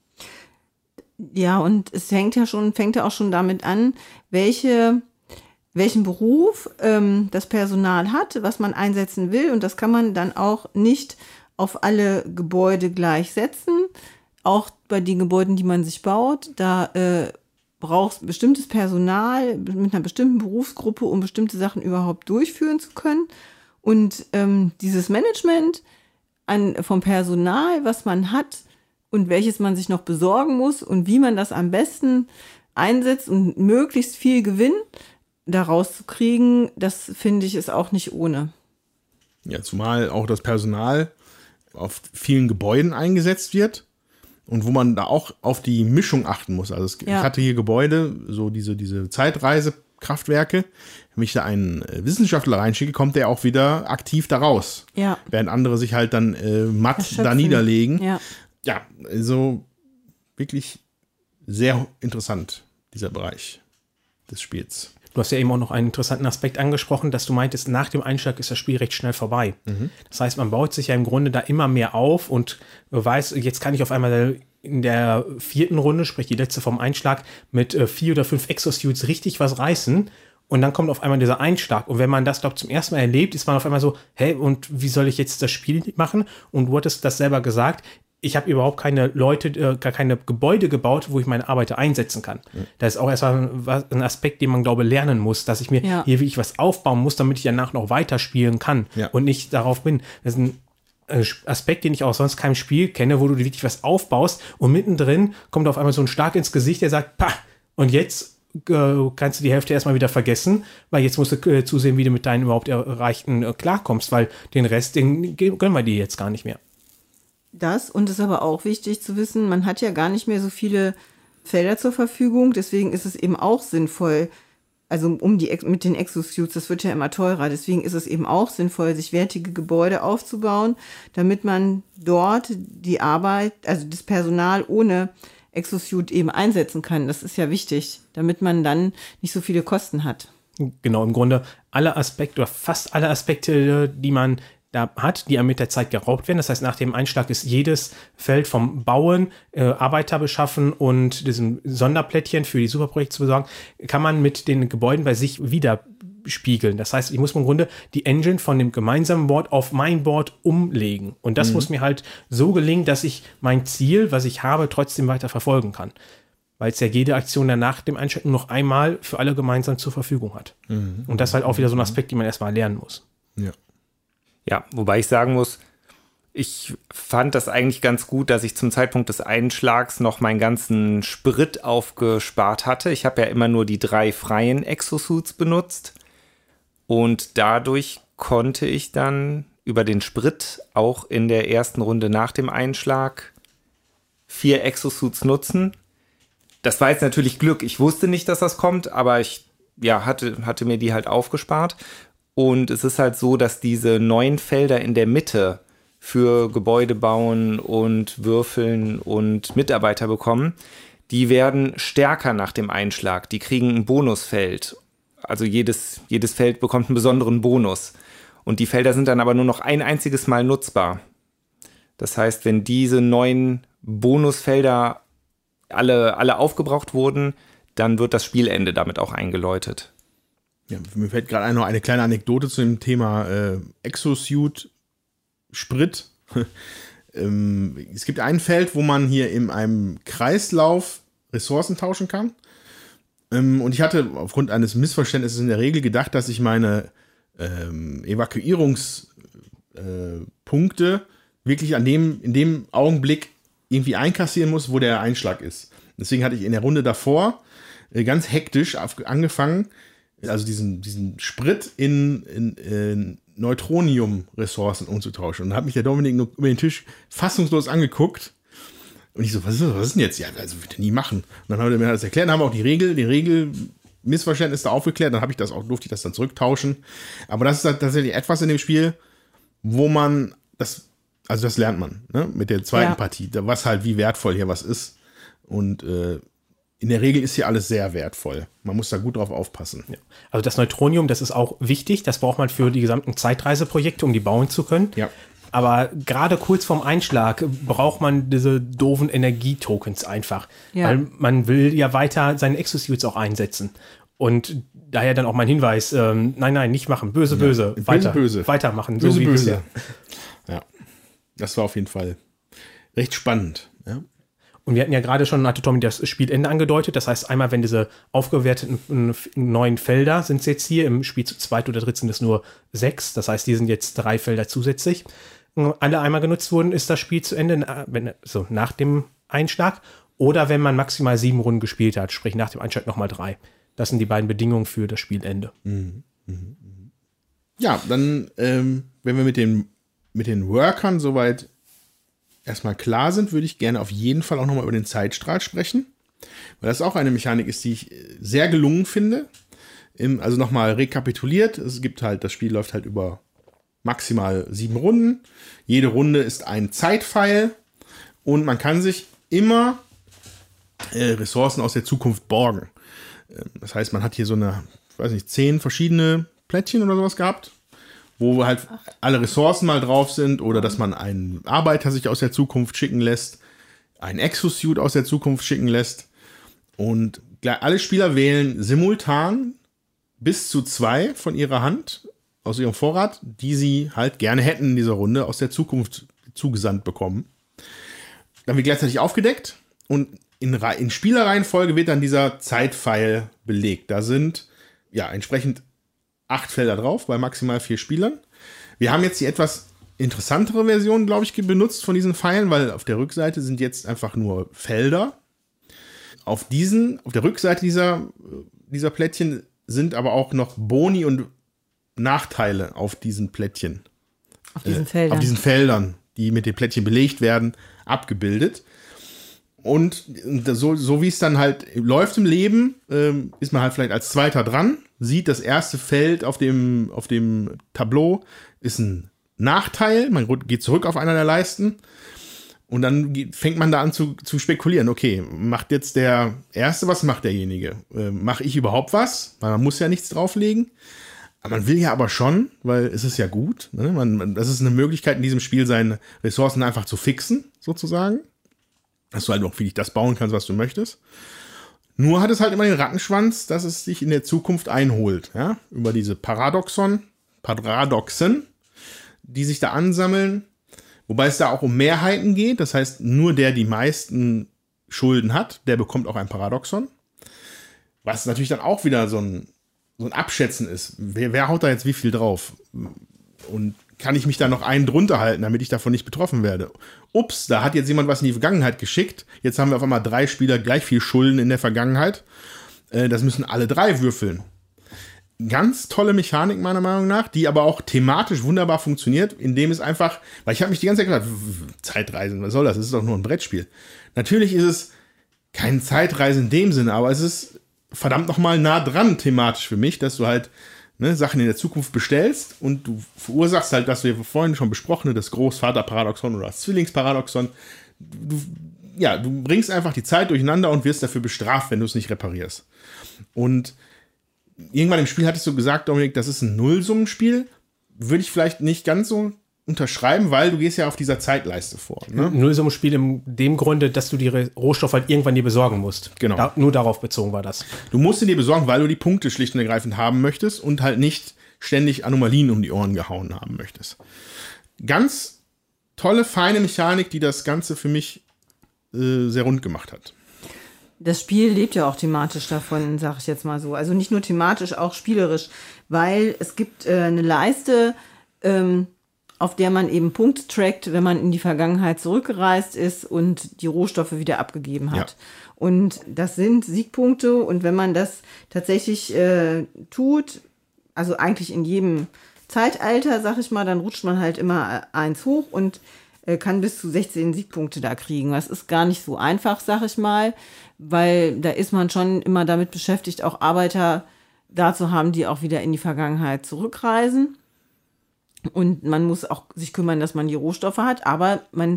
[SPEAKER 4] Ja, und es fängt ja schon, fängt ja auch schon damit an, welche, welchen Beruf ähm, das Personal hat, was man einsetzen will. Und das kann man dann auch nicht auf alle Gebäude gleichsetzen. Auch bei den Gebäuden, die man sich baut, da äh, braucht bestimmtes Personal mit einer bestimmten Berufsgruppe, um bestimmte Sachen überhaupt durchführen zu können. Und ähm, dieses Management an, vom Personal, was man hat, und welches man sich noch besorgen muss und wie man das am besten einsetzt und möglichst viel Gewinn daraus zu kriegen, das finde ich ist auch nicht ohne.
[SPEAKER 2] Ja, zumal auch das Personal auf vielen Gebäuden eingesetzt wird und wo man da auch auf die Mischung achten muss. Also es, ja. Ich hatte hier Gebäude, so diese, diese Zeitreisekraftwerke. Wenn ich da einen Wissenschaftler reinschicke, kommt der auch wieder aktiv da raus.
[SPEAKER 4] Ja.
[SPEAKER 2] Während andere sich halt dann äh, matt Erschöpfen. da niederlegen.
[SPEAKER 4] Ja.
[SPEAKER 2] Ja, also wirklich sehr interessant, dieser Bereich des Spiels.
[SPEAKER 5] Du hast ja eben auch noch einen interessanten Aspekt angesprochen, dass du meintest, nach dem Einschlag ist das Spiel recht schnell vorbei. Mhm. Das heißt, man baut sich ja im Grunde da immer mehr auf und weiß, jetzt kann ich auf einmal in der vierten Runde, sprich die letzte vom Einschlag, mit äh, vier oder fünf Exosuits richtig was reißen. Und dann kommt auf einmal dieser Einschlag. Und wenn man das, glaube ich, zum ersten Mal erlebt, ist man auf einmal so, hey, und wie soll ich jetzt das Spiel machen? Und du hattest das selber gesagt, ich habe überhaupt keine Leute, äh, gar keine Gebäude gebaut, wo ich meine Arbeiter einsetzen kann. Ja. Das ist auch erstmal ein, ein Aspekt, den man, glaube ich, lernen muss, dass ich mir ja. hier wirklich was aufbauen muss, damit ich danach noch weiterspielen kann ja. und nicht darauf bin. Das ist ein äh, Aspekt, den ich auch sonst keinem Spiel kenne, wo du wirklich was aufbaust und mittendrin kommt auf einmal so ein Schlag ins Gesicht, der sagt, pah, und jetzt äh, kannst du die Hälfte erstmal wieder vergessen, weil jetzt musst du äh, zusehen, wie du mit deinen überhaupt Erreichten äh, klarkommst, weil den Rest, den gönnen wir dir jetzt gar nicht mehr.
[SPEAKER 4] Das, und es ist aber auch wichtig zu wissen, man hat ja gar nicht mehr so viele Felder zur Verfügung, deswegen ist es eben auch sinnvoll, also um die mit den Exosuits, das wird ja immer teurer, deswegen ist es eben auch sinnvoll, sich wertige Gebäude aufzubauen, damit man dort die Arbeit, also das Personal ohne Exosuit eben einsetzen kann. Das ist ja wichtig, damit man dann nicht so viele Kosten hat.
[SPEAKER 5] Genau, im Grunde alle Aspekte oder fast alle Aspekte, die man da hat, die einem mit der Zeit geraubt werden. Das heißt, nach dem Einschlag ist jedes Feld vom Bauen, äh, Arbeiter beschaffen und diesem Sonderplättchen für die Superprojekte zu besorgen, kann man mit den Gebäuden bei sich widerspiegeln. Das heißt, ich muss im Grunde die Engine von dem gemeinsamen Board auf mein Board umlegen. Und das mhm. muss mir halt so gelingen, dass ich mein Ziel, was ich habe, trotzdem weiter verfolgen kann. Weil es ja jede Aktion danach dem Einschlag nur noch einmal für alle gemeinsam zur Verfügung hat. Mhm. Und das ist halt auch wieder so ein Aspekt, den man erstmal lernen muss.
[SPEAKER 2] Ja.
[SPEAKER 3] Ja, wobei ich sagen muss, ich fand das eigentlich ganz gut, dass ich zum Zeitpunkt des Einschlags noch meinen ganzen Sprit aufgespart hatte. Ich habe ja immer nur die drei freien Exosuits benutzt und dadurch konnte ich dann über den Sprit auch in der ersten Runde nach dem Einschlag vier Exosuits nutzen. Das war jetzt natürlich Glück. Ich wusste nicht, dass das kommt, aber ich ja, hatte, hatte mir die halt aufgespart. Und es ist halt so, dass diese neuen Felder in der Mitte für Gebäude bauen und Würfeln und Mitarbeiter bekommen, die werden stärker nach dem Einschlag. Die kriegen ein Bonusfeld. Also jedes, jedes Feld bekommt einen besonderen Bonus. Und die Felder sind dann aber nur noch ein einziges Mal nutzbar. Das heißt, wenn diese neuen Bonusfelder alle, alle aufgebraucht wurden, dann wird das Spielende damit auch eingeläutet.
[SPEAKER 2] Ja, mir fällt gerade ein, noch eine kleine Anekdote zu dem Thema äh, Exosuit Sprit. ähm, es gibt ein Feld, wo man hier in einem Kreislauf Ressourcen tauschen kann. Ähm, und ich hatte aufgrund eines Missverständnisses in der Regel gedacht, dass ich meine ähm, Evakuierungspunkte äh, wirklich an dem, in dem Augenblick irgendwie einkassieren muss, wo der Einschlag ist. Deswegen hatte ich in der Runde davor äh, ganz hektisch auf, angefangen, also diesen, diesen Sprit in, in, in Neutronium-Ressourcen umzutauschen. Und da hat mich der Dominik nur über den Tisch fassungslos angeguckt. Und ich so, was ist, was ist denn jetzt? Ja, also würde ich nie machen. Und dann hat er mir das erklärt, dann haben wir auch die Regel, die Regelmissverständnis da aufgeklärt. Dann habe ich das auch, durfte ich das dann zurücktauschen. Aber das ist halt tatsächlich etwas in dem Spiel, wo man das, also das lernt man, ne? Mit der zweiten ja. Partie, was halt wie wertvoll hier was ist. Und äh, in der Regel ist hier alles sehr wertvoll. Man muss da gut drauf aufpassen.
[SPEAKER 5] Ja. Also das Neutronium, das ist auch wichtig. Das braucht man für die gesamten Zeitreiseprojekte, um die bauen zu können.
[SPEAKER 2] Ja.
[SPEAKER 5] Aber gerade kurz vorm Einschlag braucht man diese doofen Energietokens einfach. Ja. Weil man will ja weiter seine Exosuits auch einsetzen. Und daher dann auch mein Hinweis, ähm, nein, nein, nicht machen. Böse, ja. böse. Weiter,
[SPEAKER 2] böse, böse.
[SPEAKER 5] Weitermachen.
[SPEAKER 2] Böse,
[SPEAKER 5] so wie
[SPEAKER 2] böse.
[SPEAKER 5] bisher.
[SPEAKER 2] Ja, das war auf jeden Fall recht spannend. Ja.
[SPEAKER 5] Und wir hatten ja gerade schon, hatte Tommy das Spielende angedeutet. Das heißt, einmal, wenn diese aufgewerteten neuen Felder sind es jetzt hier, im Spiel zu zweit oder dritt sind es nur sechs. Das heißt, hier sind jetzt drei Felder zusätzlich. Alle einmal genutzt wurden, ist das Spiel zu Ende, wenn, so nach dem Einschlag. Oder wenn man maximal sieben Runden gespielt hat, sprich nach dem Einschlag nochmal drei. Das sind die beiden Bedingungen für das Spielende.
[SPEAKER 2] Mhm. Mhm. Ja, dann, ähm, wenn wir mit den, mit den Workern soweit erstmal klar sind, würde ich gerne auf jeden Fall auch nochmal über den Zeitstrahl sprechen, weil das auch eine Mechanik ist, die ich sehr gelungen finde. Also nochmal rekapituliert, es gibt halt, das Spiel läuft halt über maximal sieben Runden. Jede Runde ist ein Zeitpfeil und man kann sich immer äh, Ressourcen aus der Zukunft borgen. Das heißt, man hat hier so eine, ich weiß nicht, zehn verschiedene Plättchen oder sowas gehabt, wo halt alle Ressourcen mal drauf sind oder dass man einen Arbeiter sich aus der Zukunft schicken lässt, einen Exosuit aus der Zukunft schicken lässt und alle Spieler wählen simultan bis zu zwei von ihrer Hand aus ihrem Vorrat, die sie halt gerne hätten in dieser Runde aus der Zukunft zugesandt bekommen. Dann wird gleichzeitig aufgedeckt und in, in Spielerreihenfolge wird dann dieser Zeitpfeil belegt. Da sind ja entsprechend acht Felder drauf bei maximal vier Spielern. Wir haben jetzt die etwas interessantere Version, glaube ich, benutzt von diesen Pfeilen, weil auf der Rückseite sind jetzt einfach nur Felder. Auf diesen, auf der Rückseite dieser, dieser Plättchen sind aber auch noch Boni und Nachteile auf diesen Plättchen.
[SPEAKER 4] Auf diesen Feldern.
[SPEAKER 2] Auf diesen Feldern die mit den Plättchen belegt werden, abgebildet. Und so, so wie es dann halt läuft im Leben, ähm, ist man halt vielleicht als Zweiter dran, sieht das erste Feld auf dem, auf dem Tableau, ist ein Nachteil, man geht zurück auf einer der Leisten und dann geht, fängt man da an zu, zu spekulieren. Okay, macht jetzt der Erste, was macht derjenige? Äh, mache ich überhaupt was? Weil man muss ja nichts drauflegen. Aber man will ja aber schon, weil es ist ja gut. Ne? Man, man, das ist eine Möglichkeit in diesem Spiel, seine Ressourcen einfach zu fixen, sozusagen. Dass du halt auch wirklich das bauen kannst, was du möchtest. Nur hat es halt immer den Rattenschwanz, dass es sich in der Zukunft einholt. Ja? Über diese Paradoxon, Paradoxen, die sich da ansammeln. Wobei es da auch um Mehrheiten geht. Das heißt, nur der die meisten Schulden hat, der bekommt auch ein Paradoxon. Was natürlich dann auch wieder so ein, so ein Abschätzen ist. Wer, wer haut da jetzt wie viel drauf? Und kann ich mich da noch einen drunter halten, damit ich davon nicht betroffen werde? Ups, da hat jetzt jemand was in die Vergangenheit geschickt. Jetzt haben wir auf einmal drei Spieler gleich viel Schulden in der Vergangenheit. Äh, das müssen alle drei würfeln. Ganz tolle Mechanik meiner Meinung nach, die aber auch thematisch wunderbar funktioniert, indem es einfach, weil ich habe mich die ganze Zeit gedacht, Zeitreisen, was soll das? Das ist doch nur ein Brettspiel. Natürlich ist es kein Zeitreisen in dem Sinne, aber es ist verdammt nochmal nah dran thematisch für mich, dass du halt ne, Sachen in der Zukunft bestellst und du verursachst halt, das wir vorhin schon besprochene, das Großvaterparadoxon oder das Zwillingsparadoxon. Du, ja, du bringst einfach die Zeit durcheinander und wirst dafür bestraft, wenn du es nicht reparierst. Und irgendwann im Spiel hattest du gesagt, Dominik, das ist ein Nullsummenspiel. Würde ich vielleicht nicht ganz so unterschreiben, weil du gehst ja auf dieser Zeitleiste vor. Ne?
[SPEAKER 5] Nullsummenspiel in dem Grunde, dass du die Rohstoffe halt irgendwann dir besorgen musst.
[SPEAKER 2] Genau.
[SPEAKER 5] Da, nur darauf bezogen war das.
[SPEAKER 2] Du musst sie dir besorgen, weil du die Punkte schlicht und ergreifend haben möchtest und halt nicht ständig Anomalien um die Ohren gehauen haben möchtest. Ganz tolle, feine Mechanik, die das Ganze für mich äh, sehr rund gemacht hat.
[SPEAKER 4] Das Spiel lebt ja auch thematisch davon, sag ich jetzt mal so. Also nicht nur thematisch, auch spielerisch, weil es gibt äh, eine Leiste, ähm, auf der man eben Punkte trackt, wenn man in die Vergangenheit zurückgereist ist und die Rohstoffe wieder abgegeben hat. Ja. Und das sind Siegpunkte und wenn man das tatsächlich äh, tut, also eigentlich in jedem Zeitalter, sag ich mal, dann rutscht man halt immer eins hoch und äh, kann bis zu sechzehn Siegpunkte da kriegen. Das ist gar nicht so einfach, sag ich mal, weil da ist man schon immer damit beschäftigt, auch Arbeiter da zu haben, die auch wieder in die Vergangenheit zurückreisen. Und man muss auch sich kümmern, dass man die Rohstoffe hat, aber man,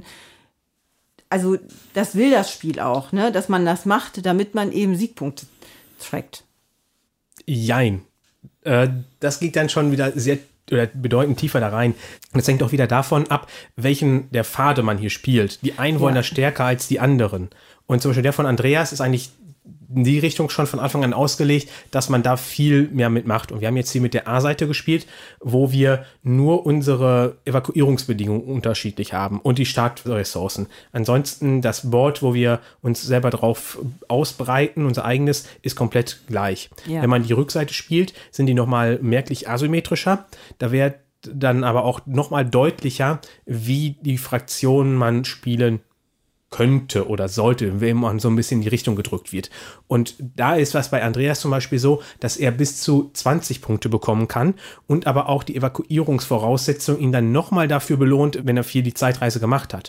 [SPEAKER 4] also das will das Spiel auch, ne, dass man das macht, damit man eben Siegpunkte trackt.
[SPEAKER 5] Jein. Äh, das geht dann schon wieder sehr oder bedeutend tiefer da rein. Und das hängt auch wieder davon ab, welchen der Pfade man hier spielt. Die einen wollen ja. das stärker als die anderen. Und zum Beispiel der von Andreas ist eigentlich in die Richtung schon von Anfang an ausgelegt, dass man da viel mehr mitmacht. Und wir haben jetzt hier mit der A-Seite gespielt, wo wir nur unsere Evakuierungsbedingungen unterschiedlich haben und die Startressourcen. Ansonsten das Board, wo wir uns selber drauf ausbreiten, unser eigenes, ist komplett gleich. Ja. Wenn man die Rückseite spielt, sind die nochmal merklich asymmetrischer. Da wird dann aber auch nochmal deutlicher, wie die Fraktionen man spielen könnte oder sollte, wenn man so ein bisschen in die Richtung gedrückt wird. Und da ist was bei Andreas zum Beispiel so, dass er bis zu zwanzig Punkte bekommen kann und aber auch die Evakuierungsvoraussetzung ihn dann nochmal dafür belohnt, wenn er viel die Zeitreise gemacht hat.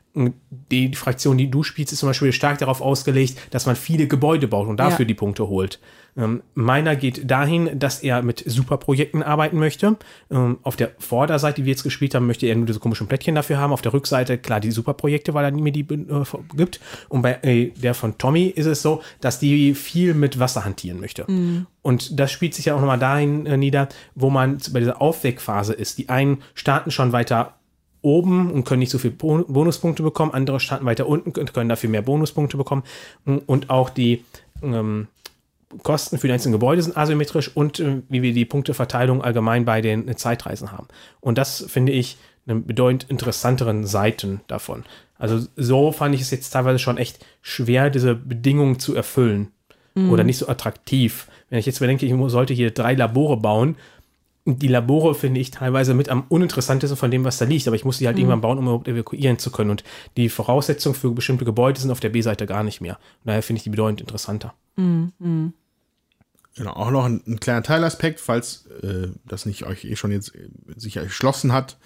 [SPEAKER 5] Die Fraktion, die du spielst, ist zum Beispiel stark darauf ausgelegt, dass man viele Gebäude baut und dafür ja. die Punkte holt. Ähm, meiner geht dahin, dass er mit Superprojekten arbeiten möchte. Ähm, auf der Vorderseite, die wir jetzt gespielt haben, möchte er nur diese komischen Plättchen dafür haben. Auf der Rückseite, klar, die Superprojekte, weil er mir die äh, gibt. Und bei äh, der von Tommy ist es so, dass die viel mit Wasser hantieren möchte. Mhm. Und das spielt sich ja auch nochmal dahin äh, nieder, wo man bei dieser Aufweckphase ist. Die einen starten schon weiter oben und können nicht so viel Bon- Bonuspunkte bekommen. Andere starten weiter unten und können dafür mehr Bonuspunkte bekommen. Und auch die ähm, Kosten für die einzelnen Gebäude sind asymmetrisch und äh, wie wir die Punkteverteilung allgemein bei den äh, Zeitreisen haben. Und das finde ich einen bedeutend interessanteren Seiten davon. Also so fand ich es jetzt teilweise schon echt schwer, diese Bedingungen zu erfüllen. Mhm. Oder nicht so attraktiv. Wenn ich jetzt bedenke, ich sollte hier drei Labore bauen, die Labore finde ich teilweise mit am uninteressantesten von dem, was da liegt. Aber ich muss die halt mhm. irgendwann bauen, um überhaupt evakuieren zu können. Und die Voraussetzungen für bestimmte Gebäude sind auf der B-Seite gar nicht mehr. Und daher finde ich die bedeutend interessanter.
[SPEAKER 4] Mhm.
[SPEAKER 2] Genau, auch noch ein, ein kleiner Teilaspekt, falls äh, das nicht euch eh schon jetzt äh, sich erschlossen hat.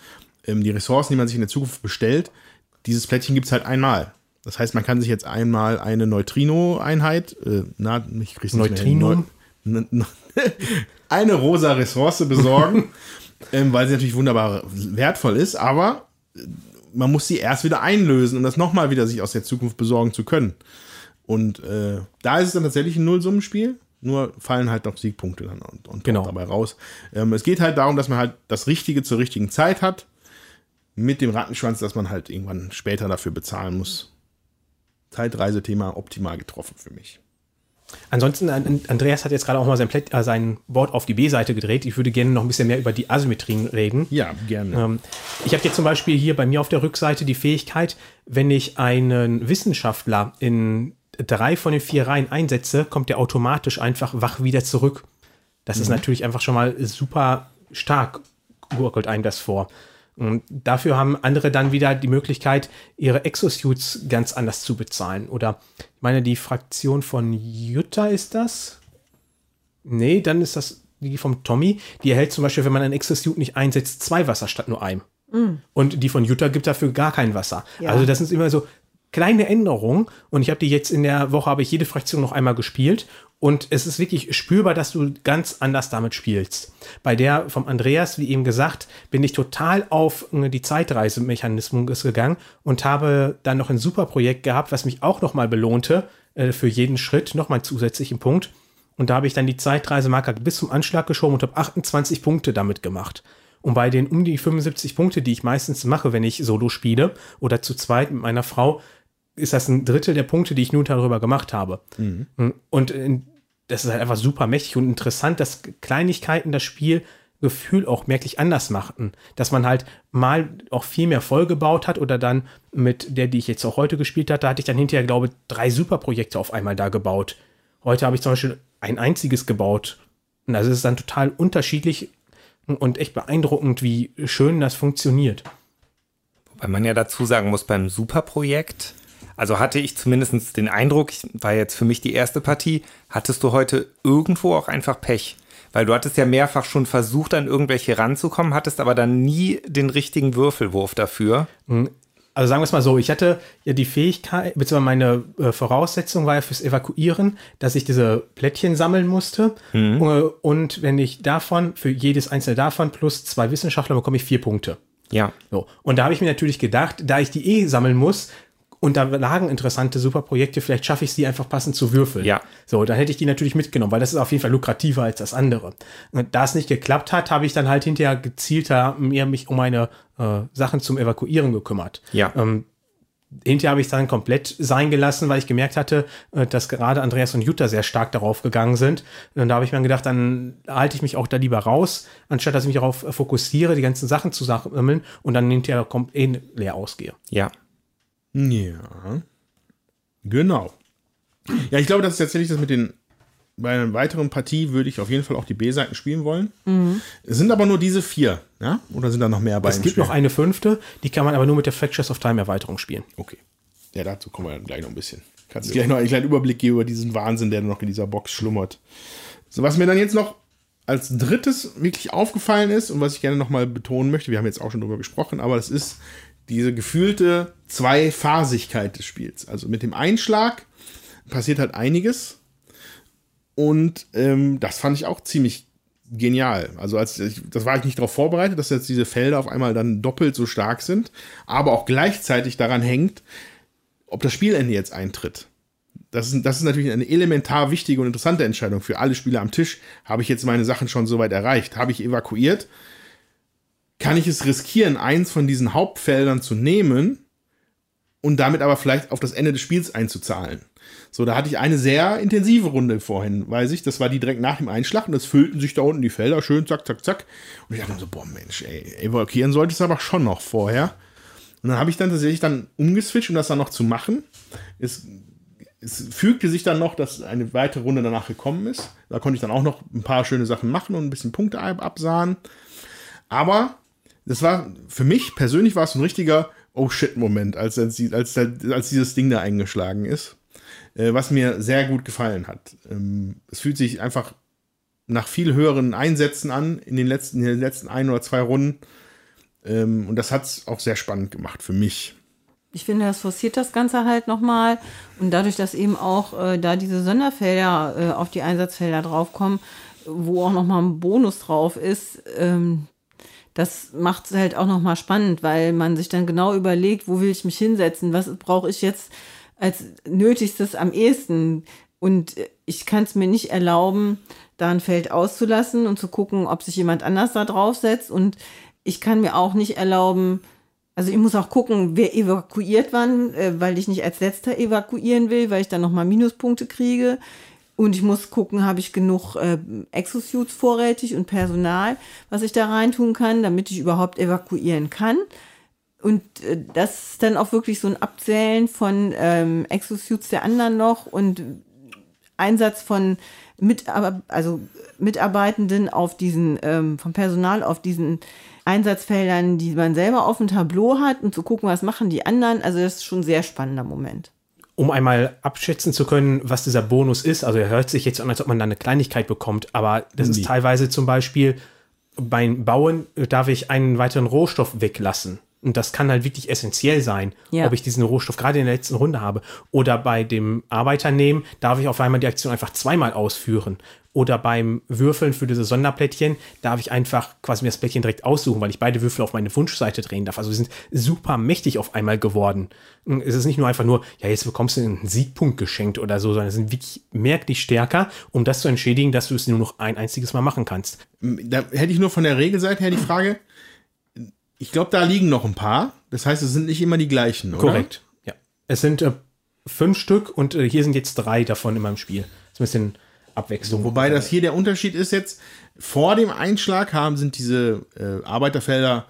[SPEAKER 2] ähm, die Ressourcen, die man sich in der Zukunft bestellt, dieses Plättchen gibt es halt einmal. Das heißt, man kann sich jetzt einmal eine Neutrino-Einheit, äh, na, ich krieg's nicht
[SPEAKER 5] Neutrino?
[SPEAKER 2] mehr hin, eine rosa Ressource besorgen, ähm, weil sie natürlich wunderbar wertvoll ist, aber man muss sie erst wieder einlösen, um das nochmal wieder sich aus der Zukunft besorgen zu können. Und äh, da ist es dann tatsächlich ein Nullsummenspiel, nur fallen halt noch Siegpunkte dann und, und
[SPEAKER 5] genau.
[SPEAKER 2] dabei raus. Ähm, es geht halt darum, dass man halt das Richtige zur richtigen Zeit hat, mit dem Rattenschwanz, dass man halt irgendwann später dafür bezahlen muss. Zeitreisethema optimal getroffen für mich.
[SPEAKER 5] Ansonsten, Andreas hat jetzt gerade auch mal sein, Plätt, äh, sein Board auf die B-Seite gedreht. Ich würde gerne noch ein bisschen mehr über die Asymmetrien reden.
[SPEAKER 2] Ja, gerne.
[SPEAKER 5] Ähm, ich habe jetzt zum Beispiel hier bei mir auf der Rückseite die Fähigkeit, wenn ich einen Wissenschaftler in drei von den vier Reihen einsetze, kommt der automatisch einfach wach wieder zurück. Das mhm. ist natürlich einfach schon mal super stark, gurkelt einem das vor. Und dafür haben andere dann wieder die Möglichkeit, ihre Exosuits ganz anders zu bezahlen. Oder ich meine, die Fraktion von Jutta ist das? Nee, dann ist das die vom Tommy. Die erhält zum Beispiel, wenn man einen Exosuit nicht einsetzt, zwei Wasser statt nur einem. Mm. Und die von Jutta gibt dafür gar kein Wasser. Ja. Also das sind immer so kleine Änderungen. Und ich habe die jetzt in der Woche, habe ich jede Fraktion noch einmal gespielt. Und es ist wirklich spürbar, dass du ganz anders damit spielst. Bei der vom Andreas, wie eben gesagt, bin ich total auf die Zeitreisemechanismus gegangen und habe dann noch ein super Projekt gehabt, was mich auch nochmal belohnte, äh, für jeden Schritt nochmal zusätzlichen Punkt. Und da habe ich dann die Zeitreisemarker bis zum Anschlag geschoben und habe achtundzwanzig Punkte damit gemacht. Und bei den um die fünfundsiebzig Punkte, die ich meistens mache, wenn ich Solo spiele oder zu zweit mit meiner Frau, ist das ein Drittel der Punkte, die ich nun darüber gemacht habe. Mhm. Und das ist halt einfach super mächtig und interessant, dass Kleinigkeiten das Spielgefühl auch merklich anders machten. Dass man halt mal auch viel mehr vollgebaut hat oder dann mit der, die ich jetzt auch heute gespielt hatte, hatte ich dann hinterher, glaube ich, drei Superprojekte auf einmal da gebaut. Heute habe ich zum Beispiel ein einziges gebaut. Und also es ist dann total unterschiedlich und echt beeindruckend, wie schön das funktioniert.
[SPEAKER 3] Wobei man ja dazu sagen muss, beim Superprojekt, also hatte ich zumindest den Eindruck, ich, war jetzt für mich die erste Partie, hattest du heute irgendwo auch einfach Pech. Weil du hattest ja mehrfach schon versucht, an irgendwelche ranzukommen, hattest aber dann nie den richtigen Würfelwurf dafür.
[SPEAKER 5] Also sagen wir es mal so, ich hatte ja die Fähigkeit, beziehungsweise meine äh, Voraussetzung war ja fürs Evakuieren, dass ich diese Plättchen sammeln musste. Mhm. Äh, und wenn ich davon, für jedes einzelne davon plus zwei Wissenschaftler, bekomme ich vier Punkte.
[SPEAKER 3] Ja.
[SPEAKER 5] So. Und da habe ich mir natürlich gedacht, da ich die eh sammeln muss, und da lagen interessante Superprojekte, vielleicht schaffe ich sie einfach passend zu würfeln.
[SPEAKER 3] Ja.
[SPEAKER 5] So, dann hätte ich die natürlich mitgenommen, weil das ist auf jeden Fall lukrativer als das andere. Und da es nicht geklappt hat, habe ich dann halt hinterher gezielter mehr mich um meine äh, Sachen zum Evakuieren gekümmert.
[SPEAKER 3] Ja.
[SPEAKER 5] Ähm, hinterher habe ich es dann komplett sein gelassen, weil ich gemerkt hatte, äh, dass gerade Andreas und Jutta sehr stark darauf gegangen sind. Und da habe ich mir gedacht, dann halte ich mich auch da lieber raus, anstatt dass ich mich darauf fokussiere, die ganzen Sachen zu sammeln und dann hinterher komplett leer ausgehe.
[SPEAKER 3] Ja.
[SPEAKER 2] Ja, genau. Ja, ich glaube, das ist tatsächlich das mit den, bei einer weiteren Partie würde ich auf jeden Fall auch die B-Seiten spielen wollen. Mhm. Es sind aber nur diese vier, ja? Oder sind da noch mehr bei?
[SPEAKER 5] Es gibt Spiel? noch eine fünfte, die kann man aber nur mit der Fractures of Time Erweiterung spielen.
[SPEAKER 2] Okay. Ja, dazu kommen wir dann gleich noch ein bisschen. Kannst du gleich noch einen kleinen Überblick geben über diesen Wahnsinn, der noch in dieser Box schlummert. So, was mir dann jetzt noch als drittes wirklich aufgefallen ist und was ich gerne nochmal betonen möchte, wir haben jetzt auch schon drüber gesprochen, aber das ist diese gefühlte Zweiphasigkeit des Spiels. Also mit dem Einschlag passiert halt einiges und ähm, das fand ich auch ziemlich genial. Also als ich, das war ich nicht darauf vorbereitet, dass jetzt diese Felder auf einmal dann doppelt so stark sind, aber auch gleichzeitig daran hängt, ob das Spielende jetzt eintritt. Das ist, das ist natürlich eine elementar wichtige und interessante Entscheidung für alle Spieler am Tisch. Habe ich jetzt meine Sachen schon soweit erreicht? Habe ich evakuiert? Kann ich es riskieren, eins von diesen Hauptfeldern zu nehmen und damit aber vielleicht auf das Ende des Spiels einzuzahlen? So, da hatte ich eine sehr intensive Runde vorhin, weiß ich. Das war die direkt nach dem Einschlag und es füllten sich da unten die Felder schön, zack, zack, zack. Und ich dachte mir so, boah, Mensch, ey, evakuieren solltest du aber schon noch vorher. Und dann habe ich dann tatsächlich dann umgeswitcht, um das dann noch zu machen. Es, es fügte sich dann noch, dass eine weitere Runde danach gekommen ist. Da konnte ich dann auch noch ein paar schöne Sachen machen und ein bisschen Punkte absahen. Aber das war, für mich persönlich war es ein richtiger Oh-Shit-Moment, als, als, als, als dieses Ding da eingeschlagen ist. Äh, was mir sehr gut gefallen hat. Ähm, es fühlt sich einfach nach viel höheren Einsätzen an in den letzten, in den letzten ein oder zwei Runden. Ähm, und das hat es auch sehr spannend gemacht für mich.
[SPEAKER 4] Ich finde, das forciert das Ganze halt nochmal. Und dadurch, dass eben auch äh, da diese Sonderfelder äh, auf die Einsatzfelder draufkommen, wo auch nochmal ein Bonus drauf ist, ähm, das macht es halt auch nochmal spannend, weil man sich dann genau überlegt, wo will ich mich hinsetzen, was brauche ich jetzt als Nötigstes am ehesten. Und ich kann es mir nicht erlauben, da ein Feld auszulassen und zu gucken, ob sich jemand anders da draufsetzt. Und ich kann mir auch nicht erlauben, also ich muss auch gucken, wer evakuiert wann, äh, weil ich nicht als Letzter evakuieren will, weil ich dann nochmal Minuspunkte kriege. Und ich muss gucken, habe ich genug äh, Exosuits vorrätig und Personal, was ich da reintun kann, damit ich überhaupt evakuieren kann. Und äh, das ist dann auch wirklich so ein Abzählen von ähm, Exosuits der anderen noch und Einsatz von Mitar- also Mitarbeitenden auf diesen, ähm, vom Personal auf diesen Einsatzfeldern, die man selber auf dem Tableau hat und zu gucken, was machen die anderen. Also das ist schon ein sehr spannender Moment.
[SPEAKER 5] Um einmal abschätzen zu können, was dieser Bonus ist, also er hört sich jetzt an, als ob man da eine Kleinigkeit bekommt, aber das
[SPEAKER 2] Nee.
[SPEAKER 5] ist teilweise zum Beispiel, beim Bauen darf ich einen weiteren Rohstoff weglassen. Und das kann halt wirklich essentiell sein,
[SPEAKER 4] Ja.
[SPEAKER 5] ob ich diesen Rohstoff gerade in der letzten Runde habe. Oder bei dem Arbeiter nehmen, darf ich auf einmal die Aktion einfach zweimal ausführen. Oder beim Würfeln für diese Sonderplättchen darf ich einfach quasi mir das Plättchen direkt aussuchen, weil ich beide Würfel auf meine Wunschseite drehen darf. Also wir sind super mächtig auf einmal geworden. Es ist nicht nur einfach nur, ja, jetzt bekommst du einen Siegpunkt geschenkt oder so, sondern es sind wirklich merklich stärker, um das zu entschädigen, dass du es nur noch ein einziges Mal machen kannst.
[SPEAKER 2] Da hätte ich nur von der Regelseite her die Frage, ich glaube, da liegen noch ein paar. Das heißt, es sind nicht immer die gleichen, oder?
[SPEAKER 5] Korrekt, ja. Es sind äh, fünf Stück und äh, hier sind jetzt drei davon in meinem Spiel. Das ist ein bisschen Abwechslung.
[SPEAKER 2] Wobei das hier der Unterschied ist jetzt, vor dem Einschlag haben sind diese äh, Arbeiterfelder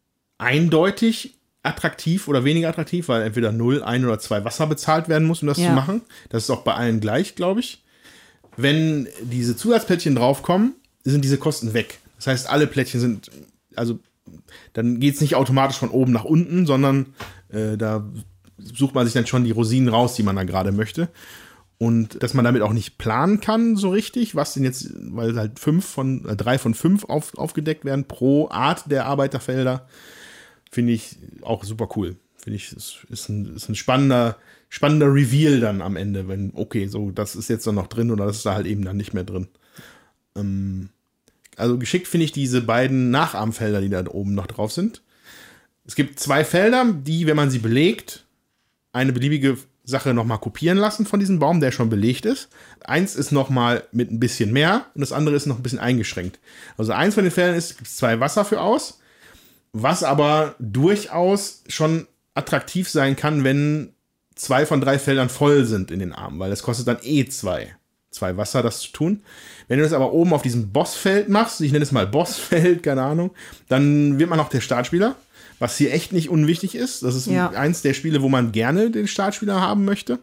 [SPEAKER 2] eindeutig attraktiv oder weniger attraktiv, weil entweder null, ein oder zwei Wasser bezahlt werden muss, um das
[SPEAKER 4] Ja.
[SPEAKER 2] zu machen. Das ist auch bei allen gleich, glaube ich. Wenn diese Zusatzplättchen draufkommen, sind diese Kosten weg. Das heißt, alle Plättchen sind, also dann geht es nicht automatisch von oben nach unten, sondern äh, da sucht man sich dann schon die Rosinen raus, die man da gerade möchte. Und dass man damit auch nicht planen kann so richtig, was denn jetzt, weil halt fünf von, äh, drei von fünf auf, aufgedeckt werden pro Art der Arbeiterfelder, finde ich auch super cool. Finde ich, ist, ist, ein, ist ein spannender, spannender Reveal dann am Ende, wenn, okay, so, das ist jetzt dann noch drin oder das ist da halt eben dann nicht mehr drin. Ähm, also geschickt finde ich diese beiden Nachahmfelder, die da oben noch drauf sind. Es gibt zwei Felder, die, wenn man sie belegt, eine beliebige Sache nochmal kopieren lassen von diesem Baum, der schon belegt ist. Eins ist nochmal mit ein bisschen mehr und das andere ist noch ein bisschen eingeschränkt. Also eins von den Feldern ist, gibt es zwei Wasser für aus, was aber durchaus schon attraktiv sein kann, wenn zwei von drei Feldern voll sind in den Armen, weil das kostet dann eh zwei. Zwei Wasser, das zu tun. Wenn du das aber oben auf diesem Bossfeld machst, ich nenne es mal Bossfeld, keine Ahnung, dann wird man auch der Startspieler, was hier echt nicht unwichtig ist. Das ist
[SPEAKER 4] Ja.
[SPEAKER 2] eins der Spiele, wo man gerne den Startspieler haben möchte.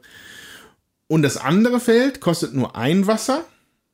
[SPEAKER 2] Und das andere Feld kostet nur ein Wasser,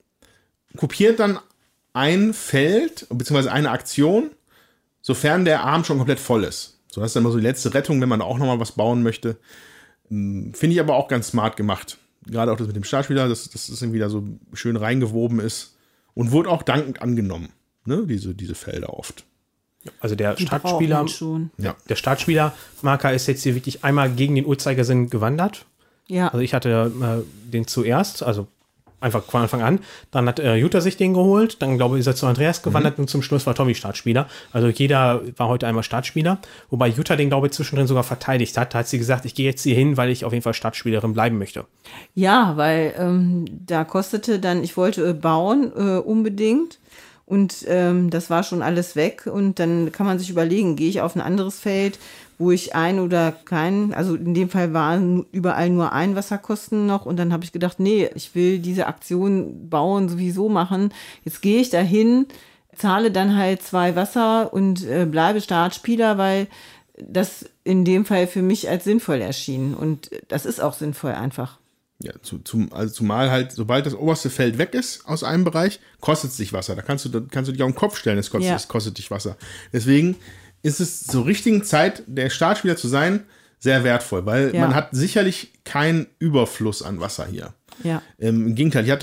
[SPEAKER 2] kopiert dann ein Feld, beziehungsweise eine Aktion, sofern der Arm schon komplett voll ist. So, das ist dann mal so die letzte Rettung, wenn man auch noch mal was bauen möchte. Finde ich aber auch ganz smart gemacht. Gerade auch das mit dem Startspieler, dass das irgendwie da so schön reingewoben ist. Und wurde auch dankend angenommen, ne? diese, diese Felder oft.
[SPEAKER 5] Also der
[SPEAKER 4] Die
[SPEAKER 5] Startspieler,
[SPEAKER 4] braucht man schon.
[SPEAKER 2] Ja.
[SPEAKER 5] der Startspielermarker ist jetzt hier wirklich einmal gegen den Uhrzeigersinn gewandert.
[SPEAKER 4] Ja.
[SPEAKER 5] Also ich hatte äh, den zuerst, also einfach von Anfang an. Dann hat äh, Jutta sich den geholt. Dann, glaube ich, ist er zu Andreas gewandert und zum Schluss war Tommy Startspieler. Also jeder war heute einmal Startspieler. Wobei Jutta den, glaube ich, zwischendrin sogar verteidigt hat. Da hat sie gesagt, ich gehe jetzt hier hin, weil ich auf jeden Fall Startspielerin bleiben möchte.
[SPEAKER 4] Ja, weil ähm, da kostete dann, ich wollte äh, bauen äh, unbedingt und ähm, das war schon alles weg und dann kann man sich überlegen, gehe ich auf ein anderes Feld, wo ich ein oder kein, also in dem Fall waren überall nur ein Wasserkosten noch und dann habe ich gedacht, nee, ich will diese Aktion bauen sowieso machen, jetzt gehe ich dahin, zahle dann halt zwei Wasser und äh, bleibe Startspieler, weil das in dem Fall für mich als sinnvoll erschien und das ist auch sinnvoll einfach.
[SPEAKER 2] Ja, zu, zum, also zumal halt, sobald das oberste Feld weg ist aus einem Bereich, kostet es dich Wasser. Da kannst du, da kannst du dich auf den Kopf stellen, es kostet,
[SPEAKER 4] Ja.
[SPEAKER 2] es kostet dich Wasser. Deswegen ist es zur richtigen Zeit, der Startspieler zu sein, sehr wertvoll, weil
[SPEAKER 4] Ja.
[SPEAKER 2] man hat sicherlich keinen Überfluss an Wasser hier.
[SPEAKER 4] Ja.
[SPEAKER 2] Ähm, Im Gegenteil, ich hatte mich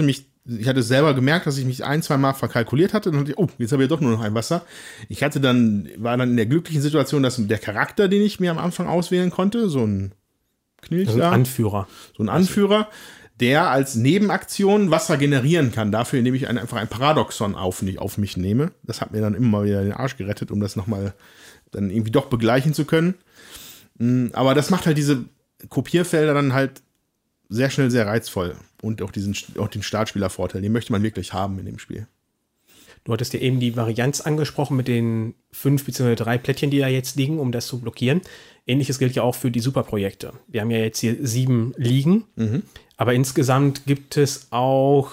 [SPEAKER 2] ich hatte selber gemerkt, dass ich mich ein, zwei Mal verkalkuliert hatte. Dann dachte ich, oh, jetzt habe ich ja doch nur noch ein Wasser. Ich hatte dann, war dann in der glücklichen Situation, dass der Charakter, den ich mir am Anfang auswählen konnte, so ein Knilch
[SPEAKER 5] Also ein Anführer.
[SPEAKER 2] So ein Anführer, der als Nebenaktion Wasser generieren kann. Dafür, indem ich ein, einfach ein Paradoxon auf, auf mich nehme. Das hat mir dann immer mal wieder den Arsch gerettet, um das nochmal dann irgendwie doch begleichen zu können. Aber das macht halt diese Kopierfelder dann halt sehr schnell sehr reizvoll. Und auch, diesen, auch den Startspielervorteil, den möchte man wirklich haben in dem Spiel.
[SPEAKER 5] Du hattest ja eben die Varianz angesprochen mit den fünf bzw. drei Plättchen, die da jetzt liegen, um das zu blockieren. Ähnliches gilt ja auch für die Superprojekte. Wir haben ja jetzt hier sieben liegen, mhm. aber insgesamt gibt es auch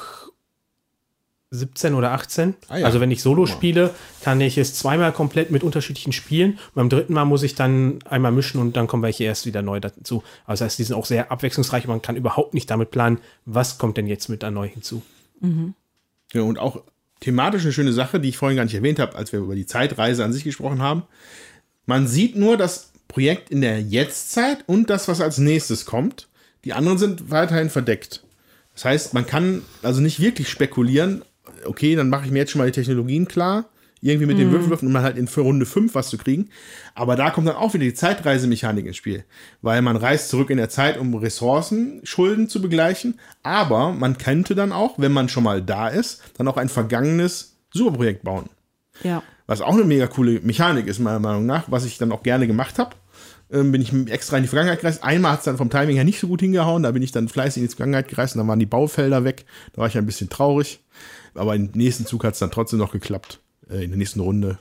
[SPEAKER 5] siebzehn oder achtzehn. Ah ja. Also wenn ich Solo spiele, kann ich es zweimal komplett mit unterschiedlichen spielen. Und beim dritten Mal muss ich dann einmal mischen und dann kommen welche erst wieder neu dazu. Also das heißt, die sind auch sehr abwechslungsreich. Man kann überhaupt nicht damit planen, was kommt denn jetzt mit da neu hinzu.
[SPEAKER 2] Mhm. Ja, und auch thematisch eine schöne Sache, die ich vorhin gar nicht erwähnt habe, als wir über die Zeitreise an sich gesprochen haben. Man sieht nur das Projekt in der Jetztzeit und das, was als nächstes kommt. Die anderen sind weiterhin verdeckt. Das heißt, man kann also nicht wirklich spekulieren, okay, dann mache ich mir jetzt schon mal die Technologien klar, irgendwie mit mm. den Würfelwürfen, um dann halt in für Runde fünf was zu kriegen. Aber da kommt dann auch wieder die Zeitreisemechanik ins Spiel. Weil man reist zurück in der Zeit, um Ressourcen, Schulden zu begleichen. Aber man könnte dann auch, wenn man schon mal da ist, dann auch ein vergangenes Superprojekt bauen.
[SPEAKER 4] Ja.
[SPEAKER 2] Was auch eine mega coole Mechanik ist, meiner Meinung nach, was ich dann auch gerne gemacht habe. Ähm, bin ich extra in die Vergangenheit gereist. Einmal hat es dann vom Timing her nicht so gut hingehauen. Da bin ich dann fleißig in die Vergangenheit gereist und dann waren die Baufelder weg. Da war ich ein bisschen traurig. Aber im nächsten Zug hat es dann trotzdem noch geklappt. Äh, in der nächsten Runde.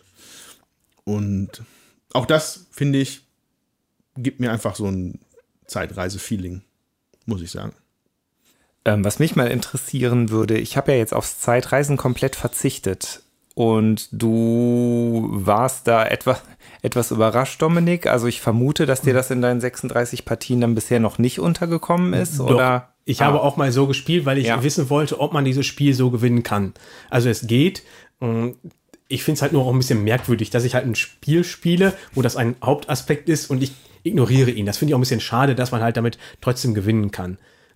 [SPEAKER 2] Und auch das, finde ich, gibt mir einfach so ein Zeitreise-Feeling, muss ich sagen.
[SPEAKER 3] Ähm, was mich mal interessieren würde, ich habe ja jetzt aufs Zeitreisen komplett verzichtet. Und du warst da etwa, etwas überrascht, Dominik. Also ich vermute, dass dir das in deinen sechsunddreißig Partien dann bisher noch nicht untergekommen ist.
[SPEAKER 5] Doch.
[SPEAKER 3] Oder?
[SPEAKER 5] Ich
[SPEAKER 3] ah.
[SPEAKER 5] habe auch mal so gespielt, weil ich
[SPEAKER 3] ja.
[SPEAKER 5] wissen wollte, ob man dieses Spiel so gewinnen kann. Also es geht. Ich finde es halt nur auch ein bisschen merkwürdig, dass ich halt ein Spiel spiele, wo das ein Hauptaspekt ist und ich ignoriere ihn. Das finde ich auch ein bisschen schade, dass man halt damit trotzdem gewinnen kann.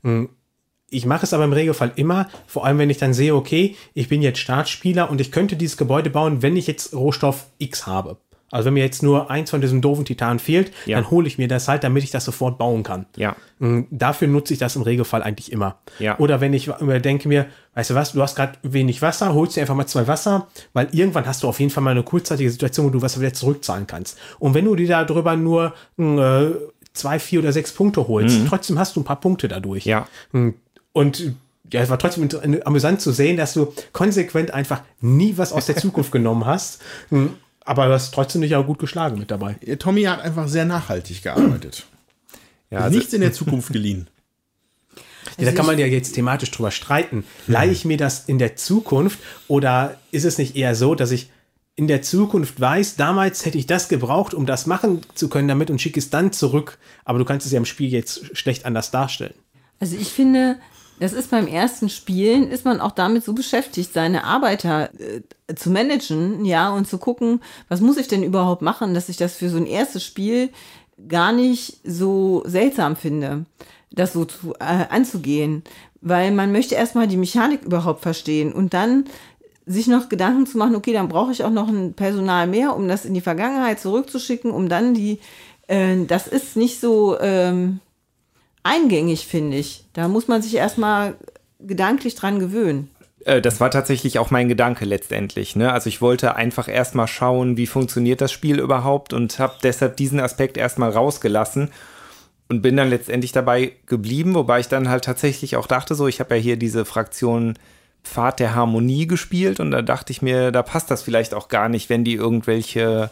[SPEAKER 5] Ich mache es aber im Regelfall immer, vor allem wenn ich dann sehe, okay, ich bin jetzt Startspieler und ich könnte dieses Gebäude bauen, wenn ich jetzt Rohstoff X habe. Also wenn mir jetzt nur eins von diesen doofen Titanen fehlt, ja. dann hole ich mir das halt, damit ich das sofort bauen kann.
[SPEAKER 3] Ja.
[SPEAKER 5] Dafür nutze ich das im Regelfall eigentlich immer.
[SPEAKER 3] Ja.
[SPEAKER 5] Oder wenn ich denke mir, weißt du was, du hast gerade wenig Wasser, holst dir einfach mal zwei Wasser, weil irgendwann hast du auf jeden Fall mal eine kurzzeitige Situation, wo du Wasser wieder zurückzahlen kannst. Und wenn du dir darüber nur äh, zwei, vier oder sechs Punkte holst, mhm. trotzdem hast du ein paar Punkte dadurch.
[SPEAKER 3] Ja.
[SPEAKER 5] Und ja, es war trotzdem amüsant zu sehen, dass du konsequent einfach nie was aus der Zukunft genommen hast. Aber du hast trotzdem nicht auch gut geschlagen mit dabei.
[SPEAKER 2] Tommy hat einfach sehr nachhaltig gearbeitet. Ja, also nichts in der Zukunft geliehen.
[SPEAKER 5] Ja, da kann man ja jetzt thematisch drüber streiten. Leihe ich mir das in der Zukunft oder ist es nicht eher so, dass ich in der Zukunft weiß, damals hätte ich das gebraucht, um das machen zu können damit und schicke es dann zurück. Aber du kannst es ja im Spiel jetzt schlecht anders darstellen.
[SPEAKER 4] Also ich finde, das ist beim ersten Spielen, ist man auch damit so beschäftigt, seine Arbeiter äh, zu managen, ja, und zu gucken, was muss ich denn überhaupt machen, dass ich das für so ein erstes Spiel gar nicht so seltsam finde, das so zu, äh, anzugehen. Weil man möchte erstmal die Mechanik überhaupt verstehen und dann sich noch Gedanken zu machen, okay, dann brauche ich auch noch ein Personal mehr, um das in die Vergangenheit zurückzuschicken, um dann die, äh, das ist nicht so ähm, eingängig, finde ich. Da muss man sich erstmal gedanklich dran gewöhnen.
[SPEAKER 3] Das war tatsächlich auch mein Gedanke letztendlich. Ne? Also ich wollte einfach erstmal schauen, wie funktioniert das Spiel überhaupt und habe deshalb diesen Aspekt erstmal rausgelassen und bin dann letztendlich dabei geblieben, wobei ich dann halt tatsächlich auch dachte, so, ich habe ja hier diese Fraktion Pfad der Harmonie gespielt und da dachte ich mir, da passt das vielleicht auch gar nicht, wenn die irgendwelche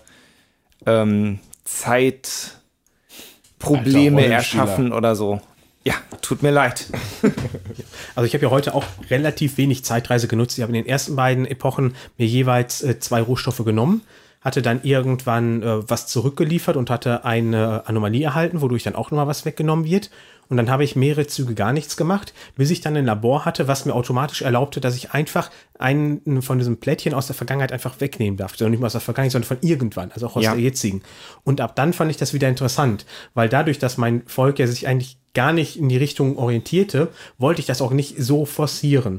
[SPEAKER 3] ähm, Zeitprobleme erschaffen oder so. Ja, tut mir leid.
[SPEAKER 5] Also ich habe ja heute auch relativ wenig Zeitreise genutzt. Ich habe in den ersten beiden Epochen mir jeweils äh, zwei Rohstoffe genommen, hatte dann irgendwann äh, was zurückgeliefert und hatte eine Anomalie erhalten, wodurch dann auch nochmal was weggenommen wird. Und dann habe ich mehrere Züge gar nichts gemacht, bis ich dann ein Labor hatte, was mir automatisch erlaubte, dass ich einfach einen von diesem Plättchen aus der Vergangenheit einfach wegnehmen darf. Also nicht mal aus der Vergangenheit, sondern von irgendwann, also auch aus ja. der jetzigen. Und ab dann fand ich das wieder interessant, weil dadurch, dass mein Volk ja sich eigentlich gar nicht in die Richtung orientierte, wollte ich das auch nicht so forcieren.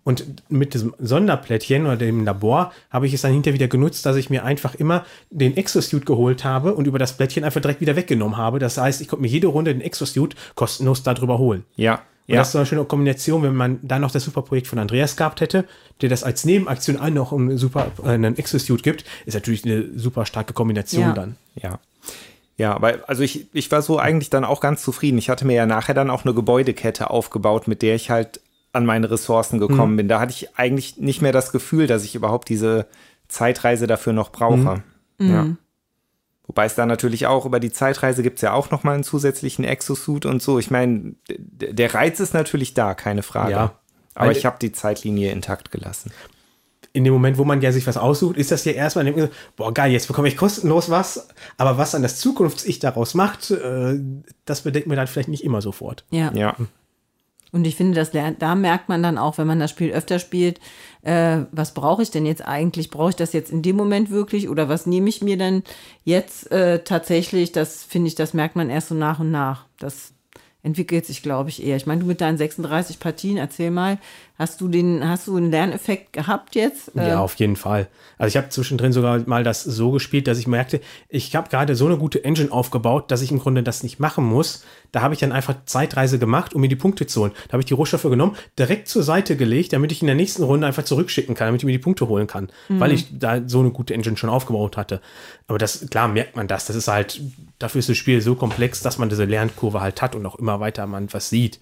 [SPEAKER 5] Und mit diesem Sonderplättchen oder dem Labor habe ich es dann hinterher wieder genutzt, dass ich mir einfach immer den Exosuit geholt habe und über das Plättchen einfach direkt wieder weggenommen habe. Das heißt, ich konnte mir jede Runde den Exosuit kostenlos darüber holen.
[SPEAKER 3] Ja.
[SPEAKER 5] Und
[SPEAKER 3] ja.
[SPEAKER 5] das ist so eine schöne Kombination, wenn man dann noch das Superprojekt von Andreas gehabt hätte, der das als Nebenaktion auch noch einen, super, äh, einen Exosuit gibt, ist natürlich eine super starke Kombination
[SPEAKER 4] Ja.
[SPEAKER 5] dann.
[SPEAKER 3] Ja. Ja, weil, also ich, ich war so eigentlich dann auch ganz zufrieden. Ich hatte mir ja nachher dann auch eine Gebäudekette aufgebaut, mit der ich halt an meine Ressourcen gekommen mhm. bin. Da hatte ich eigentlich nicht mehr das Gefühl, dass ich überhaupt diese Zeitreise dafür noch brauche.
[SPEAKER 4] Mhm.
[SPEAKER 3] Ja. Wobei es da natürlich auch über die Zeitreise gibt es ja auch nochmal einen zusätzlichen Exosuit und so. Ich meine, d- der Reiz ist natürlich da, keine Frage.
[SPEAKER 5] Ja.
[SPEAKER 3] Aber
[SPEAKER 5] Weil-
[SPEAKER 3] ich habe die Zeitlinie intakt gelassen.
[SPEAKER 5] In dem Moment, wo man ja sich was aussucht, ist das ja erstmal, denkt man so, boah geil, jetzt bekomme ich kostenlos was, aber was dann das Zukunfts-Ich daraus macht, äh, das bedenkt man dann vielleicht nicht immer sofort.
[SPEAKER 4] Ja.
[SPEAKER 3] Ja.
[SPEAKER 4] Und ich finde, das lernt, da merkt man dann auch, wenn man das Spiel öfter spielt, äh, was brauche ich denn jetzt eigentlich? Brauche ich das jetzt in dem Moment wirklich oder was nehme ich mir denn jetzt äh, tatsächlich? Das finde ich, das merkt man erst so nach und nach. Das entwickelt sich, glaube ich, eher. Ich meine, du mit deinen sechsunddreißig Partien, erzähl mal, hast du den, hast du einen Lerneffekt gehabt jetzt?
[SPEAKER 5] Ja,
[SPEAKER 4] Ähm,
[SPEAKER 5] auf jeden Fall. Also ich habe zwischendrin sogar mal das so gespielt, dass ich merkte, ich habe gerade so eine gute Engine aufgebaut, dass ich im Grunde das nicht machen muss. Da habe ich dann einfach Zeitreise gemacht, um mir die Punkte zu holen. Da habe ich die Rohstoffe genommen, direkt zur Seite gelegt, damit ich in der nächsten Runde einfach zurückschicken kann, damit ich mir die Punkte holen kann, mhm. weil ich da so eine gute Engine schon aufgebaut hatte. Aber das, klar merkt man das. Das ist halt, dafür ist das Spiel so komplex, dass man diese Lernkurve halt hat und auch immer weiter man was sieht.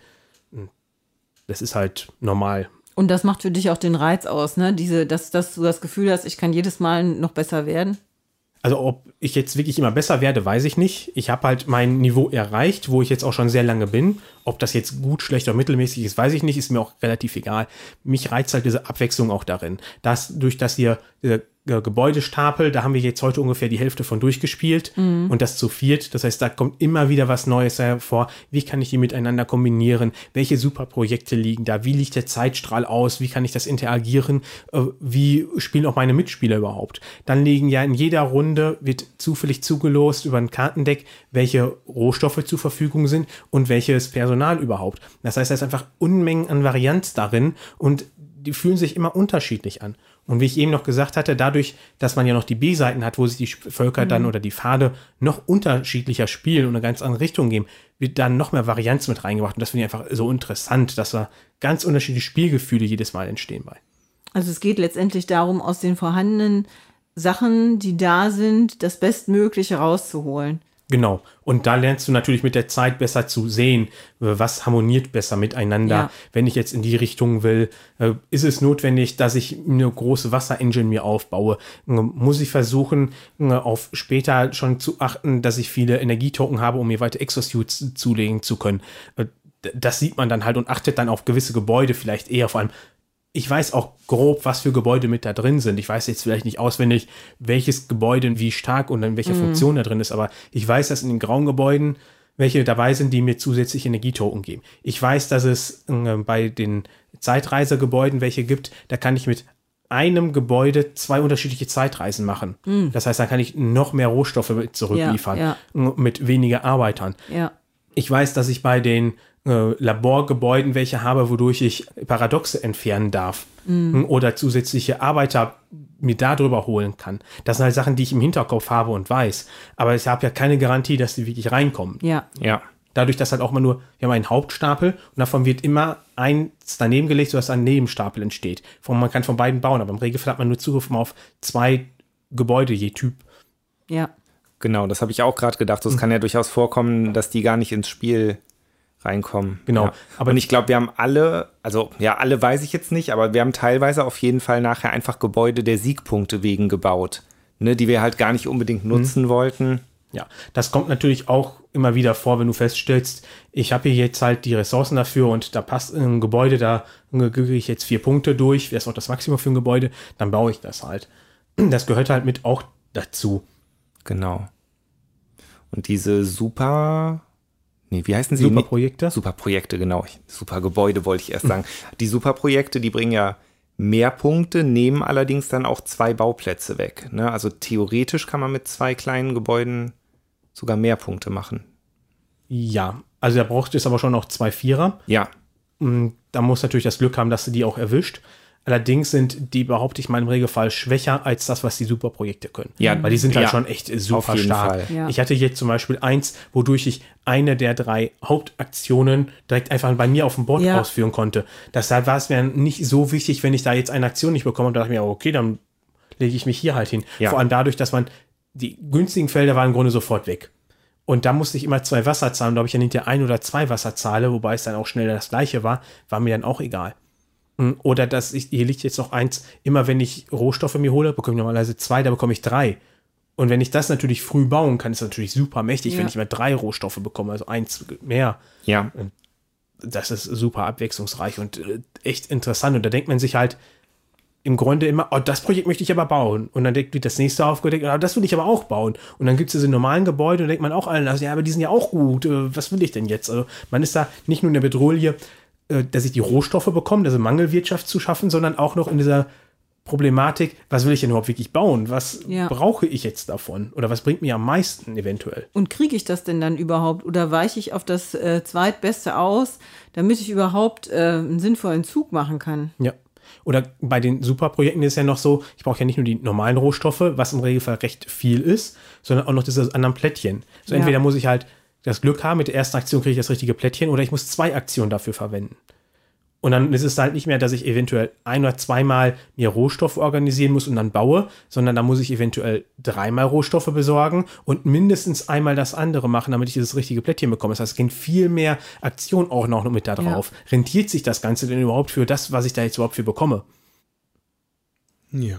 [SPEAKER 5] Das ist halt normal.
[SPEAKER 4] Und das macht für dich auch den Reiz aus, ne? Diese, dass, dass du das Gefühl hast, ich kann jedes Mal noch besser werden.
[SPEAKER 5] Also ob ich jetzt wirklich immer besser werde, weiß ich nicht. Ich habe halt mein Niveau erreicht, wo ich jetzt auch schon sehr lange bin. Ob das jetzt gut, schlecht oder mittelmäßig ist, weiß ich nicht. Ist mir auch relativ egal. Mich reizt halt diese Abwechslung auch darin. Dass durch das hier dieser Gebäudestapel, da haben wir jetzt heute ungefähr die Hälfte von durchgespielt mhm. und das zu viert. Das heißt, da kommt immer wieder was Neues hervor. Wie kann ich die miteinander kombinieren? Welche Superprojekte liegen da? Wie liegt der Zeitstrahl aus? Wie kann ich das interagieren? Wie spielen auch meine Mitspieler überhaupt? Dann liegen ja in jeder Runde, wird zufällig zugelost über ein Kartendeck, welche Rohstoffe zur Verfügung sind und welches Personal überhaupt. Das heißt, da ist einfach Unmengen an Varianz darin und die fühlen sich immer unterschiedlich an. Und wie ich eben noch gesagt hatte, dadurch, dass man ja noch die B-Seiten hat, wo sich die Völker mhm. dann oder die Pfade noch unterschiedlicher spielen und eine ganz andere Richtung gehen, wird dann noch mehr Varianz mit reingebracht. Und das finde ich einfach so interessant, dass da ganz unterschiedliche Spielgefühle jedes Mal entstehen bei.
[SPEAKER 4] Also es geht letztendlich darum, aus den vorhandenen Sachen, die da sind, das Bestmögliche rauszuholen.
[SPEAKER 5] Genau. Und da lernst du natürlich mit der Zeit besser zu sehen, was harmoniert besser miteinander. Ja. Wenn ich jetzt in die Richtung will, ist es notwendig, dass ich eine große Wasserengine mir aufbaue. Muss ich versuchen, auf später schon zu achten, dass ich viele Energietoken habe, um mir weiter Exosuits zulegen zu können. Das sieht man dann halt und achtet dann auf gewisse Gebäude vielleicht eher, vor allem. Ich weiß auch grob, was für Gebäude mit da drin sind. Ich weiß jetzt vielleicht nicht auswendig, welches Gebäude wie stark und in welcher mhm. Funktion da drin ist, aber ich weiß, dass in den grauen Gebäuden welche dabei sind, die mir zusätzliche Energietoken geben. Ich weiß, dass es äh, bei den Zeitreisegebäuden welche gibt, da kann ich mit einem Gebäude zwei unterschiedliche Zeitreisen machen. Mhm. Das heißt, da kann ich noch mehr Rohstoffe mit zurückliefern,
[SPEAKER 4] ja, ja.
[SPEAKER 5] mit weniger Arbeitern.
[SPEAKER 4] Ja.
[SPEAKER 5] Ich weiß, dass ich bei den äh, Laborgebäuden welche habe, wodurch ich Paradoxe entfernen darf mm. oder zusätzliche Arbeiter mir darüber holen kann. Das sind halt Sachen, die ich im Hinterkopf habe und weiß. Aber ich habe ja keine Garantie, dass die wirklich reinkommen.
[SPEAKER 4] Ja.
[SPEAKER 3] Ja.
[SPEAKER 5] Dadurch, dass halt auch mal nur, wir haben einen Hauptstapel und davon wird immer eins daneben gelegt, sodass ein Nebenstapel entsteht. Man kann von beiden bauen, aber im Regelfall hat man nur Zugriff auf zwei Gebäude je Typ.
[SPEAKER 4] Ja.
[SPEAKER 3] Genau, das habe ich auch gerade gedacht. Es mhm. kann ja durchaus vorkommen, dass die gar nicht ins Spiel reinkommen.
[SPEAKER 5] Genau.
[SPEAKER 3] Ja.
[SPEAKER 5] Aber
[SPEAKER 3] und ich glaube, wir haben alle, also ja, alle weiß ich jetzt nicht, aber wir haben teilweise auf jeden Fall nachher einfach Gebäude der Siegpunkte wegen gebaut, ne, die wir halt gar nicht unbedingt nutzen mhm. wollten.
[SPEAKER 5] Ja, das kommt natürlich auch immer wieder vor, wenn du feststellst, ich habe hier jetzt halt die Ressourcen dafür und da passt ein Gebäude, da kriege ich jetzt vier Punkte durch, das ist auch das Maximum für ein Gebäude, dann baue ich das halt. Das gehört halt mit auch dazu.
[SPEAKER 3] Genau. Und diese super, nee, wie heißen sie?
[SPEAKER 5] Superprojekte?
[SPEAKER 3] Superprojekte, genau. Supergebäude wollte ich erst sagen. Die Superprojekte, die bringen ja mehr Punkte, nehmen allerdings dann auch zwei Bauplätze weg. Ne? Also theoretisch kann man mit zwei kleinen Gebäuden sogar mehr Punkte machen.
[SPEAKER 5] Ja, also da braucht es aber schon noch zwei Vierer.
[SPEAKER 3] Ja.
[SPEAKER 5] Da muss natürlich das Glück haben, dass du die auch erwischt. Allerdings sind die, behaupte ich mal, im Regelfall schwächer als das, was die Superprojekte können.
[SPEAKER 3] Ja,
[SPEAKER 5] weil die sind halt
[SPEAKER 3] ja,
[SPEAKER 5] schon echt super
[SPEAKER 3] auf jeden
[SPEAKER 5] stark.
[SPEAKER 3] Fall.
[SPEAKER 4] Ja.
[SPEAKER 5] Ich hatte jetzt zum Beispiel eins, wodurch ich eine der drei Hauptaktionen direkt einfach bei mir auf dem Board
[SPEAKER 4] Ja.
[SPEAKER 5] ausführen konnte. Deshalb war es mir nicht so wichtig, wenn ich da jetzt eine Aktion nicht bekomme. Und da dachte ich mir, okay, dann lege ich mich hier halt hin.
[SPEAKER 3] Ja.
[SPEAKER 5] Vor allem dadurch, dass man, die günstigen Felder waren im Grunde sofort weg. Und da musste ich immer zwei Wasser zahlen. Da habe ich dann hinterher ein oder zwei Wasser zahle, wobei es dann auch schnell das gleiche war, war mir dann auch egal. Oder dass ich, hier liegt jetzt noch eins, immer wenn ich Rohstoffe mir hole, bekomme ich normalerweise zwei, da bekomme ich drei. Und wenn ich das natürlich früh bauen kann, ist das natürlich super mächtig,
[SPEAKER 4] Ja.
[SPEAKER 5] wenn ich immer drei Rohstoffe bekomme, also eins mehr.
[SPEAKER 3] Ja.
[SPEAKER 5] Das ist super abwechslungsreich und äh, echt interessant. Und da denkt man sich halt im Grunde immer, oh, das Projekt möchte ich aber bauen. Und dann wird das nächste aufgedeckt, oh, das will ich aber auch bauen. Und dann gibt es diese normalen Gebäude und denkt man auch allen, also, ja, aber die sind ja auch gut, äh, was will ich denn jetzt? Also man ist da nicht nur in der Bedrohung, dass ich die Rohstoffe bekomme, also Mangelwirtschaft zu schaffen, sondern auch noch in dieser Problematik, was will ich denn überhaupt wirklich bauen? Was
[SPEAKER 4] Ja.
[SPEAKER 5] brauche ich jetzt davon? Oder was bringt mir am meisten eventuell?
[SPEAKER 4] Und kriege ich das denn dann überhaupt? Oder weiche ich auf das äh, Zweitbeste aus, damit ich überhaupt äh, einen sinnvollen Zug machen kann?
[SPEAKER 5] Ja. Oder bei den Superprojekten ist es ja noch so, ich brauche ja nicht nur die normalen Rohstoffe, was im Regelfall recht viel ist, sondern auch noch diese anderen Plättchen. So
[SPEAKER 4] Ja.
[SPEAKER 5] entweder muss ich halt das Glück haben, mit der ersten Aktion kriege ich das richtige Plättchen, oder ich muss zwei Aktionen dafür verwenden. Und dann ist es halt nicht mehr, dass ich eventuell ein- oder zweimal mir Rohstoffe organisieren muss und dann baue, sondern da muss ich eventuell dreimal Rohstoffe besorgen und mindestens einmal das andere machen, damit ich dieses richtige Plättchen bekomme. Das heißt, es gehen viel mehr Aktionen auch noch mit da drauf. Ja. Rentiert sich das Ganze denn überhaupt für das, was ich da jetzt überhaupt für bekomme?
[SPEAKER 2] Ja.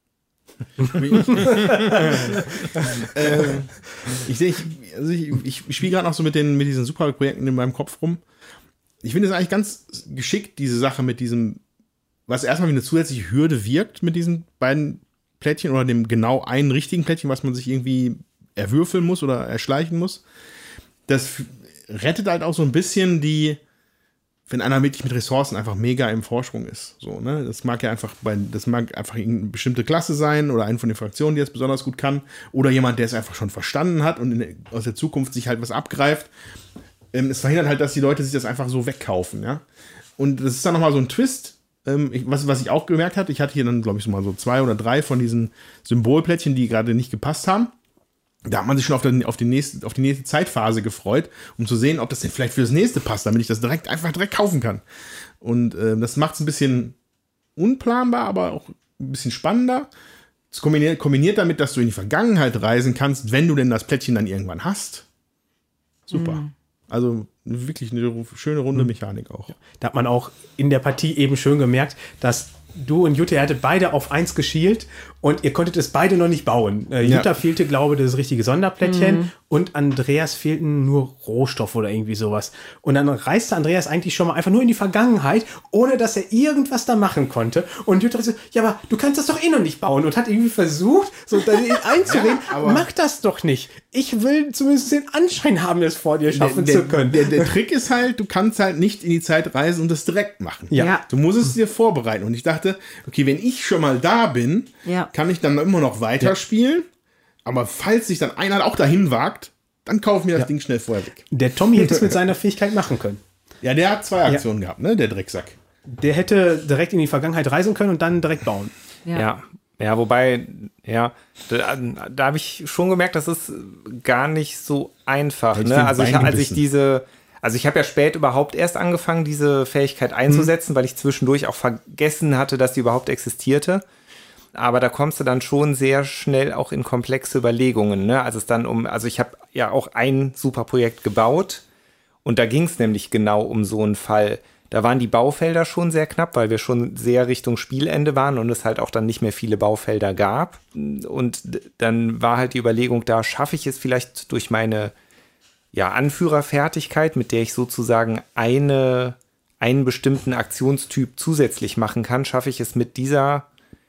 [SPEAKER 2] äh, ich sehe, ich, also ich, ich spiele gerade noch so mit, den, mit diesen Superprojekten in meinem Kopf rum. Ich finde es eigentlich ganz geschickt, diese Sache mit diesem, was erstmal wie eine zusätzliche Hürde wirkt mit diesen beiden Plättchen oder dem genau einen richtigen Plättchen, was man sich irgendwie erwürfeln muss oder erschleichen muss. Das rettet halt auch so ein bisschen die, wenn einer wirklich mit Ressourcen einfach mega im Vorsprung ist. So, ne? Das mag ja einfach bei, das mag einfach eine bestimmte Klasse sein oder eine von den Fraktionen, die es besonders gut kann. Oder jemand, der es einfach schon verstanden hat und in der, aus der Zukunft sich halt was abgreift. Ähm, es verhindert halt, dass die Leute sich das einfach so wegkaufen, ja. Und das ist dann nochmal so ein Twist, ähm, ich, was, was ich auch gemerkt habe. Ich hatte hier dann, glaube ich, so mal so zwei oder drei von diesen Symbolplättchen, die gerade nicht gepasst haben. Da hat man sich schon auf, den, auf, die nächste, auf die nächste Zeitphase gefreut, um zu sehen, ob das denn vielleicht für das nächste passt, damit ich das direkt einfach direkt kaufen kann. Und äh, das macht es ein bisschen unplanbar, aber auch ein bisschen spannender. Es kombiniert, kombiniert damit, dass du in die Vergangenheit reisen kannst, wenn du denn das Plättchen dann irgendwann hast. Super. Mhm. Also wirklich eine schöne runde Mechanik auch.
[SPEAKER 5] Ja. Da hat man auch in der Partie eben schön gemerkt, dass du und Jutta, ihr hattet beide auf eins geschielt und ihr konntet es beide noch nicht bauen. Äh, ja. Jutta fehlte, glaube ich, das richtige Sonderplättchen mhm. und Andreas fehlten nur Rohstoffe oder irgendwie sowas. Und dann reiste Andreas eigentlich schon mal einfach nur in die Vergangenheit, ohne dass er irgendwas da machen konnte. Und Jutta so, ja, aber du kannst das doch eh noch nicht bauen und hat irgendwie versucht, so einzureden, ja, mach das doch nicht. Ich will zumindest den Anschein haben, es vor dir schaffen
[SPEAKER 2] der,
[SPEAKER 5] zu können.
[SPEAKER 2] Der, der, der Trick ist halt, du kannst halt nicht in die Zeit reisen und das direkt machen.
[SPEAKER 5] Ja.
[SPEAKER 2] Du musst es dir vorbereiten. Und ich dachte, okay, wenn ich schon mal da bin,
[SPEAKER 4] ja.
[SPEAKER 2] kann ich dann immer noch weiterspielen. Ja. Aber falls sich dann einer auch dahin wagt, dann kaufen wir das ja. Ding schnell vorher weg.
[SPEAKER 5] Der Tommy hätte es mit seiner Fähigkeit machen können.
[SPEAKER 2] Ja, der hat zwei Aktionen ja. gehabt, ne? Der Drecksack.
[SPEAKER 5] Der hätte direkt in die Vergangenheit reisen können und dann direkt bauen.
[SPEAKER 3] Ja, ja, ja wobei, ja, da, da habe ich schon gemerkt, das ist gar nicht so einfach. Ne? Also ich, als ich diese... Also ich habe ja spät überhaupt erst angefangen, diese Fähigkeit einzusetzen, mhm. weil ich zwischendurch auch vergessen hatte, dass die überhaupt existierte. Aber da kommst du dann schon sehr schnell auch in komplexe Überlegungen. Ne? Also es dann um, also ich habe ja auch ein Superprojekt gebaut und da ging es nämlich genau um so einen Fall. Da waren die Baufelder schon sehr knapp, weil wir schon sehr Richtung Spielende waren und es halt auch dann nicht mehr viele Baufelder gab. Und dann war halt die Überlegung da, schaffe ich es vielleicht durch meine ja, Anführerfertigkeit, mit der ich sozusagen eine, einen bestimmten Aktionstyp zusätzlich machen kann, schaffe ich es mit dieser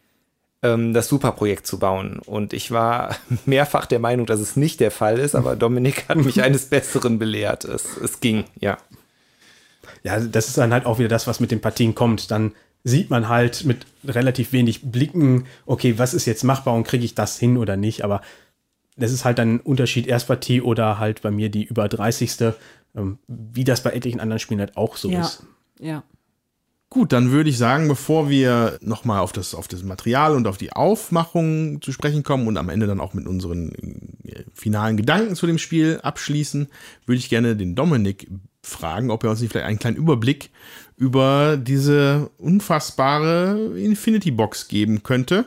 [SPEAKER 3] ähm, das Superprojekt zu bauen. Und ich war mehrfach der Meinung, dass es nicht der Fall ist, aber Dominik hat mich eines Besseren belehrt. Es, es ging, ja.
[SPEAKER 5] Ja, das ist dann halt auch wieder das, was mit den Partien kommt. Dann sieht man halt mit relativ wenig Blicken, okay, was ist jetzt machbar und kriege ich das hin oder nicht, aber das ist halt dann ein Unterschied, Erstpartie oder halt bei mir die über dreißigste, ähm, wie das bei etlichen anderen Spielen halt auch so
[SPEAKER 4] ja.
[SPEAKER 5] ist.
[SPEAKER 4] Ja.
[SPEAKER 2] Gut, dann würde ich sagen, bevor wir nochmal auf das, auf das Material und auf die Aufmachung zu sprechen kommen und am Ende dann auch mit unseren äh, finalen Gedanken zu dem Spiel abschließen, würde ich gerne den Dominik fragen, ob er uns nicht vielleicht einen kleinen Überblick über diese unfassbare Infinity Box geben könnte,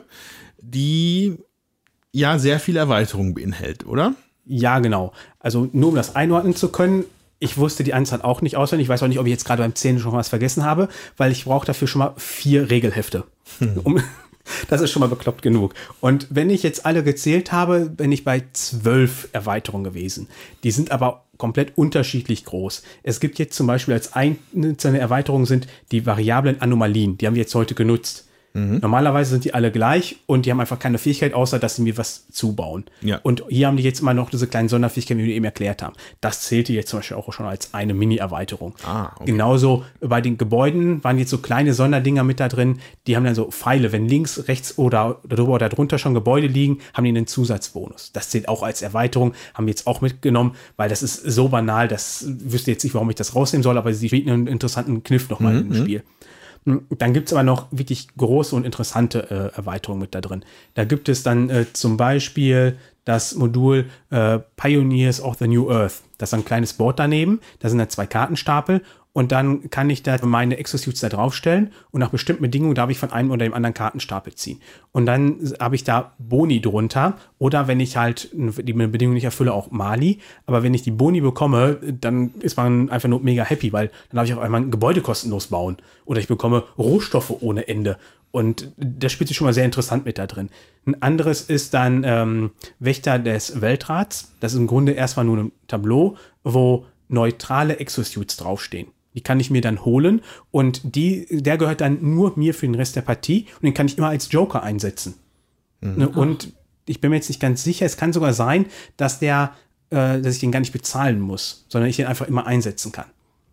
[SPEAKER 2] die ja sehr viele Erweiterungen beinhält, oder?
[SPEAKER 5] Ja, genau. Also nur um das einordnen zu können, ich wusste die Anzahl auch nicht auswendig. Ich weiß auch nicht, ob ich jetzt gerade beim Zählen schon was vergessen habe, weil ich brauche dafür schon mal vier Regelhefte. Hm. Um, das ist schon mal bekloppt genug. Und wenn ich jetzt alle gezählt habe, bin ich bei zwölf Erweiterungen gewesen. Die sind aber komplett unterschiedlich groß. Es gibt jetzt zum Beispiel als einzelne Erweiterung sind die variablen Anomalien. Die haben wir jetzt heute genutzt. Mhm. Normalerweise sind die alle gleich und die haben einfach keine Fähigkeit, außer dass sie mir was zubauen.
[SPEAKER 2] Ja.
[SPEAKER 5] Und hier haben die jetzt immer noch diese kleinen Sonderfähigkeiten, wie wir eben erklärt haben. Das zählte jetzt zum Beispiel auch schon als eine Mini-Erweiterung.
[SPEAKER 2] Ah, okay.
[SPEAKER 5] Genauso bei den Gebäuden waren jetzt so kleine Sonderdinger mit da drin. Die haben dann so Pfeile. Wenn links, rechts oder darüber oder drunter schon Gebäude liegen, haben die einen Zusatzbonus. Das zählt auch als Erweiterung. Haben wir jetzt auch mitgenommen, weil das ist so banal, das wüsste jetzt nicht, warum ich das rausnehmen soll, aber sie bieten einen interessanten Kniff nochmal
[SPEAKER 2] Mhm.
[SPEAKER 5] im Spiel. Dann gibt es aber noch wirklich große und interessante äh, Erweiterungen mit da drin. Da gibt es dann äh, zum Beispiel das Modul äh, Pioneers of the New Earth. Das ist ein kleines Board daneben. Da sind dann zwei Kartenstapel. Und dann kann ich da meine Exosuits da draufstellen und nach bestimmten Bedingungen darf ich von einem oder dem anderen Kartenstapel ziehen. Und dann habe ich da Boni drunter oder wenn ich halt die Bedingung nicht erfülle, auch Mali. Aber wenn ich die Boni bekomme, dann ist man einfach nur mega happy, weil dann darf ich auf einmal ein Gebäude kostenlos bauen. Oder ich bekomme Rohstoffe ohne Ende. Und das spielt sich schon mal sehr interessant mit da drin. Ein anderes ist dann ähm, Wächter des Weltrats. Das ist im Grunde erstmal nur ein Tableau, wo neutrale Exosuits draufstehen. Die kann ich mir dann holen und die, der gehört dann nur mir für den Rest der Partie und den kann ich immer als Joker einsetzen. Mhm. Ne? Und ich bin mir jetzt nicht ganz sicher, es kann sogar sein, dass der, äh, dass ich den gar nicht bezahlen muss, sondern ich den einfach immer einsetzen kann.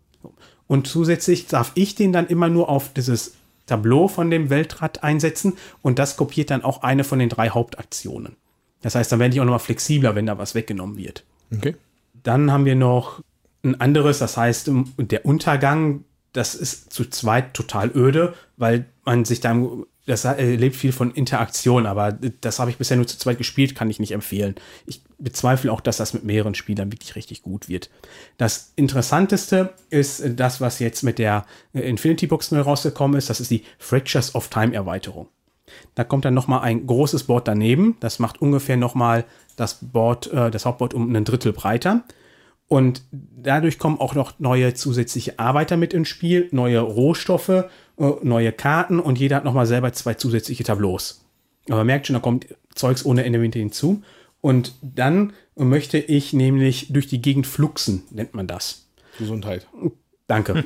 [SPEAKER 5] Und zusätzlich darf ich den dann immer nur auf dieses Tableau von dem Weltrat einsetzen und das kopiert dann auch eine von den drei Hauptaktionen. Das heißt, dann werde ich auch nochmal flexibler, wenn da was weggenommen wird.
[SPEAKER 2] Okay.
[SPEAKER 5] Dann haben wir noch ein anderes, das heißt, der Untergang, das ist zu zweit total öde, weil man sich da, das lebt viel von Interaktion, aber das habe ich bisher nur zu zweit gespielt, kann ich nicht empfehlen. Ich bezweifle auch, dass das mit mehreren Spielern wirklich richtig gut wird. Das Interessanteste ist das, was jetzt mit der Infinity Box neu rausgekommen ist, das ist die Fractures of Time Erweiterung. Da kommt dann nochmal ein großes Board daneben, das macht ungefähr nochmal das Board, äh, das Hauptboard um ein Drittel breiter. Und dadurch kommen auch noch neue zusätzliche Arbeiter mit ins Spiel, neue Rohstoffe, neue Karten und jeder hat nochmal selber zwei zusätzliche Tableaus. Aber man merkt schon, da kommt Zeugs ohne Ende hinzu. Und dann möchte ich nämlich durch die Gegend fluxen, nennt man das.
[SPEAKER 2] Gesundheit.
[SPEAKER 5] Danke.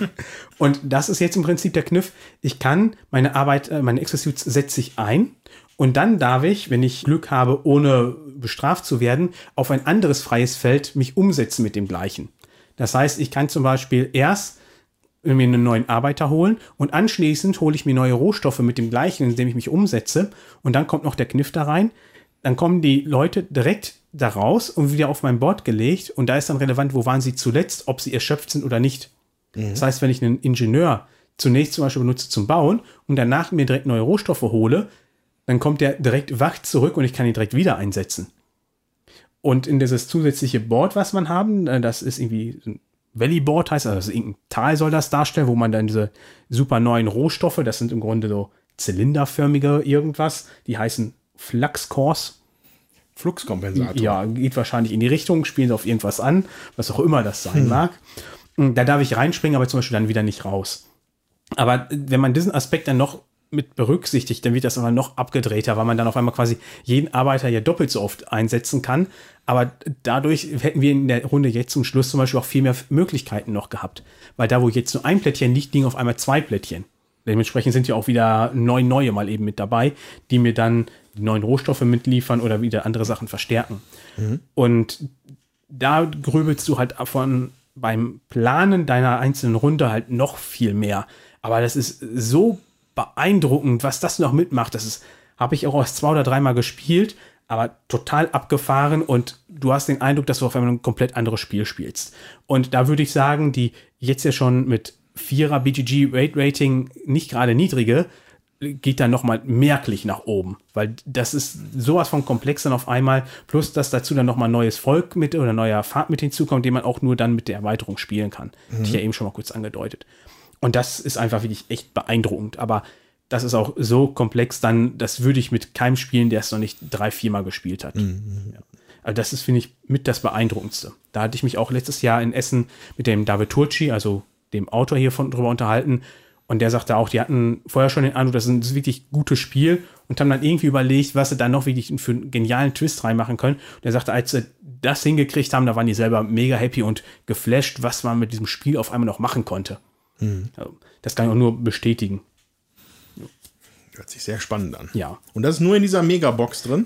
[SPEAKER 5] Und das ist jetzt im Prinzip der Kniff. Ich kann meine Arbeit, meine Exosuits setze ich ein. Und dann darf ich, wenn ich Glück habe, ohne bestraft zu werden, auf ein anderes freies Feld mich umsetzen mit dem gleichen. Das heißt, ich kann zum Beispiel erst mir einen neuen Arbeiter holen und anschließend hole ich mir neue Rohstoffe mit dem gleichen, indem ich mich umsetze. Und dann kommt noch der Kniff da rein. Dann kommen die Leute direkt da raus und wieder auf mein Board gelegt. Und da ist dann relevant, wo waren sie zuletzt, ob sie erschöpft sind oder nicht. Mhm. Das heißt, wenn ich einen Ingenieur zunächst zum Beispiel benutze zum Bauen und danach mir direkt neue Rohstoffe hole, dann kommt der direkt wach zurück und ich kann ihn direkt wieder einsetzen. Und in dieses zusätzliche Board, was man haben, das ist irgendwie ein Valley-Board, heißt also irgendein Tal soll das darstellen, wo man dann diese super neuen Rohstoffe, das sind im Grunde so zylinderförmige irgendwas, die heißen Flux-Cores.
[SPEAKER 2] Fluxkompensator.
[SPEAKER 5] Ja, geht wahrscheinlich in die Richtung, spielen sie auf irgendwas an, was auch immer das sein hm. mag. Da darf ich reinspringen, aber zum Beispiel dann wieder nicht raus. Aber wenn man diesen Aspekt dann noch mit berücksichtigt, dann wird das aber noch abgedrehter, weil man dann auf einmal quasi jeden Arbeiter ja doppelt so oft einsetzen kann. Aber dadurch hätten wir in der Runde jetzt zum Schluss zum Beispiel auch viel mehr Möglichkeiten noch gehabt. Weil da, wo jetzt nur ein Plättchen liegt, liegen auf einmal zwei Plättchen. Dementsprechend sind ja auch wieder neun neue mal eben mit dabei, die mir dann die neuen Rohstoffe mitliefern oder wieder andere Sachen verstärken. Mhm. Und da grübelst du halt von beim Planen deiner einzelnen Runde halt noch viel mehr. Aber das ist so beeindruckend, was das noch mitmacht. Das ist, habe ich auch erst zwei oder dreimal gespielt, aber total abgefahren und du hast den Eindruck, dass du auf einmal ein komplett anderes Spiel spielst. Und da würde ich sagen, die jetzt ja schon mit Vierer B G G Rate Rating nicht gerade niedrige, geht dann nochmal merklich nach oben, weil das ist sowas von komplex dann auf einmal, plus dass dazu dann nochmal neues Volk mit oder neuer Fahrt mit hinzukommt, den man auch nur dann mit der Erweiterung spielen kann. Mhm. Hatte ich ja eben schon mal kurz angedeutet. Und das ist einfach wirklich echt beeindruckend, aber das ist auch so komplex dann, das würde ich mit keinem spielen, der es noch nicht drei, viermal gespielt hat. Mhm. Ja. Also das ist, finde ich, mit das Beeindruckendste. Da hatte ich mich auch letztes Jahr in Essen mit dem David Turci, also dem Autor hiervon, drüber unterhalten. Und der sagte auch, die hatten vorher schon den Eindruck, das ist ein wirklich gutes Spiel und haben dann irgendwie überlegt, was sie da noch wirklich für einen genialen Twist reinmachen können. Und er sagte, als sie das hingekriegt haben, da waren die selber mega happy und geflasht, was man mit diesem Spiel auf einmal noch machen konnte. Mhm. Das kann ich auch nur bestätigen.
[SPEAKER 2] Hört sich sehr spannend an.
[SPEAKER 5] Ja.
[SPEAKER 2] Und das ist nur in dieser Megabox drin?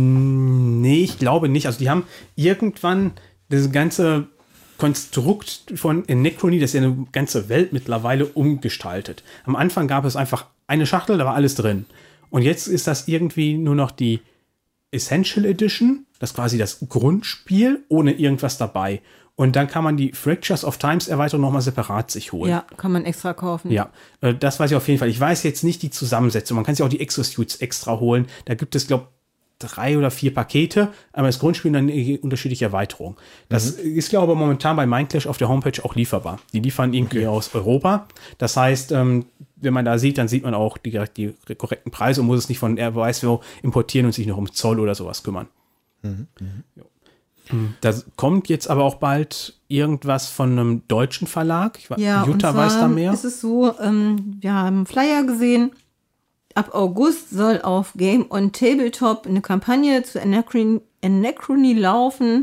[SPEAKER 5] Mm, nee, ich glaube nicht. Also die haben irgendwann das ganze Konstrukt von Anachrony, das ist ja eine ganze Welt mittlerweile, umgestaltet. Am Anfang gab es einfach eine Schachtel, da war alles drin. Und jetzt ist das irgendwie nur noch die Essential Edition, das ist quasi das Grundspiel, ohne irgendwas dabei. Und dann kann man die Fractures of Times Erweiterung nochmal separat sich holen.
[SPEAKER 4] Ja, kann man extra kaufen.
[SPEAKER 5] Ja, das weiß ich auf jeden Fall. Ich weiß jetzt nicht die Zusammensetzung. Man kann sich auch die Exosuits extra holen. Da gibt es, glaube ich, drei oder vier Pakete, aber das Grundspiel dann unterschiedliche Erweiterungen. Das mhm. ist, glaube ich, momentan bei Mindclash auf der Homepage auch lieferbar. Die liefern irgendwie okay. aus Europa. Das heißt, ähm, wenn man da sieht, dann sieht man auch die, die korrekten Preise und muss es nicht von er weiß wo importieren und sich noch um Zoll oder sowas kümmern. Mhm. Mhm. Da kommt jetzt aber auch bald irgendwas von einem deutschen Verlag. Ich,
[SPEAKER 4] ja,
[SPEAKER 5] Jutta
[SPEAKER 4] und zwar
[SPEAKER 5] weiß da mehr.
[SPEAKER 4] Ist es so, ähm, wir haben einen Flyer gesehen. Ab August soll auf Game on Tabletop eine Kampagne zu Anachrony, Anachrony laufen.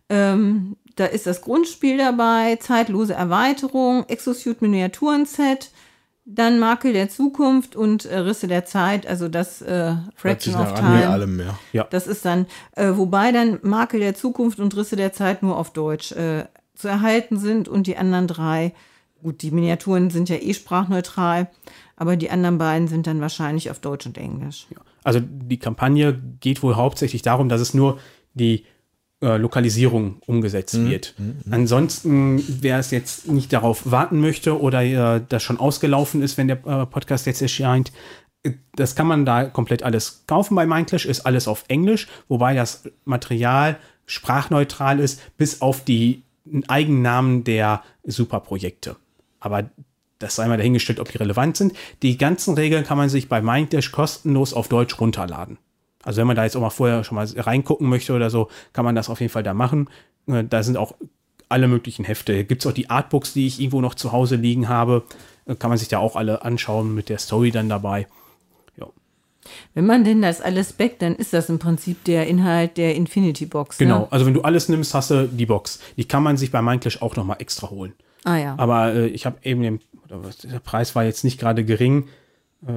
[SPEAKER 4] Ähm, da ist das Grundspiel dabei, zeitlose Erweiterung, Exosuit Miniaturen-Set, dann Makel der Zukunft und äh, Risse der Zeit, also das äh, Fraction of Time.
[SPEAKER 2] Allem mehr.
[SPEAKER 5] Ja.
[SPEAKER 4] Das ist dann, äh, wobei dann Makel der Zukunft und Risse der Zeit nur auf Deutsch äh, zu erhalten sind und die anderen drei, gut, die Miniaturen sind ja eh sprachneutral, aber die anderen beiden sind dann wahrscheinlich auf Deutsch und Englisch.
[SPEAKER 5] Ja. Also die Kampagne geht wohl hauptsächlich darum, dass es nur die äh, Lokalisierung umgesetzt mhm. wird. Mhm. Ansonsten, wer es jetzt nicht darauf warten möchte oder äh, das schon ausgelaufen ist, wenn der äh, Podcast jetzt erscheint, das kann man da komplett alles kaufen bei Mindclash, ist alles auf Englisch, wobei das Material sprachneutral ist, bis auf die Eigennamen der Superprojekte. Aber das sei mal dahingestellt, ob die relevant sind. Die ganzen Regeln kann man sich bei Mindclash kostenlos auf Deutsch runterladen. Also wenn man da jetzt auch mal vorher schon mal reingucken möchte oder so, kann man das auf jeden Fall da machen. Da sind auch alle möglichen Hefte. Gibt es auch die Artbooks, die ich irgendwo noch zu Hause liegen habe. Kann man sich da auch alle anschauen mit der Story dann dabei. Ja.
[SPEAKER 4] Wenn man denn das alles backt, dann ist das im Prinzip der Inhalt der Infinity Box.
[SPEAKER 5] Genau,
[SPEAKER 4] ne?
[SPEAKER 5] Also wenn du alles nimmst, hast du die Box. Die kann man sich bei Mindclash auch nochmal extra holen.
[SPEAKER 4] Ah ja.
[SPEAKER 5] Aber äh, ich habe eben den, der Preis war jetzt nicht gerade gering. Äh,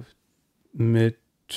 [SPEAKER 5] mit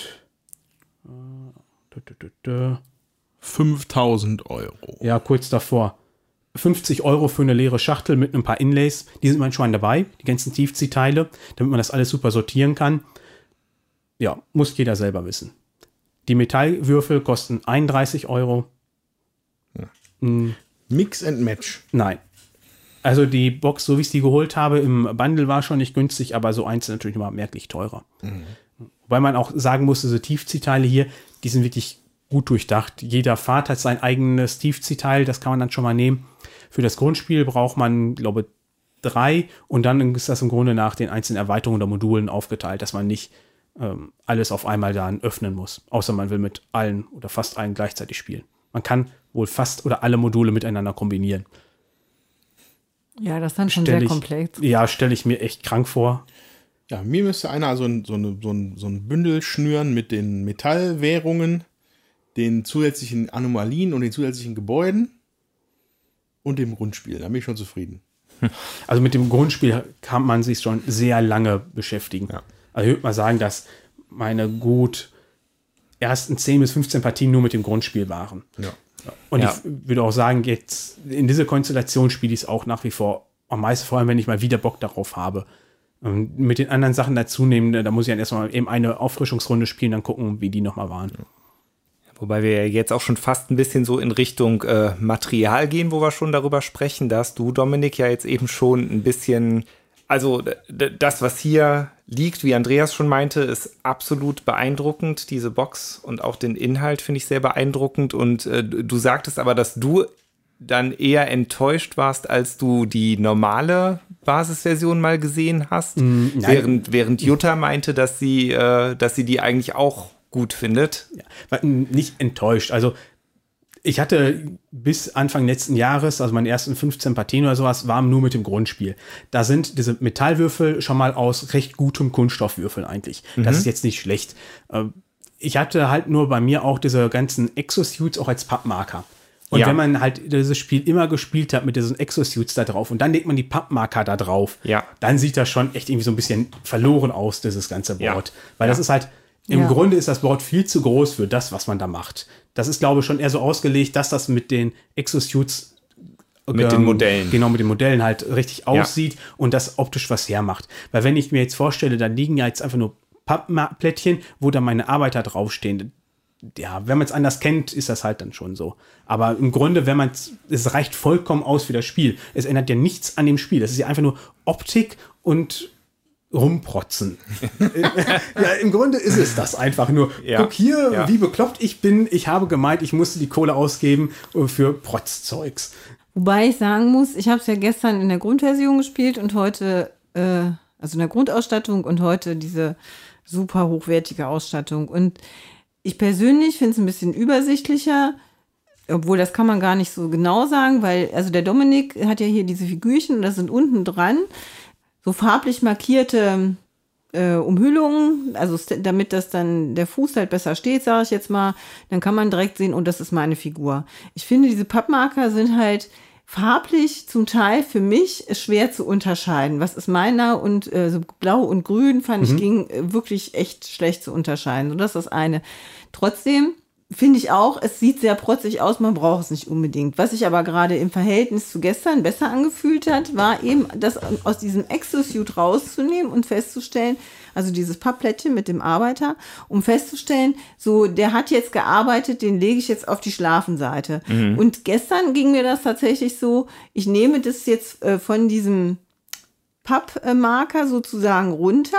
[SPEAKER 5] äh,
[SPEAKER 2] fünftausend Euro.
[SPEAKER 5] Ja, kurz davor. fünfzig Euro für eine leere Schachtel mit ein paar Inlays. Die sind manchmal dabei, die ganzen Tiefziehteile, damit man das alles super sortieren kann. Ja, muss jeder selber wissen. Die Metallwürfel kosten einunddreißig Euro.
[SPEAKER 2] Ja. Hm. Mix and Match.
[SPEAKER 5] Nein. Also die Box, so wie ich sie geholt habe, im Bundle war schon nicht günstig, aber so einzeln natürlich immer merklich teurer. Mhm. Wobei man auch sagen muss, diese Tiefziehteile hier, die sind wirklich gut durchdacht. Jeder Pfad hat sein eigenes Tiefziehteil, das kann man dann schon mal nehmen. Für das Grundspiel braucht man, glaube ich, drei und dann ist das im Grunde nach den einzelnen Erweiterungen oder Modulen aufgeteilt, dass man nicht ähm, alles auf einmal dann öffnen muss. Außer man will mit allen oder fast allen gleichzeitig spielen. Man kann wohl fast oder alle Module miteinander kombinieren.
[SPEAKER 4] Ja, das ist dann schon
[SPEAKER 5] Stell
[SPEAKER 4] sehr
[SPEAKER 5] ich,
[SPEAKER 4] komplex.
[SPEAKER 5] Ja, stelle ich mir echt krank vor.
[SPEAKER 2] Ja, mir müsste einer so ein, so, eine, so, ein, so ein Bündel schnüren mit den Metallwährungen, den zusätzlichen Anomalien und den zusätzlichen Gebäuden und dem Grundspiel. Da bin ich schon zufrieden.
[SPEAKER 5] Also mit dem Grundspiel kann man sich schon sehr lange beschäftigen. Ja. Also ich würde mal sagen, dass meine gut ersten zehn bis fünfzehn Partien nur mit dem Grundspiel waren.
[SPEAKER 2] Ja.
[SPEAKER 5] Und
[SPEAKER 3] ja.
[SPEAKER 5] ich würde auch sagen, jetzt in dieser Konstellation spiele ich es auch nach wie vor am meisten, vor allem wenn ich mal wieder Bock darauf habe. Und mit den anderen Sachen dazu nehmen, da muss ich dann erstmal eben eine Auffrischungsrunde spielen, dann gucken, wie die nochmal waren.
[SPEAKER 3] Ja. Wobei wir jetzt auch schon fast ein bisschen so in Richtung äh, Material gehen, wo wir schon darüber sprechen. Da hast du, Dominik, ja jetzt eben schon ein bisschen Also d- das, was hier liegt, wie Andreas schon meinte, ist absolut beeindruckend, diese Box, und auch den Inhalt finde ich sehr beeindruckend. Und äh, du sagtest aber, dass du dann eher enttäuscht warst, als du die normale Basisversion mal gesehen hast,
[SPEAKER 5] Mm, nein.
[SPEAKER 3] während, während Jutta meinte, dass sie, äh, dass sie die eigentlich auch gut findet.
[SPEAKER 5] Ja, war nicht enttäuscht. Also ich hatte bis Anfang letzten Jahres, also meine ersten fünfzehn Partien oder sowas, waren nur mit dem Grundspiel. Da sind diese Metallwürfel schon mal aus recht gutem Kunststoffwürfel eigentlich. Mhm. Das ist jetzt nicht schlecht. Ich hatte halt nur bei mir auch diese ganzen Exosuits auch als Pappmarker. Und ja. wenn man halt dieses Spiel immer gespielt hat mit diesen Exosuits da drauf und dann legt man die Pappmarker da drauf,
[SPEAKER 3] ja.
[SPEAKER 5] dann sieht das schon echt irgendwie so ein bisschen verloren aus, dieses ganze Board. Ja. Weil
[SPEAKER 3] ja.
[SPEAKER 5] das ist halt, im ja. Grunde ist das Board viel zu groß für das, was man da macht. Das ist, glaube ich, schon eher so ausgelegt, dass das mit den Exosuits
[SPEAKER 3] mit
[SPEAKER 5] ähm,
[SPEAKER 3] den Modellen.
[SPEAKER 5] Genau, mit den Modellen halt richtig aussieht ja. und das optisch was hermacht. Weil wenn ich mir jetzt vorstelle, da liegen ja jetzt einfach nur Pappplättchen, wo da meine Arbeiter draufstehen. Ja, wenn man es anders kennt, ist das halt dann schon so. Aber im Grunde, wenn man es reicht vollkommen aus für das Spiel. Es ändert ja nichts an dem Spiel. Das ist ja einfach nur Optik und rumprotzen. Ja, im Grunde ist es das einfach nur.
[SPEAKER 3] Ja.
[SPEAKER 5] Guck hier,
[SPEAKER 3] ja.
[SPEAKER 5] wie bekloppt ich bin. Ich habe gemeint, ich musste die Kohle ausgeben für Protzzeugs.
[SPEAKER 4] Wobei ich sagen muss, ich habe es ja gestern in der Grundversion gespielt und heute, äh, also in der Grundausstattung und heute diese super hochwertige Ausstattung. Und ich persönlich finde es ein bisschen übersichtlicher, obwohl das kann man gar nicht so genau sagen, weil, also der Dominik hat ja hier diese Figürchen und das sind unten dran so farblich markierte äh, Umhüllungen, also damit das dann der Fuß halt besser steht, sage ich jetzt mal, dann kann man direkt sehen, und das ist meine Figur. Ich finde, diese Pappmarker sind halt farblich zum Teil für mich schwer zu unterscheiden. Was ist meiner? Und äh, so blau und grün fand mhm. ich ging äh, wirklich echt schlecht zu unterscheiden. Und das ist das eine. Trotzdem finde ich auch, es sieht sehr protzig aus, man braucht es nicht unbedingt. Was sich aber gerade im Verhältnis zu gestern besser angefühlt hat, war eben, das aus diesem Exosuit rauszunehmen und festzustellen, also dieses Pappplättchen mit dem Arbeiter, um festzustellen, so, der hat jetzt gearbeitet, den lege ich jetzt auf die Schlafenseite. Mhm. Und gestern ging mir das tatsächlich so, ich nehme das jetzt äh, von diesem Pappmarker sozusagen runter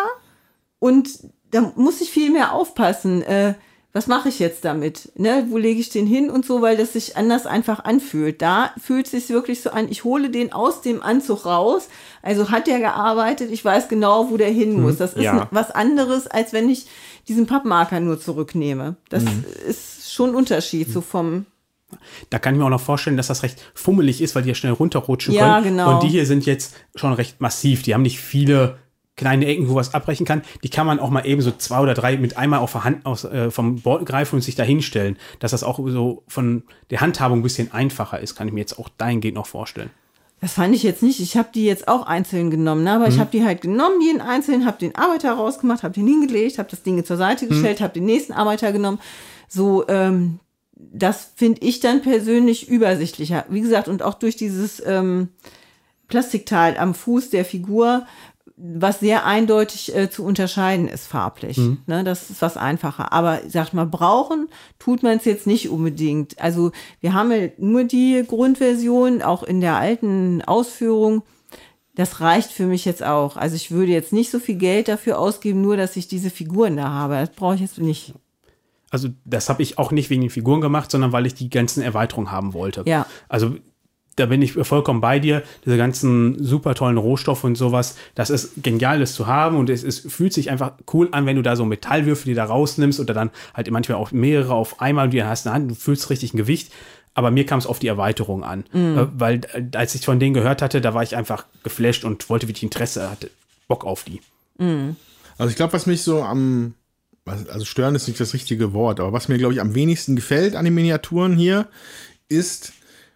[SPEAKER 4] und da muss ich viel mehr aufpassen, äh, was mache ich jetzt damit? Ne? Wo lege ich den hin und so, weil das sich anders einfach anfühlt. Da fühlt es sich wirklich so an, ich hole den aus dem Anzug raus. Also hat der gearbeitet, ich weiß genau, wo der hin muss. Das ist
[SPEAKER 3] ja.
[SPEAKER 4] was anderes, als wenn ich diesen Pappmarker nur zurücknehme. Das mhm. ist schon ein Unterschied, so vom...
[SPEAKER 5] Da kann ich mir auch noch vorstellen, dass das recht fummelig ist, weil die ja schnell runterrutschen
[SPEAKER 4] ja,
[SPEAKER 5] können.
[SPEAKER 4] Genau.
[SPEAKER 5] Und die hier sind jetzt schon recht massiv. Die haben nicht viele kleine Ecken, wo was abbrechen kann. Die kann man auch mal eben so zwei oder drei mit einmal auf der Hand aus, äh, vom Board greifen und sich da hinstellen. Dass das auch so von der Handhabung ein bisschen einfacher ist, kann ich mir jetzt auch dahingehend noch vorstellen.
[SPEAKER 4] Das fand ich jetzt nicht. Ich habe die jetzt auch einzeln genommen, ne? aber mhm. ich habe die halt genommen, jeden einzeln, habe den Arbeiter rausgemacht, habe den hingelegt, habe das Ding zur Seite gestellt, mhm. habe den nächsten Arbeiter genommen. So, ähm, das finde ich dann persönlich übersichtlicher. Wie gesagt, und auch durch dieses ähm, Plastikteil am Fuß der Figur, was sehr eindeutig äh, zu unterscheiden ist farblich. Mhm. Ne, das ist was einfacher. Aber sag mal, brauchen tut man es jetzt nicht unbedingt. Also wir haben ja nur die Grundversion, auch in der alten Ausführung. Das reicht für mich jetzt auch. Also ich würde jetzt nicht so viel Geld dafür ausgeben, nur dass ich diese Figuren da habe. Das brauche ich jetzt nicht.
[SPEAKER 5] Also das habe ich auch nicht wegen den Figuren gemacht, sondern weil ich die ganzen Erweiterungen haben wollte.
[SPEAKER 4] Ja.
[SPEAKER 5] Also da bin ich vollkommen bei dir. Diese ganzen super tollen Rohstoffe und sowas, das ist genial, das zu haben. Und es, es fühlt sich einfach cool an, wenn du da so Metallwürfel, die da rausnimmst oder dann halt manchmal auch mehrere auf einmal und die hast in der Hand, du fühlst richtig ein Gewicht. Aber mir kam es auf die Erweiterung an. Mhm. Weil als ich von denen gehört hatte, da war ich einfach geflasht und wollte wirklich Interesse, hatte Bock auf die.
[SPEAKER 4] Mhm.
[SPEAKER 2] Also ich glaube, was mich so am, also stören ist nicht das richtige Wort, aber was mir, glaube ich, am wenigsten gefällt an den Miniaturen hier, ist,